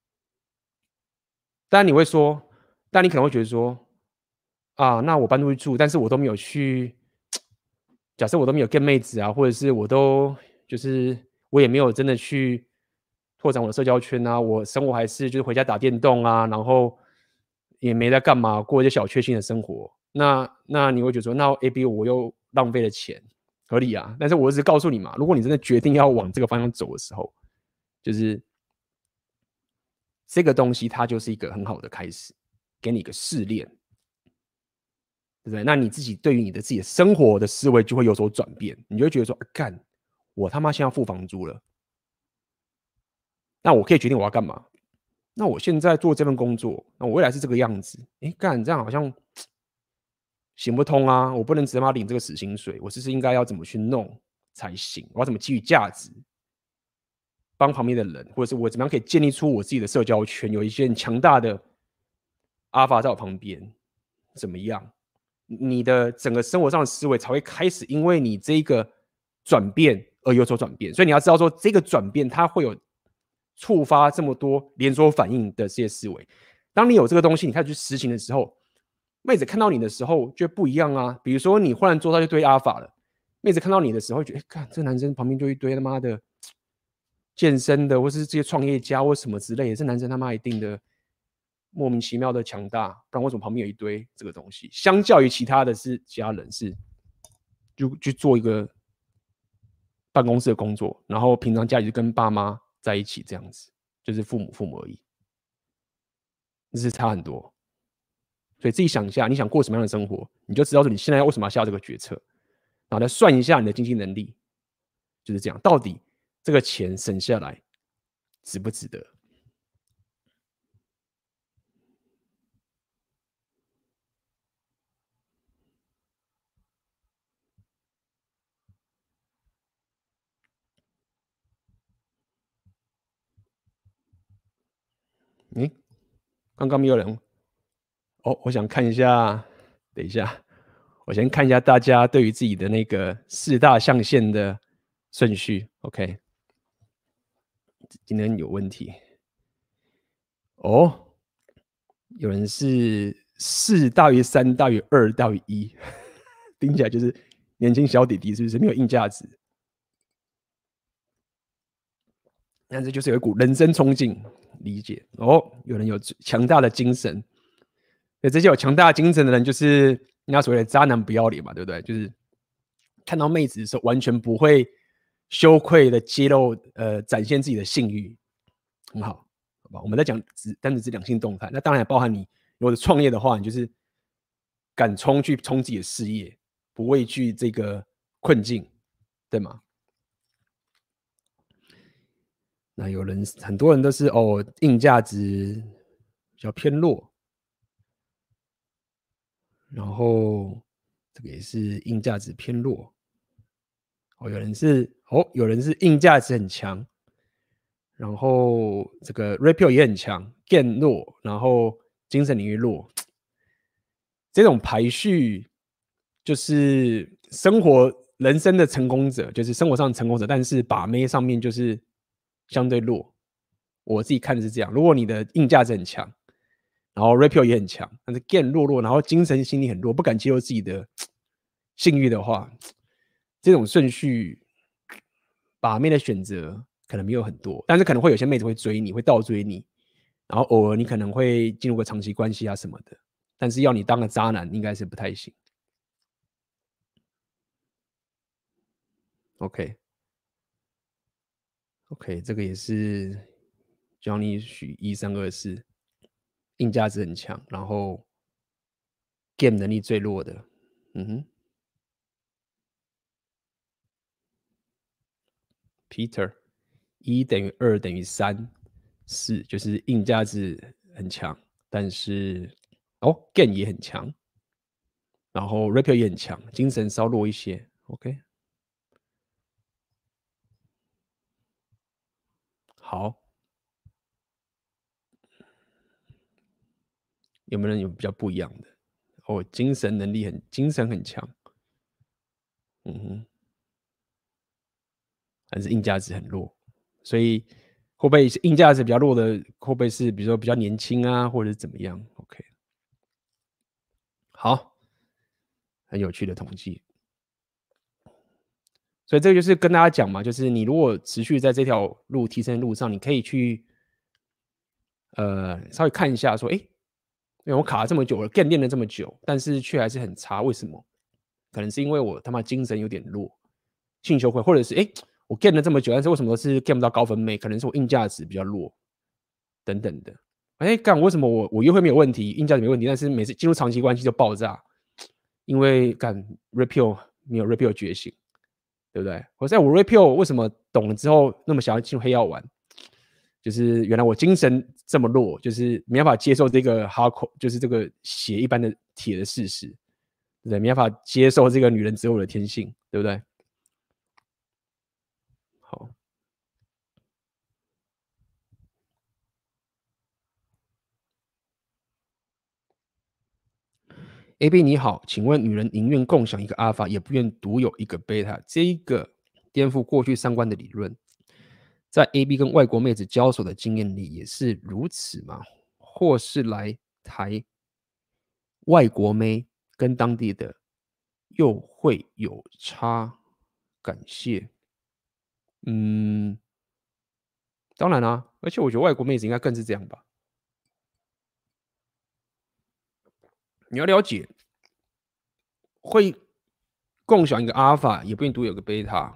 当然你会说，但你可能会觉得说，啊，那我搬出去住，但是我都没有去，假设我都没有跟妹子啊，或者是我都就是我也没有真的去拓展我的社交圈啊，我生活还是就是回家打电动啊，然后也没在干嘛，过一些小确幸的生活。那你会觉得说，那 AB 我又浪费了钱，合理啊？但是我只是告诉你嘛，如果你真的决定要往这个方向走的时候，就是这个东西它就是一个很好的开始，给你一个试炼，对不对？那你自己对于你的自己的生活的思维就会有所转变，你就会觉得说，干，我他妈现在要付房租了，那我可以决定我要干嘛。那我现在做这份工作，那我未来是这个样子，哎，干这样好像行不通啊！我不能只他妈领这个死薪水，我是不是应该要怎么去弄才行？我要怎么给予价值，帮旁边的人，或者是我怎么样可以建立出我自己的社交圈，有一些很强大的阿法在我旁边，怎么样？你的整个生活上的思维才会开始，因为你这个转变而有所转变。所以你要知道说，这个转变它会有触发这么多连锁反应的这些思维。当你有这个东西，你开始去实行的时候，妹子看到你的时候就不一样啊。比如说你忽然做到一堆阿法了，妹子看到你的时候，觉得看这男生旁边就一堆他妈的健身的，或是这些创业家或什么之类的，这男生他妈一定的莫名其妙的强大，不然为什么旁边有一堆这个东西？相较于其他的是其他人是就去做一个办公室的工作，然后平常家里就跟爸妈在一起这样子，就是父母而已，这是差很多。所以自己想一下，你想过什么样的生活，你就知道说你现在为什么要下这个决策，然后再算一下你的经济能力，就是这样，到底这个钱省下来值不值得？诶，刚刚没有人哦，我想看一下，等一下，我先看一下大家对于自己的那个四大象限的顺序。OK，今天有问题哦，有人是4大于3大于2大于1，听起来就是年轻小弟弟，是不是没有硬价值？但这就是有一股人生冲劲，理解哦。有人有强大的精神，对这些有强大的精神的人，就是人家所谓的渣男不要脸嘛，对不对？就是看到妹子的时候，完全不会羞愧的揭露，展现自己的性欲，很好，好吧？我们在讲单只是两性动态，那当然也包含你如果是创业的话，你就是敢去冲自己的事业，不畏惧这个困境，对吗？那有人很多人都是哦，硬价值比较偏弱，然后这个也是硬价值偏弱。哦，有人是硬价值很强，然后这个 rapio 也很强，gain 弱，然后精神领域弱。这种排序就是生活人生的成功者，就是生活上的成功者，但是把妹上面就是相对弱。我自己看的是这样，如果你的硬价值很强，然后 rapio 也很强，但是 gain 弱，然后精神心理很弱，不敢接受自己的性欲的话，这种顺序把妹的选择可能没有很多，但是可能会有些妹子会追你，会倒追你，然后偶尔你可能会进入个长期关系啊什么的，但是要你当个渣男应该是不太行。OK OK，这个也是 Johnny 许1324，硬价值很强，然后 game 能力最弱的。嗯哼，Peter 1等于2等于3，4就是硬价值很强，但是哦 game 也很强，然后 rapio 也很强，精神稍弱一些。OK，好，有没有人有比较不一样的？哦，精神很强，嗯哼，但是硬价值很弱。 所以会不会是硬价值比较弱的，会不会是比如说比较年轻啊，或者是怎么样 ？OK， 好，很有趣的统计。所以这个就是跟大家讲嘛，就是你如果持续在这条路提升的路上，你可以去稍微看一下说，因为我卡了这么久了，Game 练了这么久，但是却还是很差，为什么？可能是因为我他妈精神有点弱，性羞愧，或者是我 Game 了这么久，但是为什么是 Game 不到高分妹？可能是我硬价值比较弱，等等的。干为什么我约会没有问题，硬价值没问题，但是每次进入长期关系就爆炸？因为repeal 没有 repeal 觉醒，对不对？我在我 repeal 为什么懂了之后那么想要进入黑药丸？就是原来我精神这么弱，就是没办法接受这个 hardcore，就是这个血一般的铁的事实，对不对？没办法接受这个女人只有我的天性，对不对？好。AB 你好，请问女人宁愿共享一个阿尔法，也不愿独有一个贝塔，这一个颠覆过去三观的理论，在 AB 跟外国妹子交手的经验里也是如此吗？或是来台外国妹跟当地的又会有差？感谢。当然啦，而且我觉得外国妹子应该更是这样吧。你要了解，会共享一个阿尔法，也不一定独有个贝塔，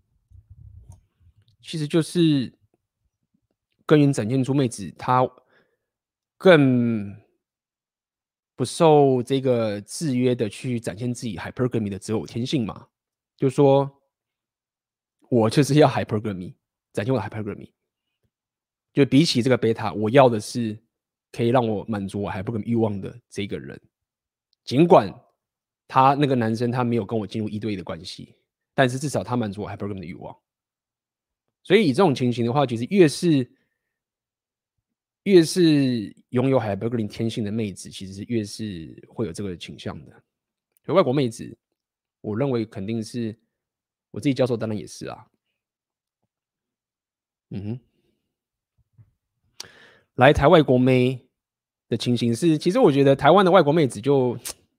其实就是更愿展现出妹子她更不受这个制约的去展现自己 hypergamy 的择偶天性嘛。就说我就是要 hypergamy， 展现我的 hypergamy。就比起这个贝塔，我要的是可以让我满足我 hypergamy 欲望的这个人。尽管他那个男生他没有跟我进入一对一的关系，但是至少他满足我 hypergamy 的欲望。所以以这种情形的话，其实越是拥有 hypergamy 天性的妹子，其实越是会有这个倾向的。所以外国妹子，我认为肯定是我自己教授，当然也是啊。来台外国妹的情形是，其实我觉得台湾的外国妹子就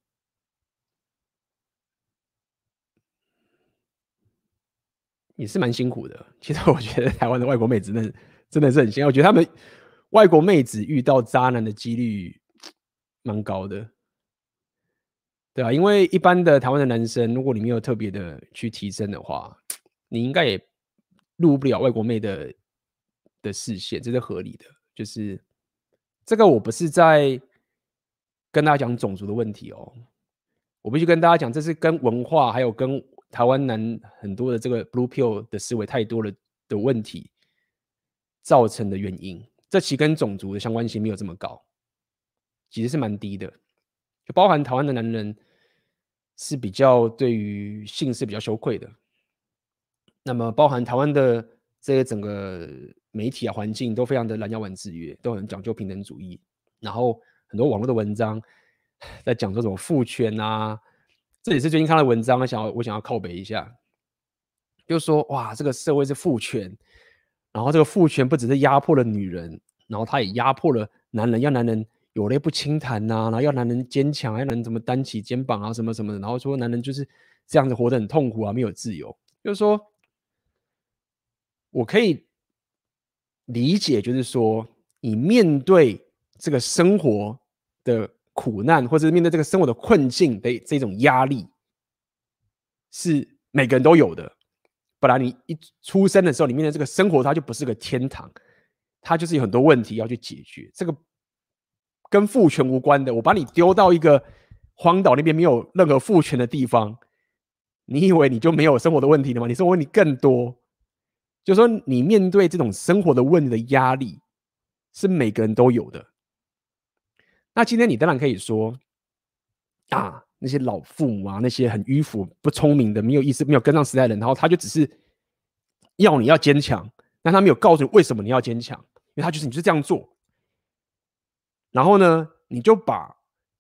也是蛮辛苦的。其实我觉得台湾的外国妹子真的是很辛苦，我觉得他们外国妹子遇到渣男的几率蛮高的。对啊，因为一般的台湾的男生，如果你没有特别的去提升的话，你应该也入不了外国妹的视线，这是合理的。就是这个，我不是在跟大家讲种族的问题哦，我必须跟大家讲，这是跟文化还有跟台湾男很多的这个 blue pill 的思维太多了的问题造成的原因。这其实跟种族的相关性没有这么高，其实是蛮低的。就包含台湾的男人是比较对于性是比较羞愧的，那么包含台湾的这些整个媒体啊环境都非常的蓝药丸制约，都很讲究平等主义，然后很多网络的文章在讲这种父权啊，这也是最近看到的文章，我想要靠北一下，就是说哇，这个社会是父权，然后这个父权不只是压迫了女人，然后他也压迫了男人，要男人有泪不轻弹呐、然后要男人坚强，要男人怎么担起肩膀啊，什么什么的，然后说男人就是这样子活得很痛苦啊，没有自由。就是说，我可以理解，就是说，你面对这个生活的苦难，或者面对这个生活的困境的这种压力，是每个人都有的。本来你一出生的时候，你面对这个生活，它就不是个天堂，它就是有很多问题要去解决。这个跟父权无关的，我把你丢到一个荒岛那边没有任何父权的地方，你以为你就没有生活的问题了吗？你生活问题更多。就是说，你面对这种生活的问题的压力，是每个人都有的。那今天你当然可以说啊，那些老父母啊，那些很迂腐、不聪明的、没有意识、没有跟上时代的人，然后他就只是要你要坚强，但他没有告诉你为什么你要坚强，因为他就是你就是这样做。然后呢，你就把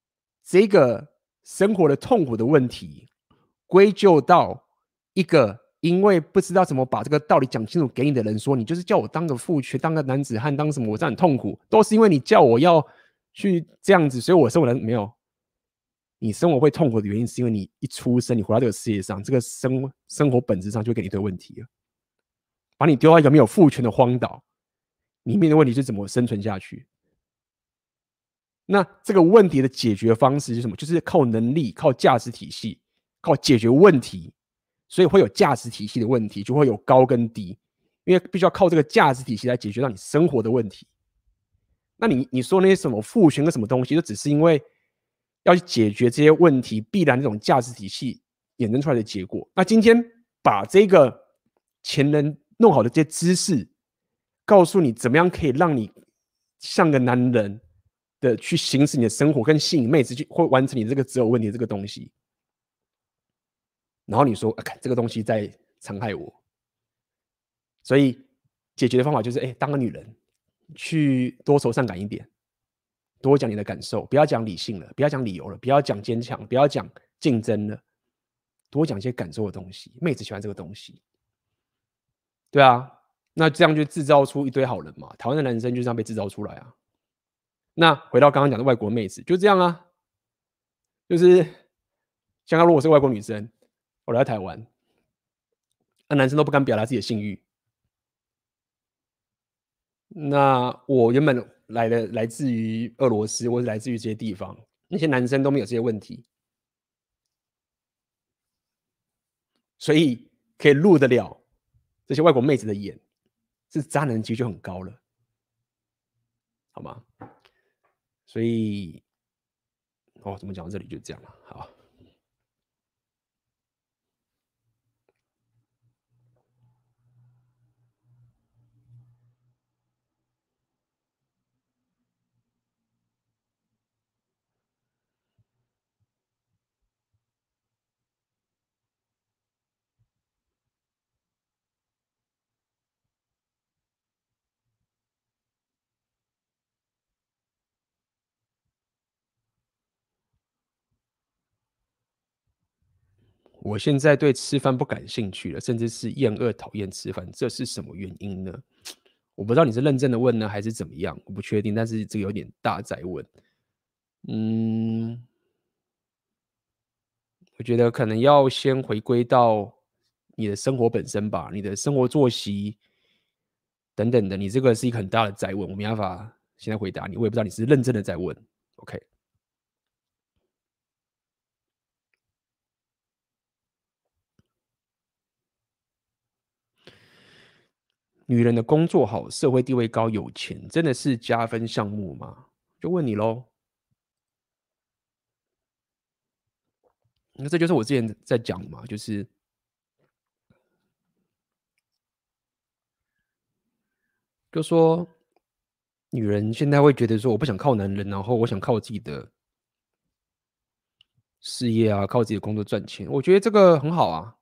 这个生活的痛苦的问题归咎到一个因为不知道怎么把这个道理讲清楚给你的人说，你就是叫我当个父权，当个男子汉，当什么，我这样很痛苦，都是因为你叫我要去这样子，所以我生活的没有。你生活会痛苦的原因，是因为你一出生，你活到这个世界上，这个生活本质上就会给你一堆问题了，把你丢到一个没有父权的荒岛，你面对问题是怎么生存下去？那这个问题的解决方式是什么？就是靠能力、靠价值体系、靠解决问题，所以会有价值体系的问题，就会有高跟低，因为必须要靠这个价值体系来解决到你生活的问题。那你说那些什么父权跟什么东西，就只是因为要去解决这些问题，必然这种价值体系衍生出来的结果。那今天把这个前人弄好的这些知识，告诉你怎么样可以让你像个男人的去行使你的生活，跟吸引妹子去会完成你这个择偶问题的这个东西。然后你说，这个东西在残害我，所以解决的方法就是，当个女人，去多愁善感一点，多讲你的感受，不要讲理性了，不要讲理由了，不要讲坚强，不要讲竞争了，多讲一些感受的东西。妹子喜欢这个东西，对啊，那这样就制造出一堆好人嘛。台湾的男生就这样被制造出来啊。那回到刚刚讲的外国妹子，就这样啊，就是像她如果是外国女生，我来台湾，那男生都不敢表达自己的性欲。那我原本来自于俄罗斯，或是来自于这些地方，那些男生都没有这些问题，所以可以入得了这些外国妹子的眼，是渣男几率就很高了，好吗？所以，怎么讲到这里就这样了，好。我现在对吃饭不感兴趣了，甚至是厌恶、讨厌吃饭，这是什么原因呢？我不知道你是认真的问呢，还是怎么样，我不确定。但是这个有点大在问。我觉得可能要先回归到你的生活本身吧，你的生活作息等等的，你这个是一个很大的在问，我没办法现在回答你，我也不知道你是认真的在问。OK。女人的工作好，社会地位高，有钱，真的是加分项目吗？就问你喽。那这就是我之前在讲嘛，就说女人现在会觉得说，我不想靠男人，然后我想靠我自己的事业啊，靠自己的工作赚钱。我觉得这个很好啊，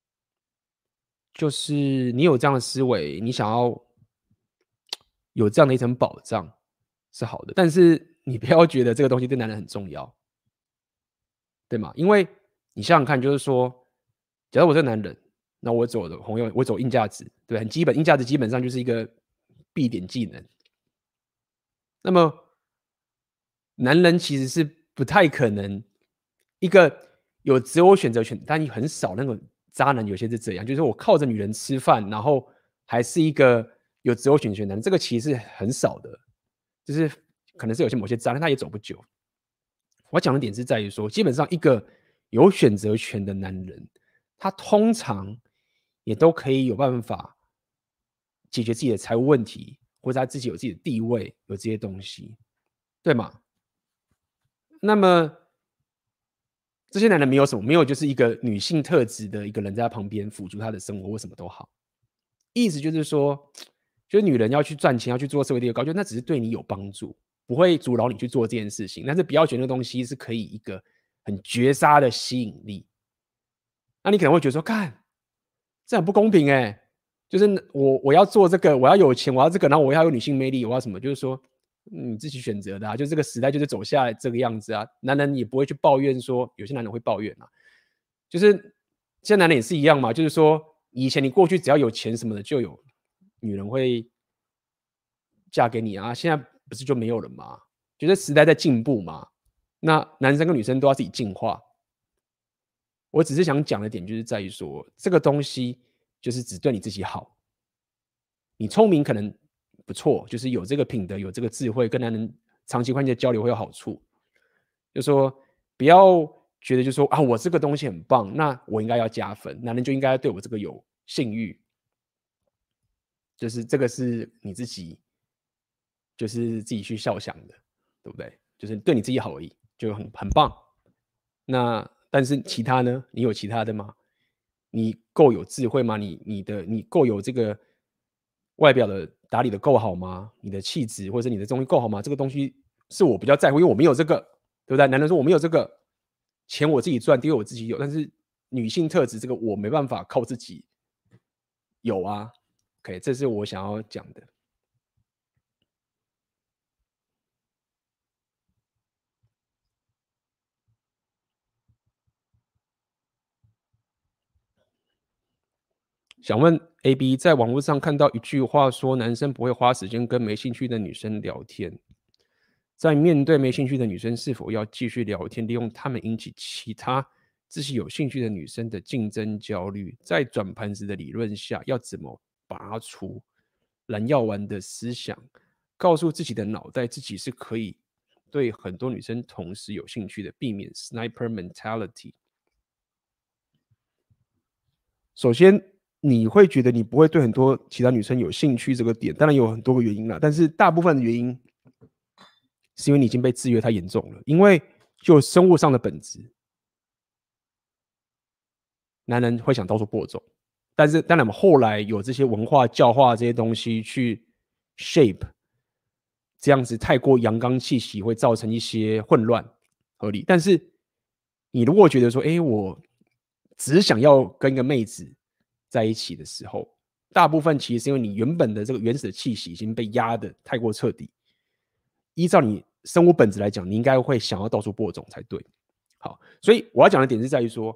就是你有这样的思维，你想要有这样的一层保障是好的，但是你不要觉得这个东西对男人很重要，对吗？因为你想想看，就是说，假如我是男人，那我走的朋友，我走硬价值，对，很基本，硬价值基本上就是一个必点技能。那么男人其实是不太可能一个有择偶选择权，但很少那种渣男有些是这样，就是我靠着女人吃饭，然后还是一个有择偶选择权的男人，这个其实是很少的，就是可能是有些某些渣男他也走不久。我讲的点是在于说，基本上一个有选择权的男人，他通常也都可以有办法解决自己的财务问题，或者他自己有自己的地位，有这些东西，对吗？那么这些男人没有什么，没有就是一个女性特质的一个人在他旁边辅助他的生活，或什么都好。意思就是说，就是女人要去赚钱，要去做社会地位高，就那只是对你有帮助，不会阻挠你去做这件事情。但是不要觉得那个东西是可以一个很绝杀的吸引力。那你可能会觉得说，看这很不公平就是我要做这个，我要有钱，我要这个，然后我要有女性魅力，我要什么？就是说你自己选择的啊，就这个时代就是走下来这个样子啊。男人也不会去抱怨说，有些男人会抱怨啊，就是现在男人也是一样嘛，就是说以前你过去只要有钱什么的，就有女人会嫁给你啊，现在不是就没有了吗？觉得时代在进步嘛，那男生跟女生都要自己进化。我只是想讲的点就是在于说，这个东西就是只对你自己好。你聪明可能不错，就是有这个品德，有这个智慧，跟男人长期关系的交流会有好处。就说不要觉得就说啊，我这个东西很棒，那我应该要加分，男人就应该对我这个有性欲，就是这个是你自己，就是自己去笑想的，对不对？就是对你自己好而已，就很棒。那但是其他呢？你有其他的吗？你够有智慧吗？你够有这个外表的打理的够好吗？你的气质或者你的东西够好吗？这个东西是我比较在乎，因为我没有这个，对不对？男人说我没有这个，钱我自己赚，地位我自己有，但是女性特质这个我没办法靠自己有啊。OK，这是我想要讲的。想问 AB，在网络上看到一句话说，男生不会花时间跟没兴趣的女生聊天。在面对没兴趣的女生，是否要继续聊天，利用她们引起其他自己有兴趣的女生的竞争焦虑？在转盘子的理论下，要怎么拔除蓝药丸的思想，告诉自己的脑袋自己是可以对很多女生同时有兴趣的，避免 sniper mentality。首先，你会觉得你不会对很多其他女生有兴趣这个点，当然有很多个原因啦，但是大部分的原因是因为你已经被制约太严重了。因为就生物上的本质，男人会想到处播种，但是当然我们后来有这些文化教化这些东西去 shape，这样子太过阳刚气息会造成一些混乱，合理。但是你如果觉得说，我只想要跟一个妹子在一起的时候，大部分其实是因为你原本的这个原始的气息已经被压得太过彻底。依照你生物本质来讲，你应该会想要到处播种才对。好，所以我要讲的点是在于说，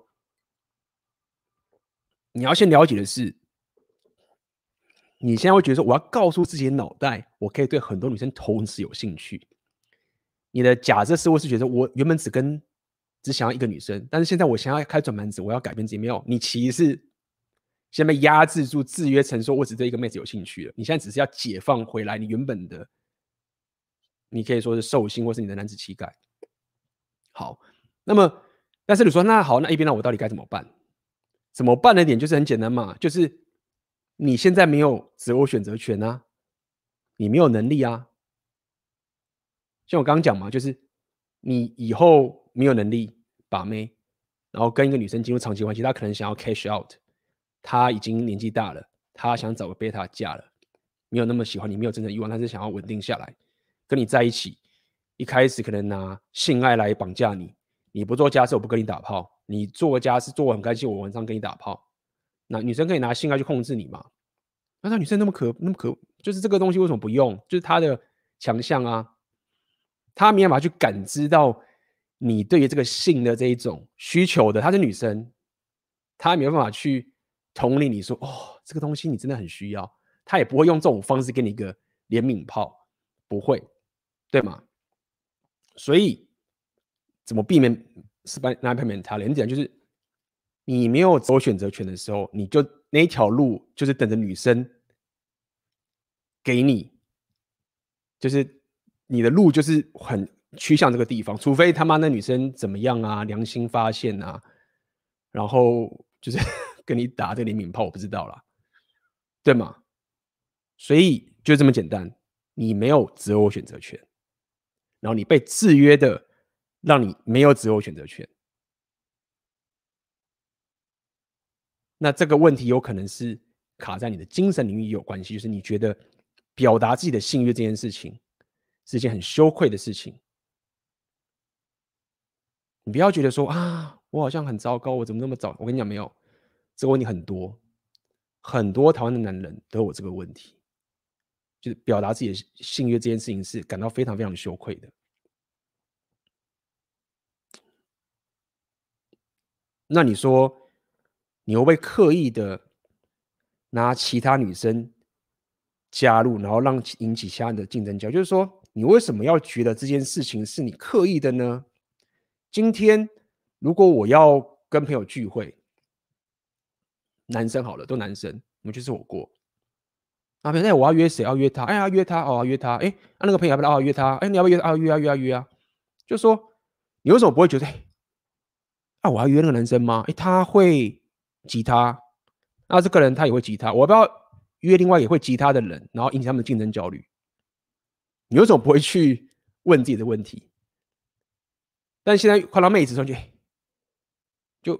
你要先了解的是，你现在会觉得说，我要告诉自己的脑袋，我可以对很多女生同时有兴趣。你的假设思维是觉得，我原本只想要一个女生，但是现在我想要开转盘子，我要改变自己。没有，你其实是先被压制住、制约成说，我只对一个妹子有兴趣了。你现在只是要解放回来你原本的，你可以说是兽性，或是你的男子气概。好，那么，但是你说那好，那一边呢，我到底该怎么办？怎么办的点就是很简单嘛，就是你现在没有择偶选择权啊，你没有能力啊。像我刚刚讲嘛，就是你以后没有能力把妹，然后跟一个女生进入长期关系，她可能想要 cash out，她已经年纪大了，她想找个贝塔嫁了，没有那么喜欢你，没有真正欲望，但是想要稳定下来，跟你在一起，一开始可能拿性爱来绑架你，你不做家事我不跟你打炮，你做家事做我很开心，我晚上跟你打炮，那女生可以拿性爱去控制你嘛？那女生那么可，就是这个东西为什么不用？就是她的强项啊。她没办法去感知到你对于这个性的这一种需求的，她是女生，她没有办法去同理你说，哦，这个东西你真的很需要，她也不会用这种方式给你一个怜悯炮，不会，对吗？所以怎么避免失败那片面他很简单，就是你没有走选择权的时候，你就那一条路就是等着女生给你，就是你的路就是很趋向这个地方，除非他妈那女生怎么样啊，良心发现啊，然后就是跟你打这个怜悯炮，我不知道啦，对吗？所以就这么简单，你没有择偶选择权，然后你被制约的，让你没有择偶选择权。那这个问题有可能是卡在你的精神领域也有关系，就是你觉得表达自己的性欲这件事情是一件很羞愧的事情。你不要觉得说啊，我好像很糟糕，我怎么那么早？我跟你讲，没有这个问题很多，很多台湾的男人都有这个问题，就是表达自己的性欲这件事情是感到非常非常羞愧的。那你说你会不会刻意的拿其他女生加入，然后引起其他人的竞争焦虑。就是说，你为什么要觉得这件事情是你刻意的呢？今天如果我要跟朋友聚会，男生好了，都男生，我们去吃火锅。啊，朋友，我要约谁？要约他？哎呀，约他哦，约他。哎，那个朋友要不要约他？哎，你要不要约？啊，约啊。就说你为什么不会觉得，我要约那个男生吗？他会吉他，那这个人他也会吉他，我要不要约另外也会吉他的人，然后引起他们的竞争焦虑？你为什么不会去问自己的问题？但现在看到妹子说就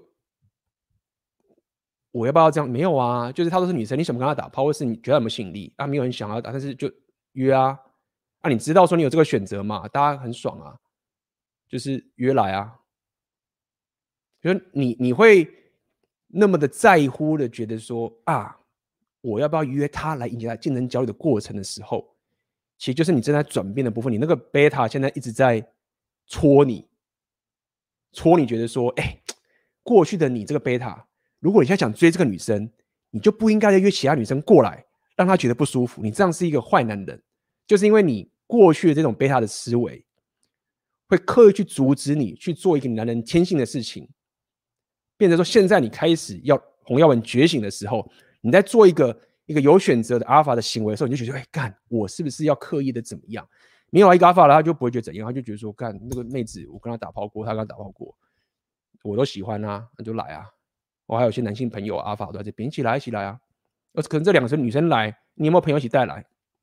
我要不要这样？没有啊，就是她都是女生，你想不跟她打炮，或是你觉得有没有吸引力啊？没有人想要打，但是就约啊。你知道说你有这个选择嘛？大家很爽啊，就是约来啊。就是你会那么的在乎的觉得说我要不要约他来引起他竞争焦虑的过程的时候，其实就是你正在转变的部分。你那个贝塔现在一直在戳你，觉得说，过去的你这个贝塔，如果你现在想追这个女生，你就不应该再约其他女生过来，让她觉得不舒服。你这样是一个坏男人，就是因为你过去的这种贝塔的思维，会刻意去阻止你去做一个男人天性的事情，变成说现在你开始要红药丸觉醒的时候，你在做一个有选择的阿尔法的行为的时候，你就觉得，干，我是不是要刻意的怎么样？没有一个阿尔法了，他就不会觉得怎样，他就觉得说，干，那个妹子，我跟她打炮过，她跟她打炮过，我都喜欢啊，那就来啊。我还有些男性朋友阿尔法都在这边，一起来啊。可能这两个女生来，你有没有朋友一起带来？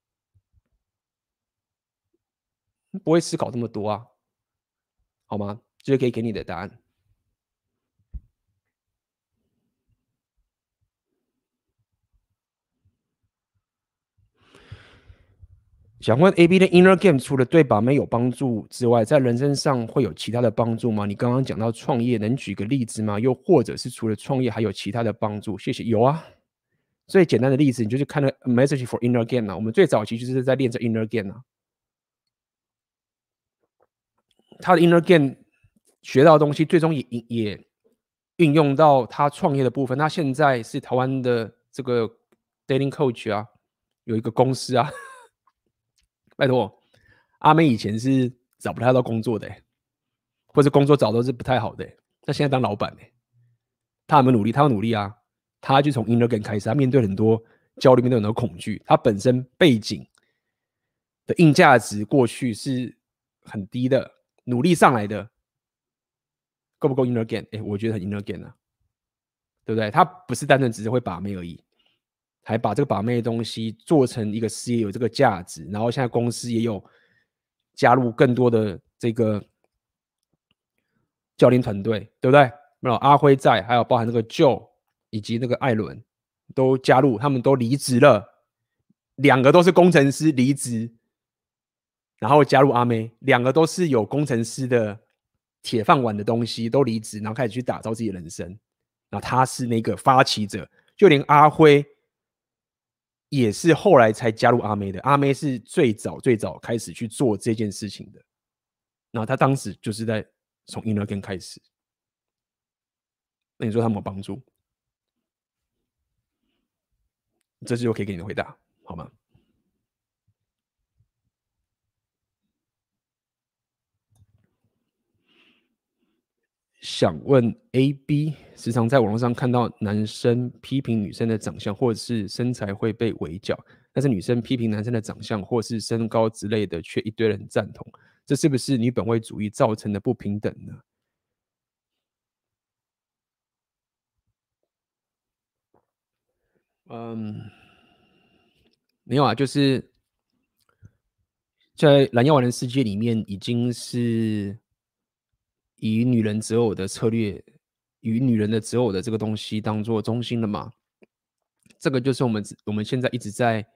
不会思考这么多啊，好吗？这是可以给你的答案。想问 AB 的 Inner Game 除了对把妹有帮助之外，在人生上会有其他的帮助吗？你刚刚讲到创业，能举个例子吗？又或者是除了创业还有其他的帮助？谢谢。有啊，最简单的例子，你就是看了 Message for Inner Game 啊。我们最早期就是在练这 Inner Game 啊。他的 Inner Game 学到的东西，最终也运用到他创业的部分。他现在是台湾的这个 Dating Coach 啊，有一个公司啊。拜托，阿妹以前是找不太到工作的，或者工作找都是不太好的，那现在当老板，他有没有努力？他有努力啊，他就从 Inner Game 开始，他面对很多焦虑，面对很多恐惧，他本身背景的硬价值过去是很低的，努力上来的，够不够 Inner Game？我觉得很 Inner Game 啊，对不对？他不是单纯只是会把妹而已，还把这个把妹的东西做成一个事业，有这个价值，然后现在公司也有加入更多的这个教练团队，对不对？没有阿辉在，还有包含那个 Joe 以及那个艾伦都加入，他们都离职了，两个都是工程师离职，然后加入阿妹，两个都是有工程师的铁饭碗的东西，都离职，然后开始去打造自己的人生。然后他是那个发起者，就连阿辉也是后来才加入阿妹的，阿妹是最早开始去做这件事情的。然后他当时就是在从 Inner Game 开始，那你说他有没有帮助？这是我可以给你的回答，好吗？想问 AB， 时常在网络上看到男生批评女生的长相或者是身材会被围剿，但是女生批评男生的长相或是身高之类的，却一堆人赞同，这是不是女本位主义造成的不平等呢？没有啊，就是在蓝药丸的世界里面，已经是以女人择偶的策略，以女人的择偶的这个东西当做中心了嘛。这个就是我们现在一直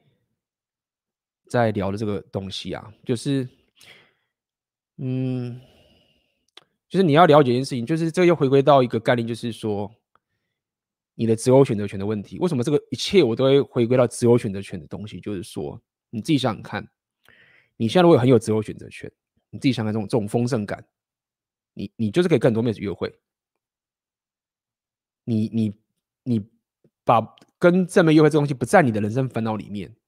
在聊的这个东西啊，就是嗯，就是你要了解一件事情，就是这又回归到一个概念，就是说你的择偶选择权的问题。为什么这个一切我都会回归到择偶选择权的东西？就是说你自己想想看，你现在如果很有择偶选择权，你自己想想这种丰盛感，你就是可以跟很多妹子约会，你把跟正妹约会这东西不在你的人生烦恼里面，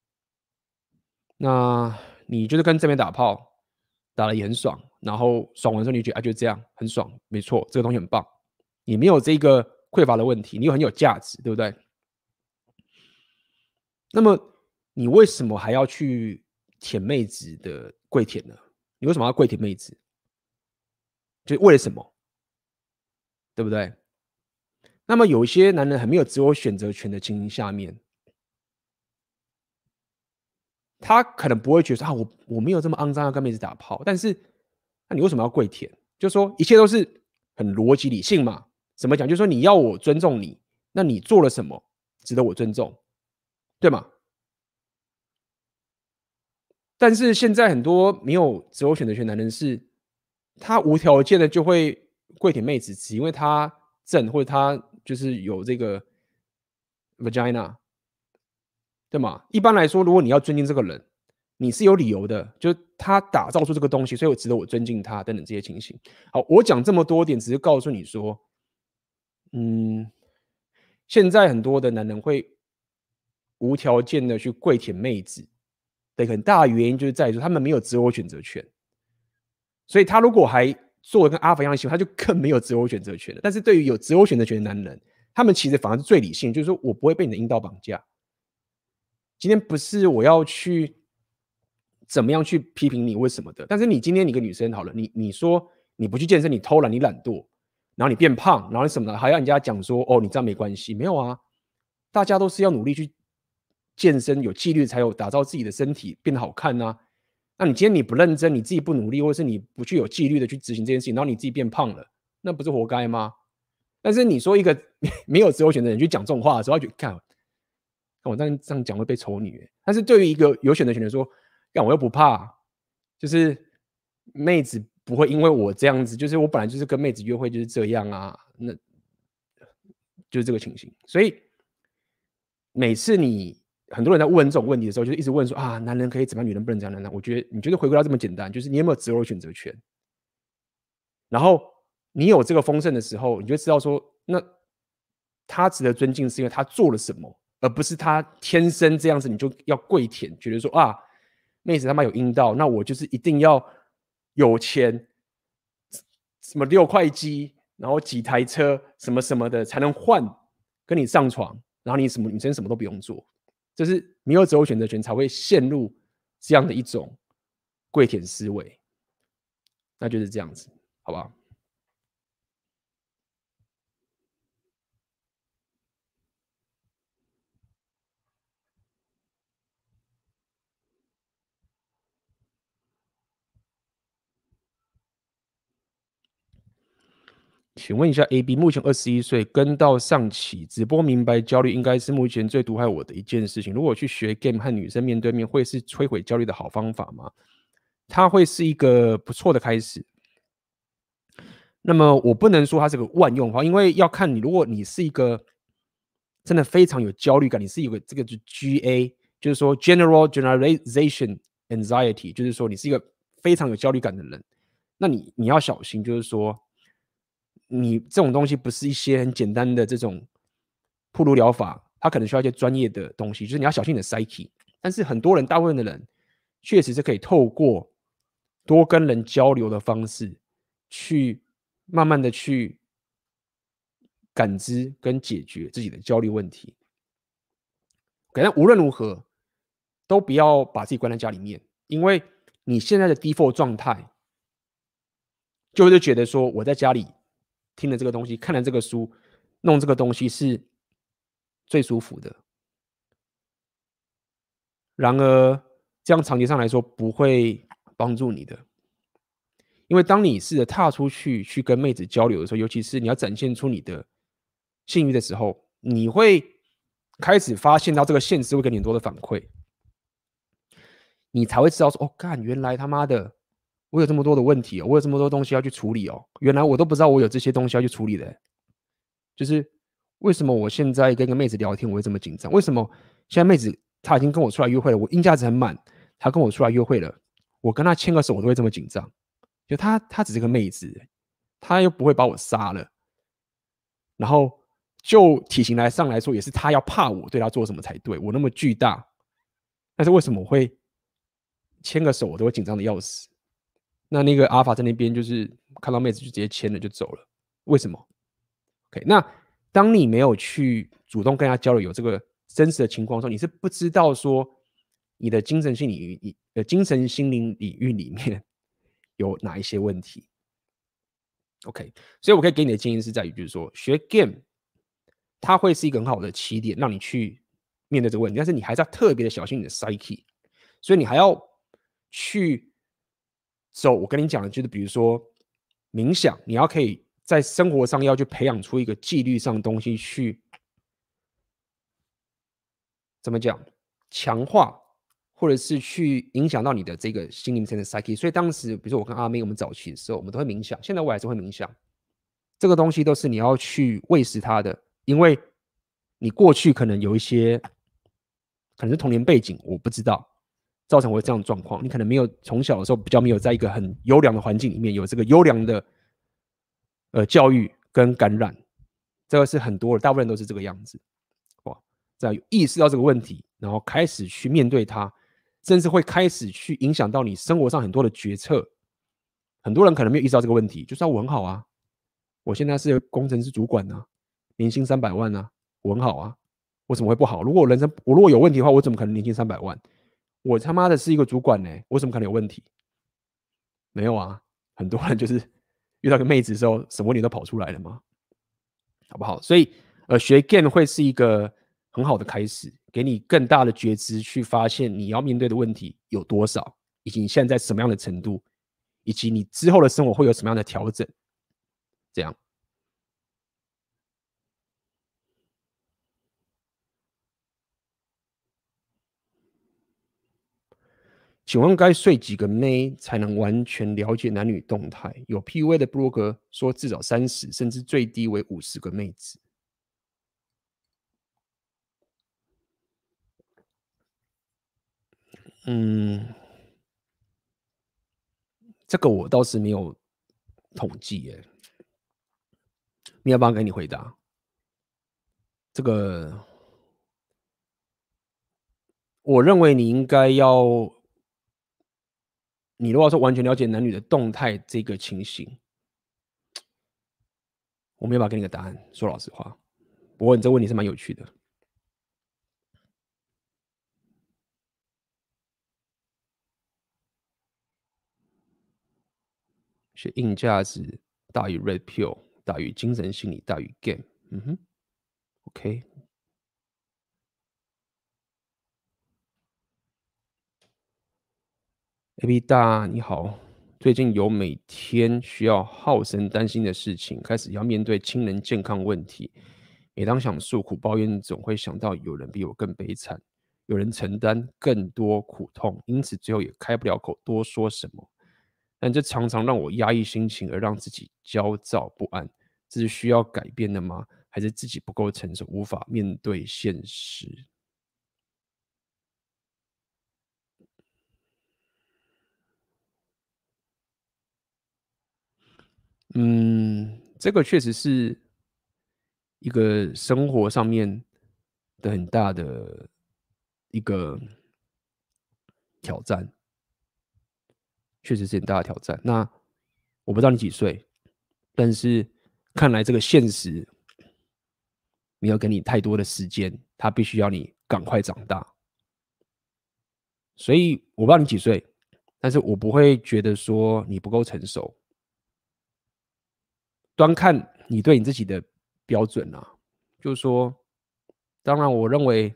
那你就是跟正妹打炮，打得也很爽，然后爽完之后你就觉得就这样很爽，没错，这个东西很棒，你没有这个匮乏的问题，你又很有价值，对不对？那么你为什么还要去舔妹子的跪舔呢？你为什么要跪舔妹子？就是为了什么？对不对？那么有一些男人很没有自我选择权的情形下面，他可能不会觉得说我没有这么肮脏要跟妹子打炮，但是那你为什么要跪舔？就说一切都是很逻辑理性嘛。怎么讲？就是说你要我尊重你，那你做了什么值得我尊重，对吗？但是现在很多没有自我选择权的男人是，他无条件的就会跪舔妹子，只因为他正或者他就是有这个 vagina，对吗？一般来说，如果你要尊敬这个人，你是有理由的，就他打造出这个东西，所以我值得我尊敬他等等这些情形。好，我讲这么多点，只是告诉你说，现在很多的男人会无条件的去跪舔妹子的很大的原因，就是在于说他们没有自我选择权。所以他如果还做跟阿凡一样的行为，他就更没有自我选择权了。但是对于有自我选择权的男人，他们其实反而是最理性，就是说我不会被你的阴道绑架。今天不是我要去怎么样去批评你为什么的，但是你今天你一个女生好了，你说你不去健身，你偷懒，你懒惰，然后你变胖，然后你什么的，还要人家讲说哦你这样没关系，没有啊，大家都是要努力去健身，有纪律才有打造自己的身体变得好看啊。那你今天你不认真，你自己不努力，或者是你不去有纪律的去执行这件事情，然后你自己变胖了，那不是活该吗？但是你说一个没有自由选的人去讲这种话的时候，他觉得看我这样讲会被丑女。但是对于一个有选择权的人说，干我又不怕，就是妹子不会因为我这样子，就是我本来就是跟妹子约会就是这样啊，那就是这个情形。所以每次很多人在问这种问题的时候，就一直问说啊，男人可以怎么样，女人不能这样？我觉得你觉得回归到这么简单，就是你有没有自由选择权？然后你有这个丰盛的时候，你就知道说，那他值得尊敬是因为他做了什么，而不是他天生这样子，你就要跪舔，觉得说啊，妹子他妈有阴道，那我就是一定要有钱，什么6块肌，然后几台车，什么什么的才能换跟你上床，然后你什么女生什么都不用做，就是没有自由选择权才会陷入这样的一种跪舔思维，那就是这样子，好不好？请问一下 ，AB 目前21岁，跟到上期直播，明白焦虑应该是目前最毒害我的一件事情。如果去学 game 和女生面对面，会是摧毁焦虑的好方法吗？它会是一个不错的开始。那么我不能说它是个万用法，因为要看你，如果你是一个真的非常有焦虑感，你是有个这个就 GA，就是说 Generalization Anxiety，就是说你是一个非常有焦虑感的人，那你要小心，就是说你这种东西不是一些很简单的这种铺路疗法，它可能需要一些专业的东西，就是你要小心你的 psyche。但是很多人，大部分的人确实是可以透过多跟人交流的方式，去慢慢的去感知跟解决自己的焦虑问题。但无论如何，都不要把自己关在家里面，因为你现在的 default 状态，就是觉得说我在家里听了这个东西，看了这个书，弄这个东西是最舒服的。然而，这样长期上来说不会帮助你的，因为当你试着踏出去去跟妹子交流的时候，尤其是你要展现出你的性欲的时候，你会开始发现到这个现实会给你很多的反馈，你才会知道说，哦，干，原来他妈的我有这么多的问题哦，我有这么多东西要去处理哦，原来我都不知道我有这些东西要去处理的，就是为什么我现在跟个妹子聊天我会这么紧张？为什么现在妹子她已经跟我出来约会了，我硬价值很满，她跟我出来约会了，我跟她牵个手我都会这么紧张？就她只是个妹子，她又不会把我杀了，然后就体型上来说，也是他要怕我对他做什么才对。我那么巨大，但是为什么我会牵个手我都会紧张的要死？那个阿尔法在那边就是看到妹子就直接牵了就走了，为什么 ？OK， 那当你没有去主动跟他交流，有这个真实的情况的时候，你是不知道说你的精神心灵领域里面有哪一些问题。OK， 所以我可以给你的建议是在于，就是说学 game， 它会是一个很好的起点，让你去面对这个问题，但是你还是要特别的小心你的 psyche， 所以你还要去走。我跟你讲的就是，比如说冥想，你要可以在生活上要去培养出一个纪律上的东西，去怎么讲强化，或者是去影响到你的这个心灵层的 psyche。所以当时，比如说我跟阿妹，我们早期的时候，我们都会冥想，现在我还是会冥想。这个东西都是你要去喂食它的，因为你过去可能有一些，可能是童年背景，我不知道，造成我这样的状况。你可能没有从小的时候比较没有在一个很优良的环境里面有这个优良的教育跟感染，这个是很多的，大部分人都是这个样子。哇，这样有意识到这个问题，然后开始去面对它，甚至会开始去影响到你生活上很多的决策。很多人可能没有意识到这个问题，就说我很好啊，我现在是工程师主管啊，年薪300万啊，我很好啊，我怎么会不好？如果我如果有问题的话，我怎么可能年薪300万？我他妈的是一个主管呢，我怎么可能有问题？没有啊，很多人就是遇到个妹子的时候，什么问题都跑出来了嘛，好不好？所以学 game 会是一个很好的开始，给你更大的觉知，去发现你要面对的问题有多少，以及你现在什么样的程度，以及你之后的生活会有什么样的调整，这样。请问该睡几个妹才能完全了解男女动态？有 PUA 的部落格说至少30，甚至最低为50个妹子。嗯，这个我倒是没有统计耶，没有办法给你回答。这个我认为你应该要，你如果说完全了解男女的动态这个情形，我没有办法给你个答案。说老实话，不过你这个问题是蛮有趣的。是硬价值大于 Red Pill 大于精神心理大于 Game。嗯哼，OK。AB 大你好，最近有每天需要耗神担心的事情，开始要面对亲人健康问题。每当想诉苦抱怨，总会想到有人比我更悲惨，有人承担更多苦痛，因此最后也开不了口多说什么。但这常常让我压抑心情，而让自己焦躁不安。这是需要改变的吗？还是自己不够成熟，无法面对现实？这个确实是一个生活上面的很大的一个挑战，确实是很大的挑战。那我不知道你几岁，但是看来这个现实没有给你太多的时间，它必须要你赶快长大。所以我不知道你几岁，但是我不会觉得说你不够成熟，端看你对你自己的标准啊。就是说，当然我认为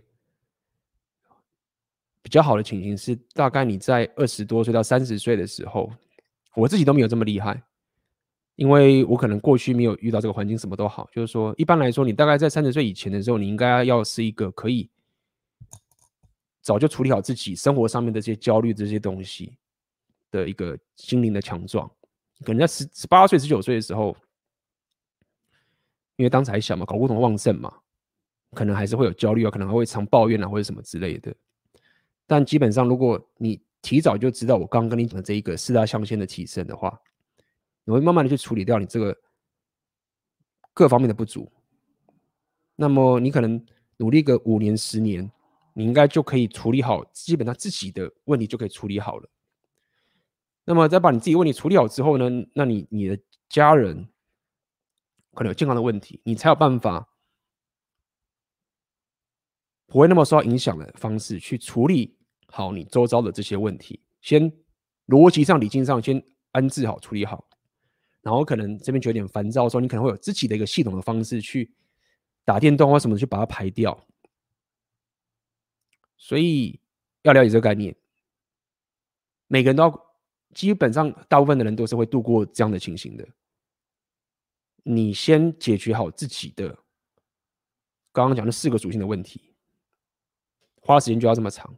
比较好的情形是，大概你在20多岁到30岁的时候，我自己都没有这么厉害，因为我可能过去没有遇到这个环境，什么都好。就是说，一般来说，你大概在30岁以前的时候，你应该要是一个可以早就处理好自己生活上面的这些焦虑这些东西的一个心灵的强壮。可能在18岁、19岁的时候，因为当时还小嘛，睾固酮旺盛嘛，可能还是会有焦虑啊，可能还会常抱怨啊，或者什么之类的。但基本上，如果你提早就知道我刚刚跟你讲的这一个四大象限的提升的话，你会慢慢的去处理掉你这个各方面的不足。 那么你可能努力个5年、10年，你应该就可以处理好，基本上自己的问题就可以处理好了。那么再把你自己问题处理好之后呢，那你的家人可能有健康的问题，你才有办法不会那么受到影响的方式去处理好你周遭的这些问题。先逻辑上、理性上先安置好、处理好，然后可能这边觉得有点烦躁的时候，你可能会有自己的一个系统的方式去打电动或什么去把它排掉。所以要了解这个概念，每个人都要，基本上大部分的人都是会度过这样的情形的。你先解决好自己的刚刚讲的4个属性的问题，花时间就要这么长。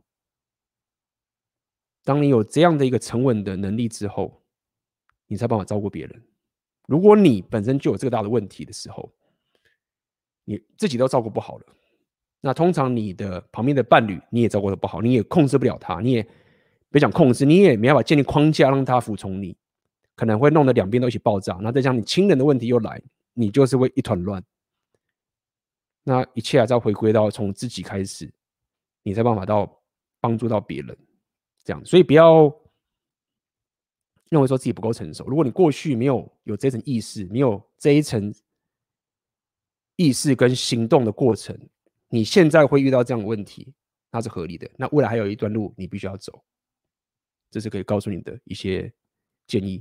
当你有这样的一个沉稳的能力之后，你才有办法照顾别人。如果你本身就有这个大的问题的时候，你自己都照顾不好了，那通常你的旁边的伴侣你也照顾得不好，你也控制不了他，你也别讲控制，你也没办法建立框架让他服从你，可能会弄得两边都一起爆炸。那再加上你亲人的问题又来，你就是会一团乱。那一切还是要回归到从自己开始，你才有办法到帮助到别人，这样。所以不要认为说自己不够成熟。如果你过去没有这层意识，没有这一层意识跟行动的过程，你现在会遇到这样的问题，那是合理的。那未来还有一段路你必须要走，这是可以告诉你的一些建议。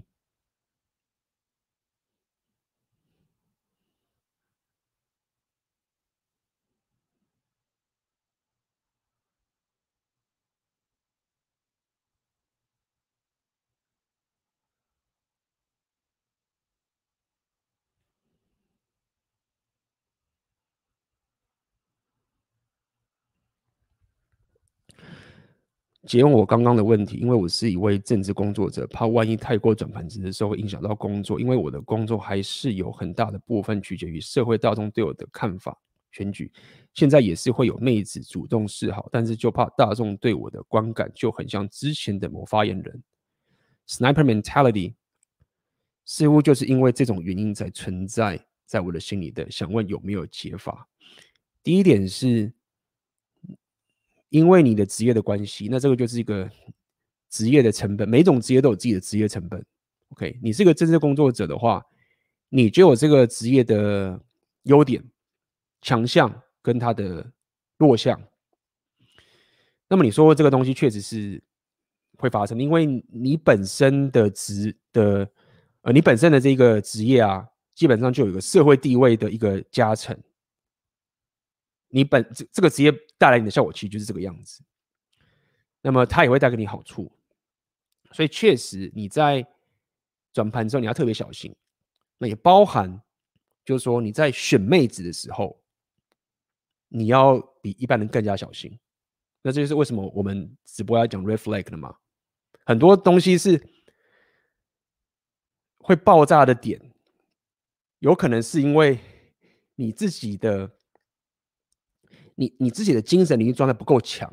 结问我刚刚的问题，因为我是一位政治工作者，怕万一太过转盘子的时候会影响到工作，因为我的工作还是有很大的部分取决于社会大众对我的看法。选举现在也是会有妹子主动示好，但是就怕大众对我的观感就很像之前的某发言人 sniper mentality， 似乎就是因为这种原因才存在在我的心里的。想问有没有解法？第一点是，因为你的职业的关系，那这个就是一个职业的成本，每种职业都有自己的职业成本。OK， 你是个政治工作者的话，你就有这个职业的优点、强项跟它的弱项。那么你说这个东西确实是会发生，因为你本身的你本身的这个职业啊，基本上就有一个社会地位的一个加成。你这个职业带来你的效果其实就是这个样子，那么它也会带给你好处，所以确实你在转盘之后你要特别小心。那也包含就是说你在选妹子的时候，你要比一般人更加小心。那这就是为什么我们直播要讲 red flag 的嘛，很多东西是会爆炸的点，有可能是因为你自己的你自己的精神领域状态不够强，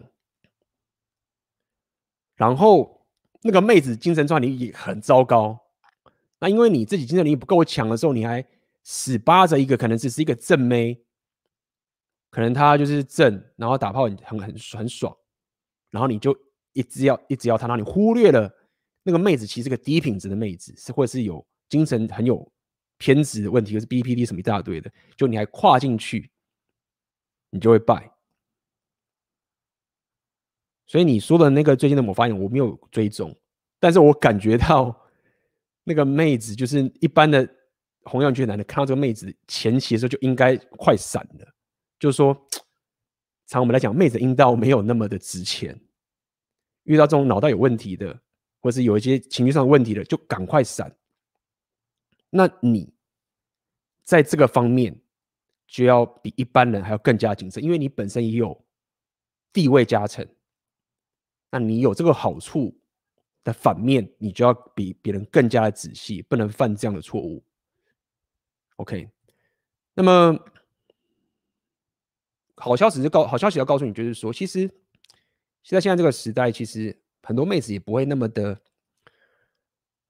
然后那个妹子精神状态也很糟糕。那因为你自己精神领域不够强的时候，你还死扒着一个可能只是一个正妹，可能她就是正，然后打炮很爽，然后你就一直要她，然后你忽略了那个妹子其实是个低品质的妹子，或者是有精神很有偏执的问题，就是 BPD 什么一大堆的，就你还跨进去，你就会败。所以你说的那个最近的某发言我没有追踪，但是我感觉到那个妹子就是一般的红样圈男的看到这个妹子前期的时候就应该快闪了，就是说常我们来讲妹子阴道没有那么的值钱，遇到这种脑袋有问题的或是有一些情绪上的问题的就赶快闪。那你在这个方面就要比一般人还要更加谨慎，因为你本身也有地位加成，那你有这个好处的反面，你就要比别人更加的仔细，不能犯这样的错误。OK， 那么好消息要告诉你，就是说，其实现在这个时代，其实很多妹子也不会那么的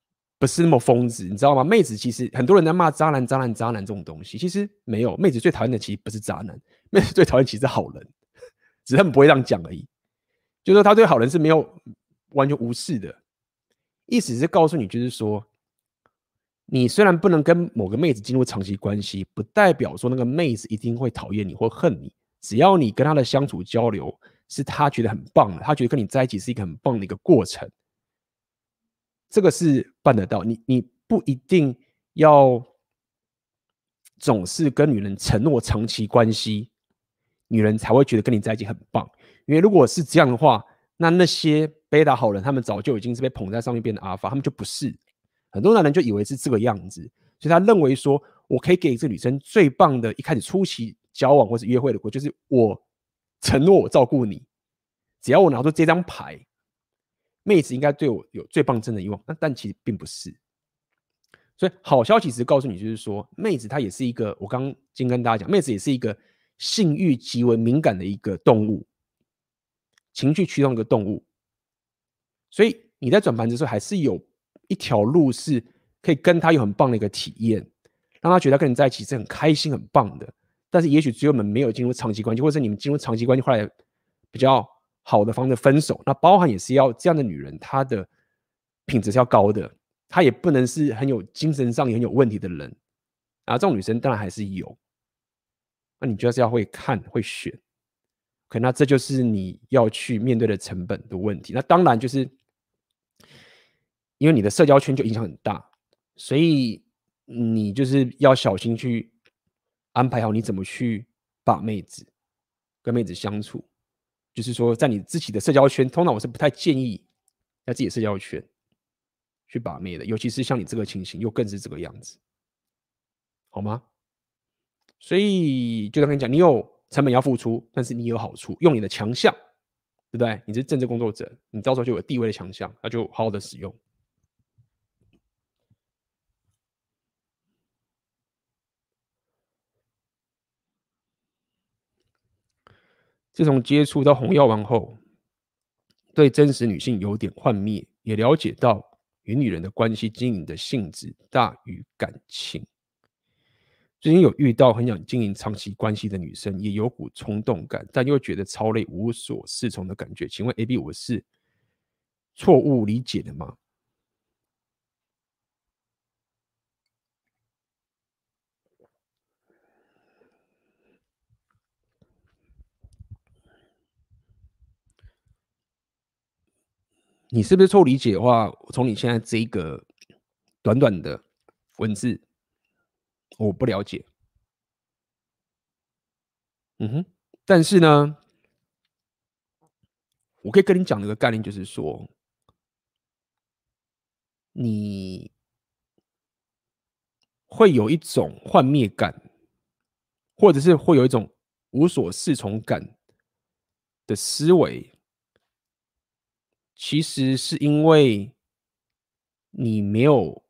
不是那么疯子，你知道吗？妹子其实很多人在骂渣男、渣男、渣男这种东西，其实没有。妹子最讨厌的其实不是渣男，妹子最讨厌其实是好人，只是他们不会这样讲而已。就是说他对好人是没有完全无视的，意思是告诉你，就是说，你虽然不能跟某个妹子进入长期关系，不代表说那个妹子一定会讨厌你或恨你。只要你跟她的相处交流是她觉得很棒的，她觉得跟你在一起是一个很棒的一个过程，这个是办得到。你不一定要总是跟女人承诺长期关系，女人才会觉得跟你在一起很棒。因为如果是这样的话，那些贝塔好人，他们早就已经是被捧在上面变成阿尔法，他们就不是。很多男人就以为是这个样子，所以他认为说，我可以给这个女生最棒的，一开始初期交往或是约会的过，就是我承诺我照顾你，只要我拿出这张牌，妹子应该对我有最棒真的欲望。但其实并不是。所以好消息只是告诉你，就是说，妹子她也是一个，我刚经跟大家讲，妹子也是一个性欲极为敏感的一个动物，情绪驱动的一个动物。所以你在转盘子的时候，还是有一条路是可以跟她有很棒的一个体验，让她觉得跟你在一起是很开心、很棒的。但是也许只有我们没有进入长期关系，或者是你们进入长期关系后来比较好的方式分手，那包含也是要这样的女人，她的品质是要高的。她也不能是很有精神上也很有问题的人啊，这种女生当然还是有，那你就是要会看会选，可那这就是你要去面对的成本的问题。那当然就是因为你的社交圈就影响很大，所以你就是要小心去安排好你怎么去把妹子跟妹子相处。就是说，在你自己的社交圈，通常我是不太建议在自己的社交圈去把妹的，尤其是像你这个情形，又更是这个样子，好吗？所以就像跟你讲，你有成本要付出，但是你有好处，用你的强项，对不对？你是政治工作者，你到时候就有地位的强项，那就好好的使用。自从接触到红药丸后，对真实女性有点幻灭，也了解到与女人的关系经营的性质大于感情。最近有遇到很想经营长期关系的女生，也有股冲动感，但又觉得超累、无所适从的感觉。请问 AB，我是错误理解的吗？你是不是错误理解的话，从你现在这一个短短的文字，我不了解。嗯哼，但是呢，我可以跟你讲的一个概念，就是说，你会有一种幻灭感，或者是会有一种无所适从感的思维，其实是因为你没有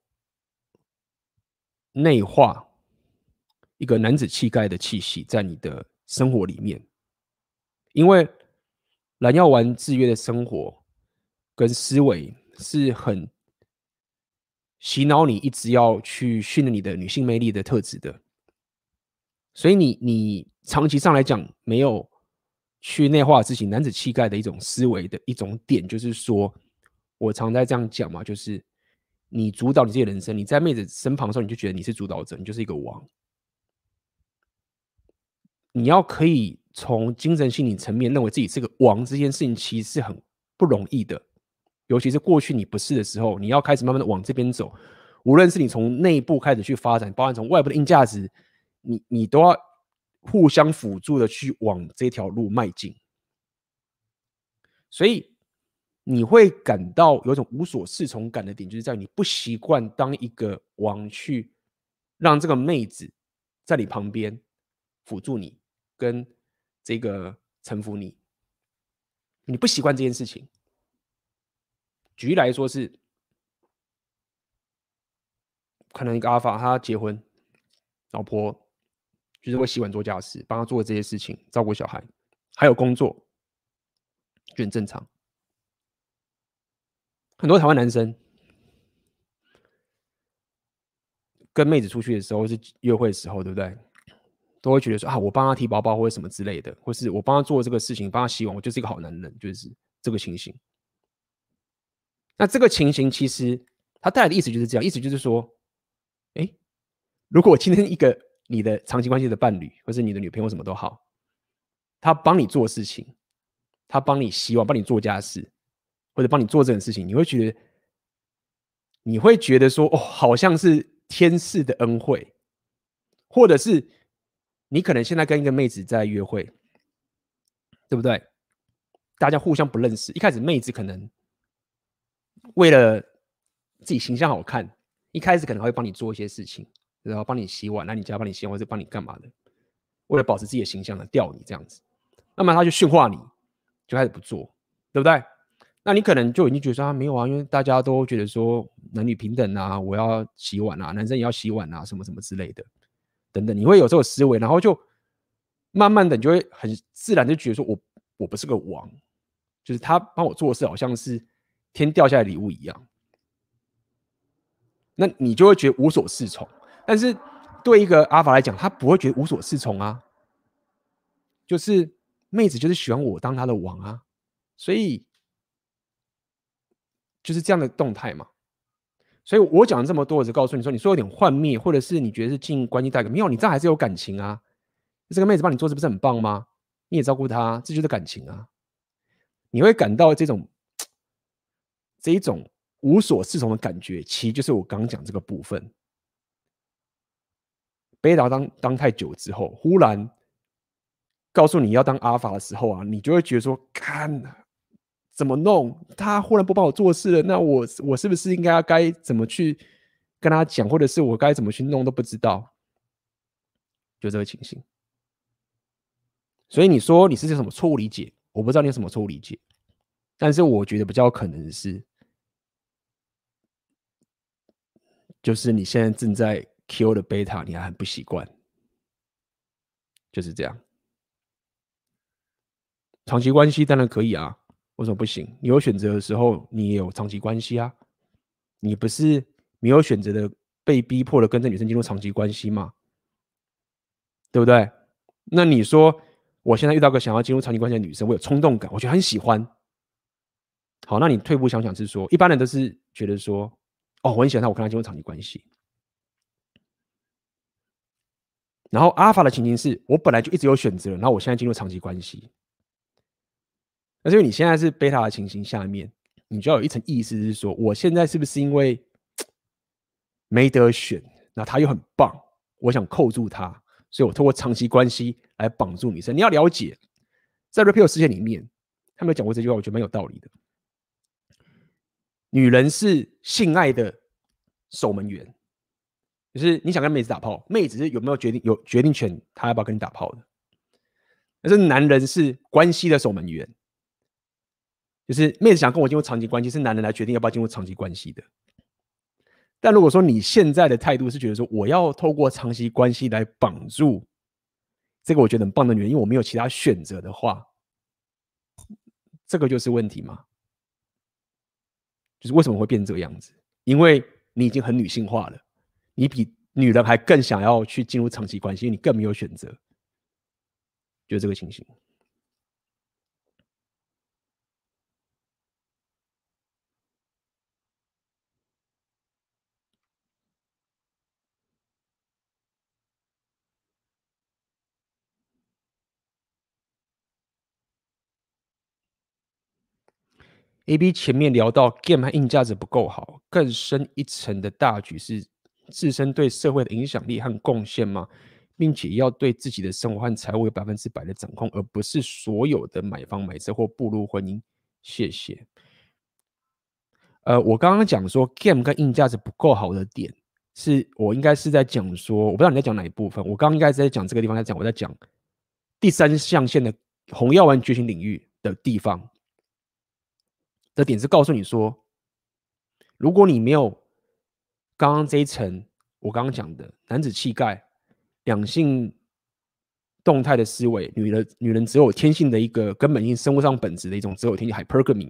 内化一个男子气概的气息在你的生活里面。因为蓝药丸制约的生活跟思维是很洗脑你一直要去训练你的女性魅力的特质的，所以你长期上来讲没有去内化自己男子气概的一种思维的一种点，就是说，我常在这样讲嘛，就是你主导你自己的人生，你在妹子身旁的时候，你就觉得你是主导者，你就是一个王。你要可以从精神心理层面认为自己是个王，这件事情其实是很不容易的。尤其是过去你不是的时候，你要开始慢慢的往这边走。无论是你从内部开始去发展，包含从外部的硬价值，你都要互相辅助的去往这条路迈进。所以你会感到有一种无所适从感的点，就是在于你不习惯当一个王去让这个妹子在你旁边辅助你，跟这个臣服你，你不习惯这件事情。举例来说是，可能一个阿法他结婚，老婆就是会洗碗做家事，帮他做这些事情，照顾小孩，还有工作，就很正常。很多台湾男生跟妹子出去的时候，是约会的时候，对不对？都会觉得说啊，我帮她提包包或者什么之类的，或是我帮她做这个事情，帮她洗碗，我就是一个好男人，就是这个情形。那这个情形其实它带来的意思就是这样，意思就是说，哎，如果今天一个你的长期关系的伴侣，或是你的女朋友什么都好，他帮你做事情，他帮你洗碗，帮你做家事，或者帮你做这种事情，你会觉得说，哦，好像是天赐的恩惠，或者是你可能现在跟一个妹子在约会，对不对？大家互相不认识，一开始妹子可能为了自己形象好看，一开始可能会帮你做一些事情，然后帮你洗碗，来你家帮你洗碗，或者帮你干嘛的，为了保持自己的形象呢，吊你这样子。那么他就驯化你，就开始不做，对不对？那你可能就已经觉得说没有啊，因为大家都觉得说男女平等啊，我要洗碗啊，男生也要洗碗啊，什么什么之类的，等等，你会有这个思维，然后就慢慢的，你就会很自然就觉得说我不是个王，就是他帮我做事好像是天掉下来的礼物一样，那你就会觉得无所适从。但是对一个阿法来讲，他不会觉得无所适从啊，就是妹子就是喜欢我当她的王啊，所以就是这样的动态嘛。所以我讲了这么多，我只告诉你说，你说有点幻灭，或者是你觉得是经营关系带给没有，你这样还是有感情啊。这个妹子帮你做，是不是很棒吗？你也照顾她，这就是感情啊。你会感到这一种无所适从的感觉，其实就是我刚刚讲这个部分。贝塔当太久之后，忽然告诉你要当阿尔法的时候啊，你就会觉得说，看怎么弄？他忽然不帮我做事了，那我是不是应该怎么去跟他讲，或者是我该怎么去弄都不知道，就这个情形。所以你说你是什么错误理解？我不知道你有什么错误理解，但是我觉得比较可能是，就是你现在正在 kill 的贝塔，你还很不习惯，就是这样。长期关系当然可以啊，为什么不行？你有选择的时候，你也有长期关系啊。你不是没有选择的被逼迫的跟这女生进入长期关系吗？对不对？那你说我现在遇到个想要进入长期关系的女生，我有冲动感，我觉得很喜欢。好，那你退步想想是说，一般人都是觉得说，哦，我很喜欢她，我跟她进入长期关系。然后阿尔法的情形是我本来就一直有选择，然后我现在进入长期关系。那是因为你现在是贝塔的情形下面，你就要有一层意识是说，我现在是不是因为没得选，那他又很棒，我想扣住他，所以我透过长期关系来绑住女生。你要了解，在 Repeal 世界里面，他们有讲过这句话，我觉得蛮有道理的。女人是性爱的守门员，就是你想跟妹子打炮，妹子是有没有有决定权，她要不要跟你打炮的。但是男人是关系的守门员，就是妹子想跟我进入长期关系，是男人来决定要不要进入长期关系的。但如果说你现在的态度是觉得说我要透过长期关系来绑住这个我觉得很棒的女人，因为我没有其他选择的话，这个就是问题嘛？就是为什么会变这个样子？因为你已经很女性化了，你比女人还更想要去进入长期关系，因为你更没有选择，就是这个情形。AB 前面聊到 game 和硬价值不够好，更深一层的大局是自身对社会的影响力和贡献吗？并且要对自己的生活和财务有100%的掌控，而不是所有的买房买车或步入婚姻。谢谢。我刚刚讲说 game 跟硬价值不够好的点，是我应该是在讲说，我不知道你在讲哪一部分。我刚刚应该是在讲这个地方，我在讲第三象限的红药丸觉醒领域的地方。的点是告诉你说，如果你没有刚刚这一层我刚刚讲的男子气概、两性动态的思维，女人只有天性的一个根本性生物上本质的一种只有天性 hypergamy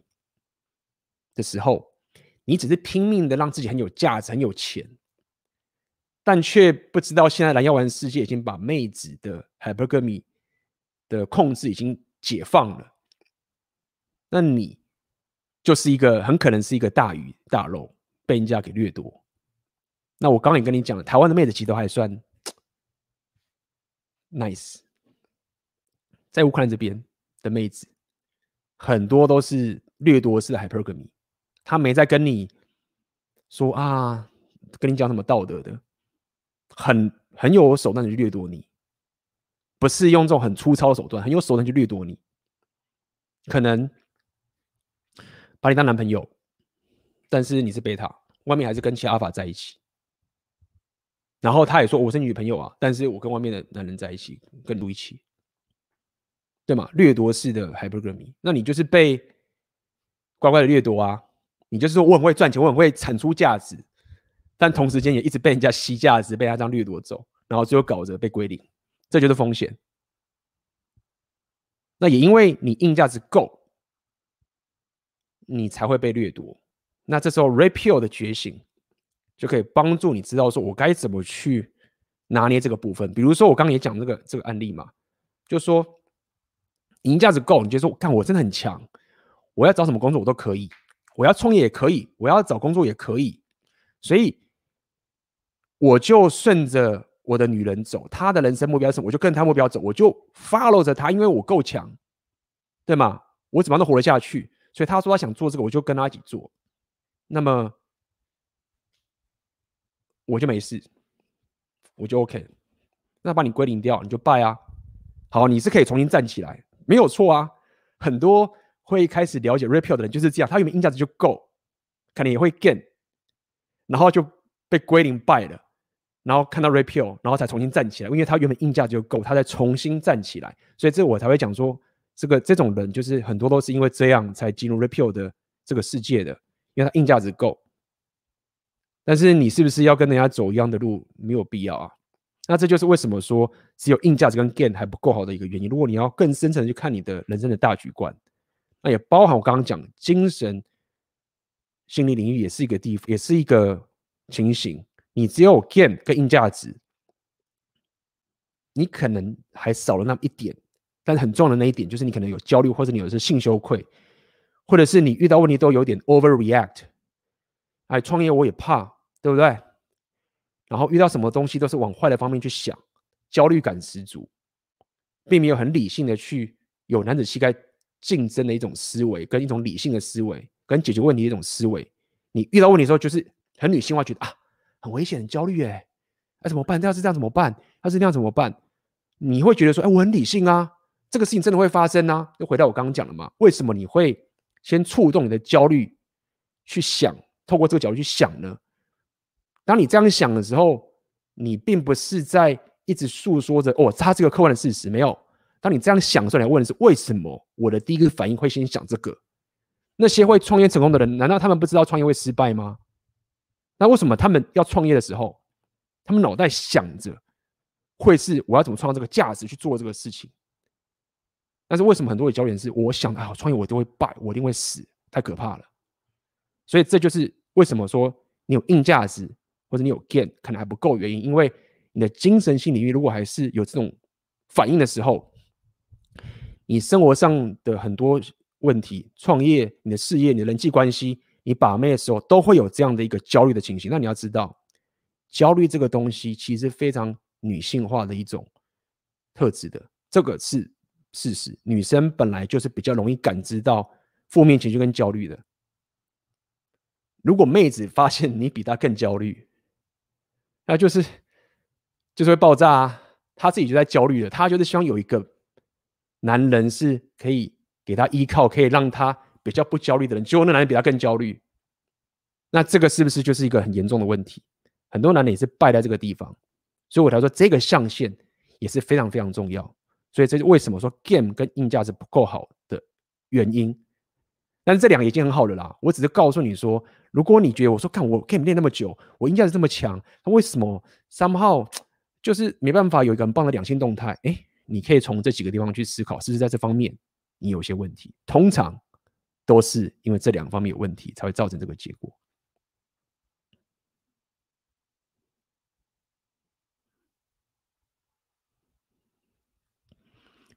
的时候，你只是拼命的让自己很有价值、很有钱， 但却不知道现在蓝药丸世界已经把妹子的 hypergamy 的控制已经解放了，那你就是一个很可能是一个大鱼大肉，被人家给掠夺。那我刚刚也跟你讲了，台湾的妹子其实都还算 nice， 在乌克兰这边的妹子很多都是掠夺式的 hypergamy， 她没在跟你说啊，跟你讲什么道德的，很有手段的去掠夺你，不是用这种很粗糙的手段，很有手段去掠夺你，可能把你当男朋友，但是你是贝塔，外面还是跟其他阿法在一起。然后他也说我是女朋友啊，但是我跟外面的男人在一起，跟路一起，对吗？掠夺式的 hypergamy， 那你就是被乖乖的掠夺啊。你就是说我很会赚钱，我很会产出价值，但同时间也一直被人家吸价值，被他这样掠夺走，然后最后搞着被归零，这就是风险。那也因为你硬价值够，你才会被掠夺。那这时候 Rapio 的觉醒就可以帮助你知道说我该怎么去拿捏这个部分。比如说我刚刚也讲这个案例嘛，就是说你硬价值够，你就说干我真的很强，我要找什么工作我都可以，我要创业也可以，我要找工作也可以，所以我就顺着我的女人走，她的人生目标是什么，我就跟她目标走，我就 follow 着她，因为我够强，对吗？我怎么样都活得下去，所以她说她想做这个，我就跟她一起做，那么我就没事，我就 OK。那把你归零掉，你就败啊。好，你是可以重新站起来，没有错啊。很多会开始了解 Rapio 的人就是这样，他原本硬价值就够，可能也会 gain， 然后就被归零败了，然后看到 Rapio， 然后才重新站起来，因为他原本硬价值就够，他才重新站起来。所以这我才会讲说，这种人就是很多都是因为这样才进入 Rapio 的这个世界的，因为他硬价值够。但是你是不是要跟人家走一样的路？没有必要啊。那这就是为什么说只有硬价值跟 gain 还不够好的一个原因。如果你要更深层的去看你的人生的大局观，那也包含我刚刚讲精神心理领域也是一个地方，也是一个情形。你只有 gain 跟硬价值，你可能还少了那么一点，但是很重要的那一点就是你可能有焦虑，或者你有的是性羞愧，或者是你遇到问题都有点 overreact。哎，创业我也怕，对不对？然后遇到什么东西都是往坏的方面去想，焦虑感十足，并没有很理性的去有男子气概竞争的一种思维，跟一种理性的思维，跟解决问题的一种思维。你遇到问题的时候，就是很女性化，觉得啊很危险、很焦虑，那怎么办？要是这样怎么办？要是那样怎么办？你会觉得说，我很理性啊，这个事情真的会发生啊。又回到我刚刚讲的嘛，为什么你会先触动你的焦虑去想，透过这个角度去想呢？当你这样想的时候，你并不是在一直诉说着他这个客观的事实，没有。当你这样想的时候，你问的是为什么我的第一个反应会先想这个？那些会创业成功的人，难道他们不知道创业会失败吗？那为什么他们要创业的时候，他们脑袋想着会是我要怎么创造这个价值去做这个事情？但是为什么很多的教练是我想我创业我都会败，我一定会死，太可怕了。所以这就是为什么说你有硬价值或者你有 gain 可能还不够原因，因为你的精神性领域如果还是有这种反应的时候，你生活上的很多问题，创业、你的事业、你的人际关系，你把妹的时候都会有这样的一个焦虑的情形。那你要知道，焦虑这个东西其实非常女性化的一种特质的，这个是事实。女生本来就是比较容易感知到负面情绪跟焦虑的。如果妹子发现你比她更焦虑，那就是会爆炸啊！她自己就在焦虑了，她就是希望有一个男人是可以给她依靠，可以让她比较不焦虑的人，结果那男人比她更焦虑，那这个是不是就是一个很严重的问题？很多男人也是败在这个地方，所以我才说这个象限也是非常非常重要。所以这是为什么说 game 跟硬价值不够好的原因。但是这两个已经很好了啦，我只是告诉你说，如果你觉得我说看我 game 练那么久，我硬价值这么强，那为什么 somehow 就是没办法有一个很棒的两性动态？你可以从这几个地方去思考，是不是在这方面你有些问题？通常都是因为这两方面有问题，才会造成这个结果。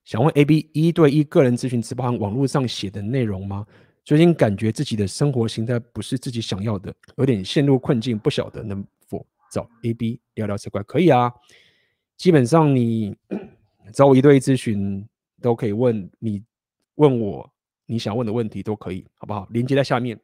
想问 AB 1对1个人咨询只包含网络上写的内容吗？最近感觉自己的生活形态不是自己想要的，有点陷入困境，不晓得能否找 AB 聊聊这块。可以啊，基本上你找我1对1咨询都可以问我你想问的问题都可以，好不好？连接在下面，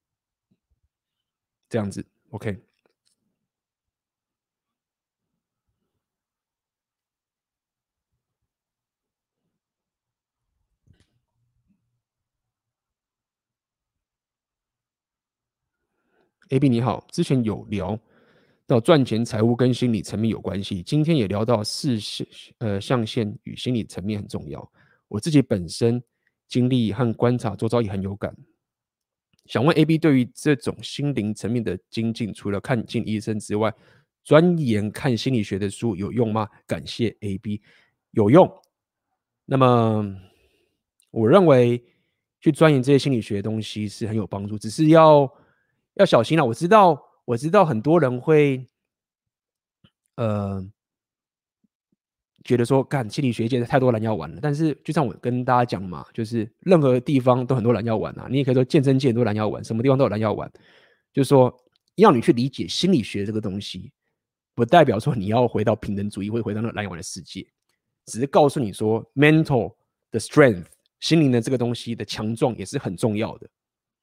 这样子 ，OK。AB 你好，之前有聊到赚钱、财务跟心理层面有关系，今天也聊到象限与心理层面很重要。我自己本身经历和观察周遭也很有感。想问 AB 对于这种心灵层面的精进，除了看心理医生之外，钻研看心理学的书有用吗？感谢 AB，有用。那么我认为去钻研这些心理学的东西是很有帮助，只是要小心啦。我知道很多人会呃觉得说，干心理学界太多蓝药丸了。但是就像我跟大家讲嘛，就是任何地方都很多蓝药丸啊。你也可以说健身界很多蓝药丸，什么地方都有蓝药丸。就是说，要你去理解心理学这个东西，不代表说你要回到平等主义或回到那蓝药丸的世界，只是告诉你说，mental 的 strength 心灵的这个东西的强壮也是很重要的。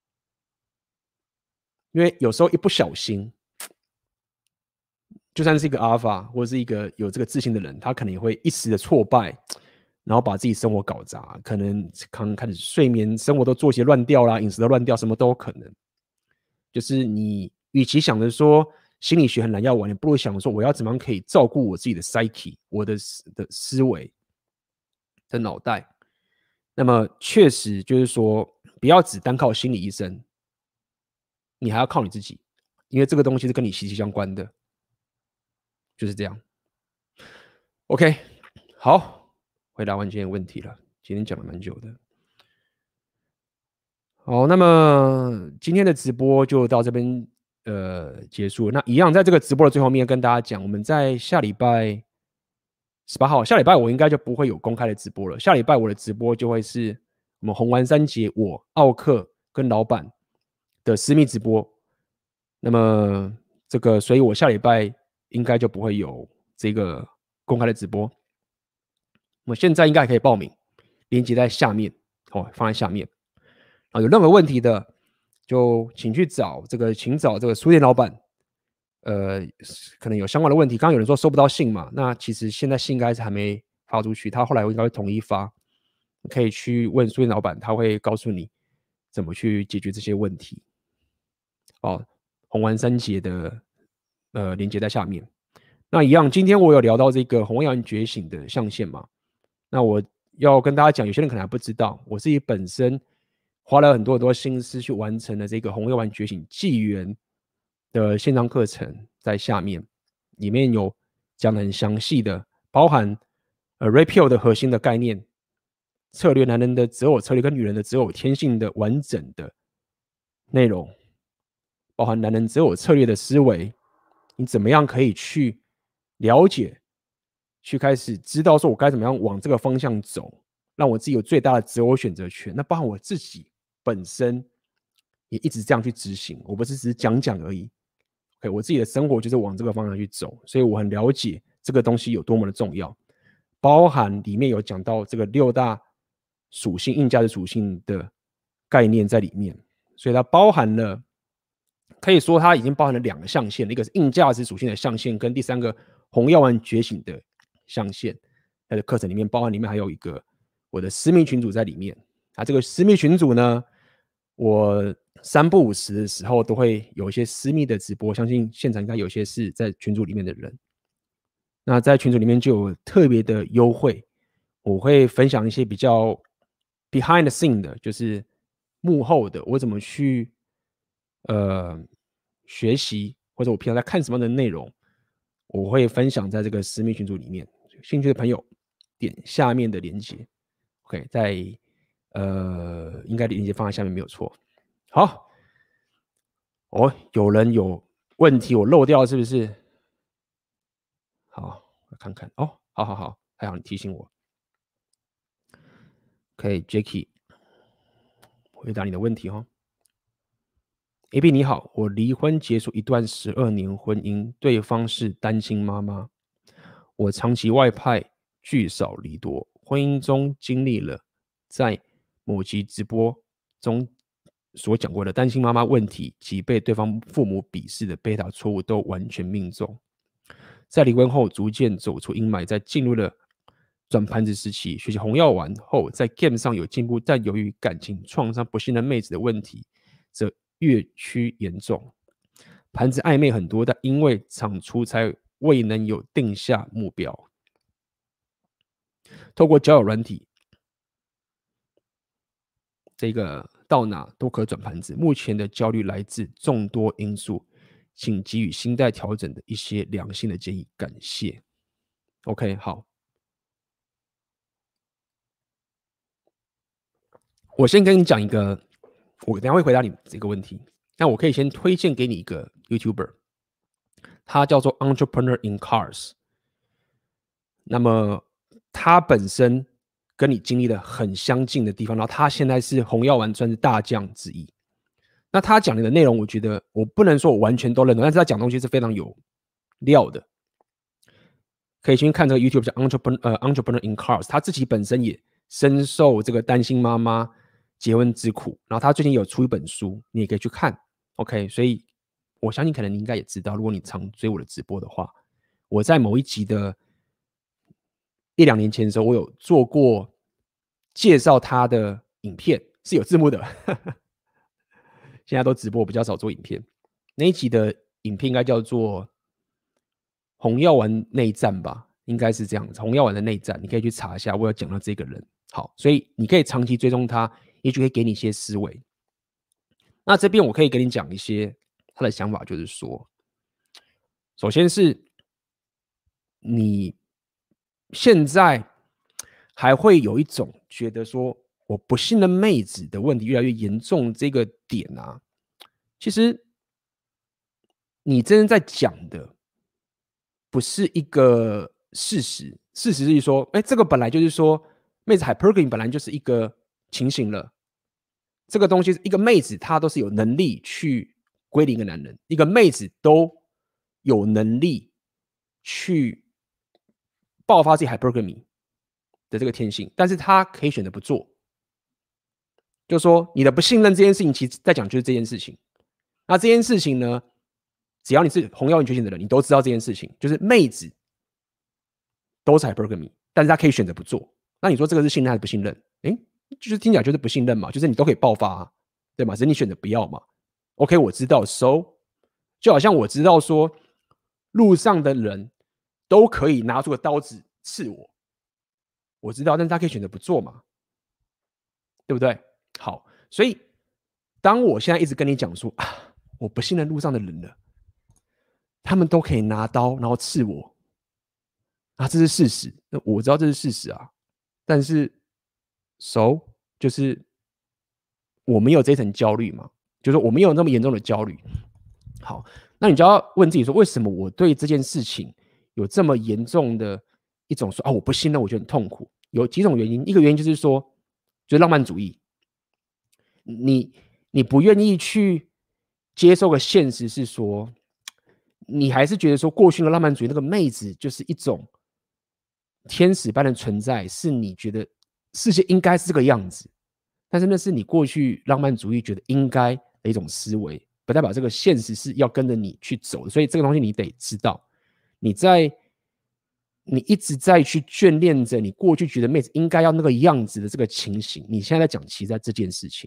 因为有时候一不小心，就算是一个 alpha 或者是一个有这个自信的人，他可能也会一时的挫败，然后把自己生活搞砸，可能刚开始睡眠、生活都作息乱掉啦，饮食都乱掉，什么都有可能。就是你与其想着说心理学很难要玩，你不如想说我要怎么样可以照顾我自己的 psyche， 我的思维的脑袋。那么确实就是说，不要只单靠心理医生，你还要靠你自己，因为这个东西是跟你息息相关的，就是这样。OK， 好，回答完今天的问题了。今天讲了蛮久的。好，那么今天的直播就到这边结束。那一样，在这个直播的最后面跟大家讲，我们在下礼拜18号，下礼拜我应该就不会有公开的直播了。下礼拜我的直播就会是我们红丸三节，我奥克跟老板的私密直播。那么这个，所以我下礼拜应该就不会有这个公开的直播。我现在应该还可以报名，链接在下面，放在下面。有任何问题的，就请找这个书店老板，可能有相关的问题。刚刚有人说收不到信嘛，那其实现在信应该是还没发出去，他后来应该会统一发，你可以去问书店老板，他会告诉你怎么去解决这些问题。红丸三节的连接在下面。那一样，今天我有聊到这个红药丸觉醒的象限嘛，那我要跟大家讲，有些人可能还不知道，我自己本身花了很多心思去完成了这个红药丸觉醒纪元的线上课程，在下面里面有讲的很详细的，包含Rapio 的核心的概念、策略、男人的择偶策略跟女人的择偶天性的完整的内容，包含男人择偶策略的思维，你怎么样可以去了解，去开始知道说我该怎么样往这个方向走，让我自己有最大的择偶选择权。那包含我自己本身也一直这样去执行，我不是只是讲而已。Okay， 我自己的生活就是往这个方向去走，所以我很了解这个东西有多么的重要。包含里面有讲到这个6大属性、硬价值属性的概念在里面，所以它包含了，可以说它已经包含了2个象限，一个是硬价值属性的象限，跟第3个红药丸觉醒的象限。在课程里面包含里面还有一个我的私密群组在里面。这个私密群组呢，我3不5时的时候都会有一些私密的直播，相信现场应该有些是在群组里面的人。那在群组里面就有特别的优惠，我会分享一些比较 behind the scene 的，就是幕后的，我怎么去学习，或者我平常在看什么样的内容，我会分享在这个私密群组里面。有兴趣的朋友点下面的连结 ，OK， 在应该连结放在下面没有错。好，有人有问题我漏掉是不是？好，我看看好，还好你提醒我。 OK，Jacky，回答你的问题哈。AB 你好，我离婚结束一段12年婚姻，对方是单亲妈妈，我长期外派，聚少离多，婚姻中经历了在某集直播中所讲过的单亲妈妈问题及被对方父母鄙视的贝塔错误都完全命中。在离婚后逐渐走出阴霾，在进入了转盘子时期，学习红药丸后，在 game 上有进步，但由于感情创伤、不信任妹子的问题，则越趋严重。盘子暧昧很多，但因为常出差，未能有定下目标。透过交友软体，这个到哪都可转盘子。目前的焦虑来自众多因素，请给予心态调整的一些良性的建议，感谢。OK， 好，我先跟你讲一个，我等下会回答你这个问题。那我可以先推荐给你一个 YouTuber， 他叫做 Entrepreneur in Cars。那么他本身跟你经历了很相近的地方，然后他现在是红药丸算是大将之一。那他讲的内容，我觉得我不能说我完全都认同，但是他讲东西是非常有料的。可以先看这个 YouTube 叫 Entrepreneur in Cars， 他自己本身也深受这个单亲妈妈结婚之苦，然后他最近有出一本书，你也可以去看。OK， 所以我相信可能你应该也知道，如果你常追我的直播的话，我在某一集的1-2年前的时候，我有做过介绍他的影片，是有字幕的。现在都直播，比较少做影片。那一集的影片应该叫做红药丸内战吧，应该是这样子。红药丸的内战，你可以去查一下，我有讲到这个人。好，所以你可以长期追踪他，也许可以给你一些思维。那这边我可以跟你讲一些他的想法，就是说，首先是你现在还会有一种觉得说我不信任妹子的问题越来越严重这个点啊，其实你真正在讲的不是一个事实，事实是说，这个本来就是说，妹子 hypergamy 本来就是一个情形了。这个东西，一个妹子她都是有能力去归零一个男人，一个妹子都有能力去爆发自己 hypergamy 的这个天性，但是她可以选择不做。就是说，你的不信任这件事情，其实在讲就是这件事情。那这件事情呢，只要你是红药丸觉醒的人，你都知道这件事情，就是妹子都是 hypergamy， 但是她可以选择不做。那你说这个是信任还是不信任？就是听起来就是不信任嘛，就是你都可以爆发啊，对吗？只是你选择不要嘛。OK， 我知道 ，so 就好像我知道说，路上的人都可以拿出个刀子刺我，我知道，但是他可以选择不做嘛，对不对？好，所以当我现在一直跟你讲说啊，我不信任路上的人了，他们都可以拿刀然后刺我，啊，这是事实，那我知道这是事实啊，但是 so 就是我没有这层焦虑嘛，就是我没有那么严重的焦虑。好，那你就要问自己说，为什么我对这件事情有这么严重的一种说啊，我不信任，我觉得很痛苦。有几种原因，一个原因就是说，就是浪漫主义，你不愿意去接受个现实，是说，你还是觉得说，过去的浪漫主义那个妹子就是一种天使般的存在，是你觉得世界应该是这个样子，但是那是你过去浪漫主义觉得应该的一种思维，不代表这个现实是要跟着你去走的。所以这个东西你得知道，你一直在去眷恋着你过去觉得妹子应该要那个样子的这个情形，你现在在讲其实在这件事情。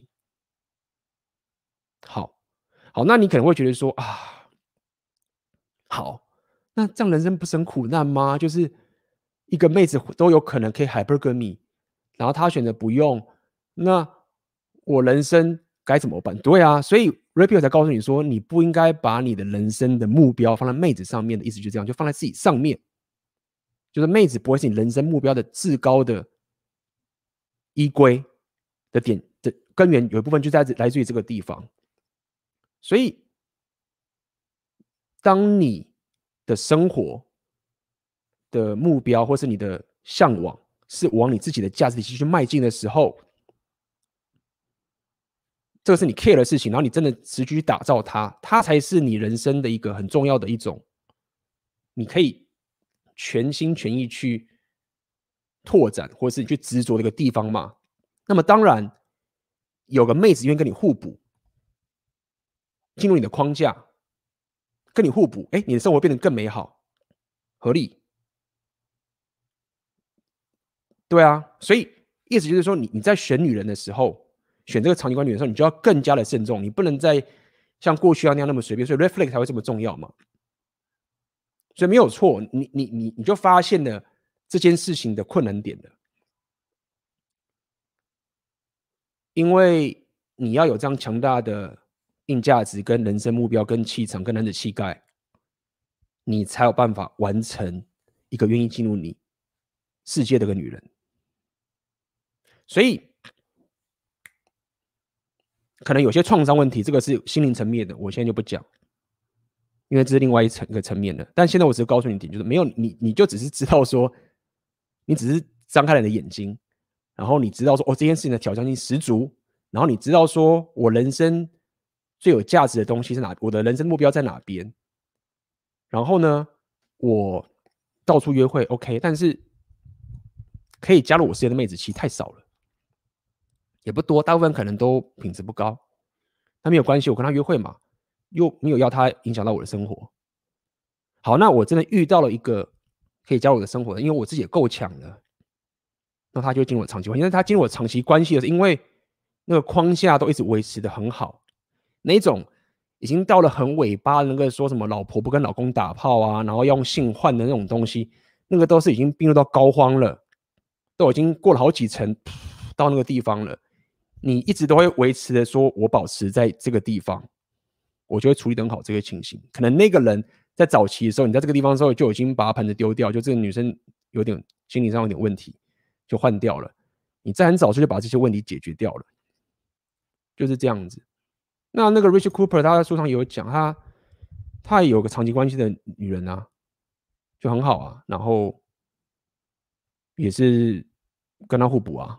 好，那你可能会觉得说啊，好，那这样人生不是很苦难吗？就是一个妹子都有可能可以 hypergamy， 然后她选择不用，那我人生该怎么办？对啊，所以 Rapio 才告诉你说，你不应该把你的人生的目标放在妹子上面的意思就是这样，就放在自己上面，就是妹子不会是你人生目标的至高的依归的点的根源，有一部分就来自于这个地方。所以，当你的生活的目标或是你的向往是往你自己的价值体系去迈进的时候，这个是你 care 的事情，然后你真的持续去打造它，它才是你人生的一个很重要的一种，你可以全心全意去拓展，或是去执着的一个地方嘛。那么当然，有个妹子愿意跟你互补，进入你的框架，跟你互补，你的生活变得更美好，合理。对啊，所以意思就是说你在选女人的时候，选这个长期关系女人的时候，你就要更加的慎重，你不能再像过去那样那么随便，所以 red flag 才会这么重要嘛。所以没有错，你就发现了这件事情的困难点了，因为你要有这样强大的硬价值、跟人生目标、跟气场、跟男子气概，你才有办法完成一个愿意进入你世界的一个女人。所以可能有些创伤问题，这个是心灵层面的，我现在就不讲，因为这是另外一个层面的。但现在我只是告诉你一点，就是没有你就只是知道说，你只是张开了你的眼睛，然后你知道说，这件事情的挑战性十足，然后你知道说我人生最有价值的东西是哪，我的人生目标在哪边。然后呢，我到处约会 OK， 但是可以加入我世界的妹子其实太少了，也不多，大部分可能都品质不高。那没有关系，我跟他约会嘛，又没有要他影响到我的生活。好，那我真的遇到了一个可以加入我的生活的，因为我自己也够强了，那他就进入我长期关系。但是他进入我长期关系的是因为那个框架都一直维持的很好，那一种已经到了很尾巴的那个说什么老婆不跟老公打炮啊，然后要用性换的那种东西，那个都是已经并入到膏肓了，都已经过了好几层到那个地方了。你一直都会维持的说，我保持在这个地方，我就会处理得很好这个情形。可能那个人在早期的时候，你在这个地方的时候就已经把盘子丢掉，就这个女生有点心理上有点问题，就换掉了。你在很早就把这些问题解决掉了，就是这样子。那个 Richard Cooper 他在书上有讲，他也有个长期关系的女人啊，就很好啊，然后也是跟他互补啊，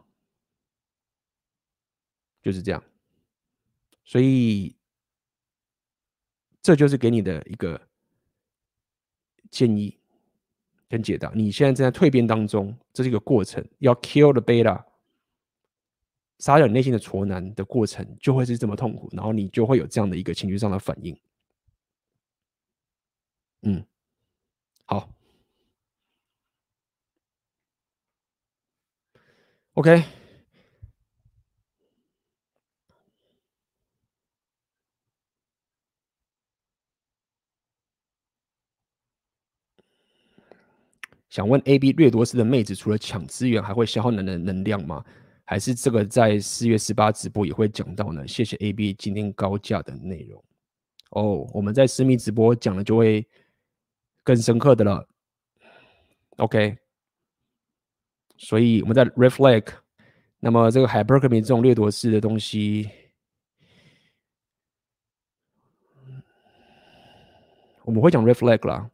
就是这样。所以这就是给你的一个建议跟解答。你现在正在蜕变当中，这是一个过程，要 kill the beta， 杀掉你内心的挫男的过程就会是这么痛苦，然后你就会有这样的一个情绪上的反应。好 ，OK。想问 AB 掠夺式的妹子，除了抢资源，还会消耗男人的能量吗？还是这个在4月18直播也会讲到呢？谢谢 AB 今天高价的内容。我们在私密直播讲的就会更深刻的了。OK， 所以我们在 reflect， 那么这个 hypergamy 这种掠夺式的东西，我们会讲 reflect 啦。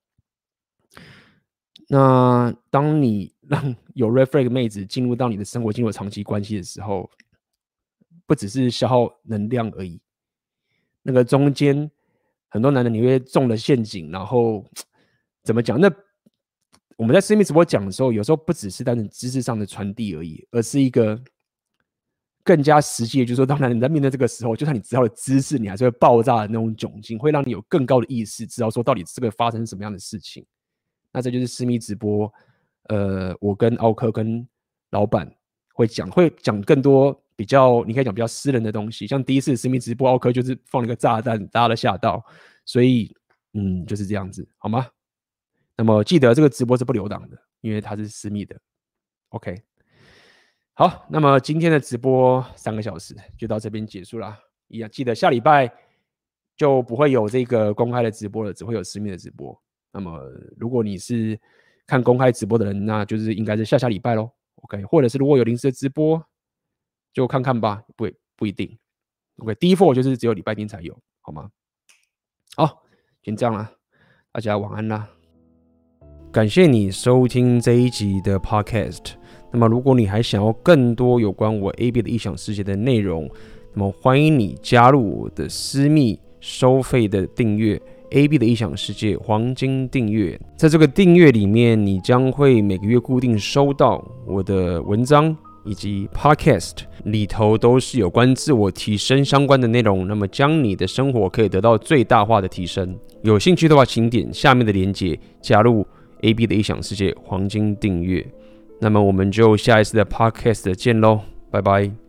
那当你让有 red flag 妹子进入到你的生活，进入长期关系的时候，不只是消耗能量而已，那个中间很多男人你会中了陷阱，然后怎么讲？那我们在私密直播讲的时候，有时候不只是单纯知识上的传递而已，而是一个更加实际的，就是说，当然你在面对这个时候，就算你知道了知识，你还是会爆炸的那种窘境，会让你有更高的意识，知道说到底这个发生什么样的事情。那这就是私密直播，我跟奥克跟老板会讲更多比较，你可以讲比较私人的东西。像第一次私密直播，奥克就是放了个炸弹，大家都吓到，所以就是这样子，好吗？那么记得这个直播是不留档的，因为它是私密的。OK， 好，那么今天的直播3个小时就到这边结束了。一样记得下礼拜就不会有这个公开的直播了，只会有私密的直播。那么如果你是看公开直播的人，那就是应该是下礼拜咯 OK， 或者是如果有临时的直播就看看吧，不一定。OK， 第一波就是只有礼拜天才有，好吗？好，先这样啦，大家晚安啦。感谢你收听这一集的 Podcast。 那么如果你还想要更多有关我 AB 的异想世界的内容，那么欢迎你加入我的私密收费的订阅 AB 的异想世界黄金订阅。在这个订阅里面，你将会每个月固定收到我的文章以及 podcast， 里头都是有关自我提升相关的内容，那么将你的生活可以得到最大化的提升。有兴趣的话，请点下面的连结加入 AB 的异想世界黄金订阅。那么我们就下一次的 podcast 见咯，拜拜。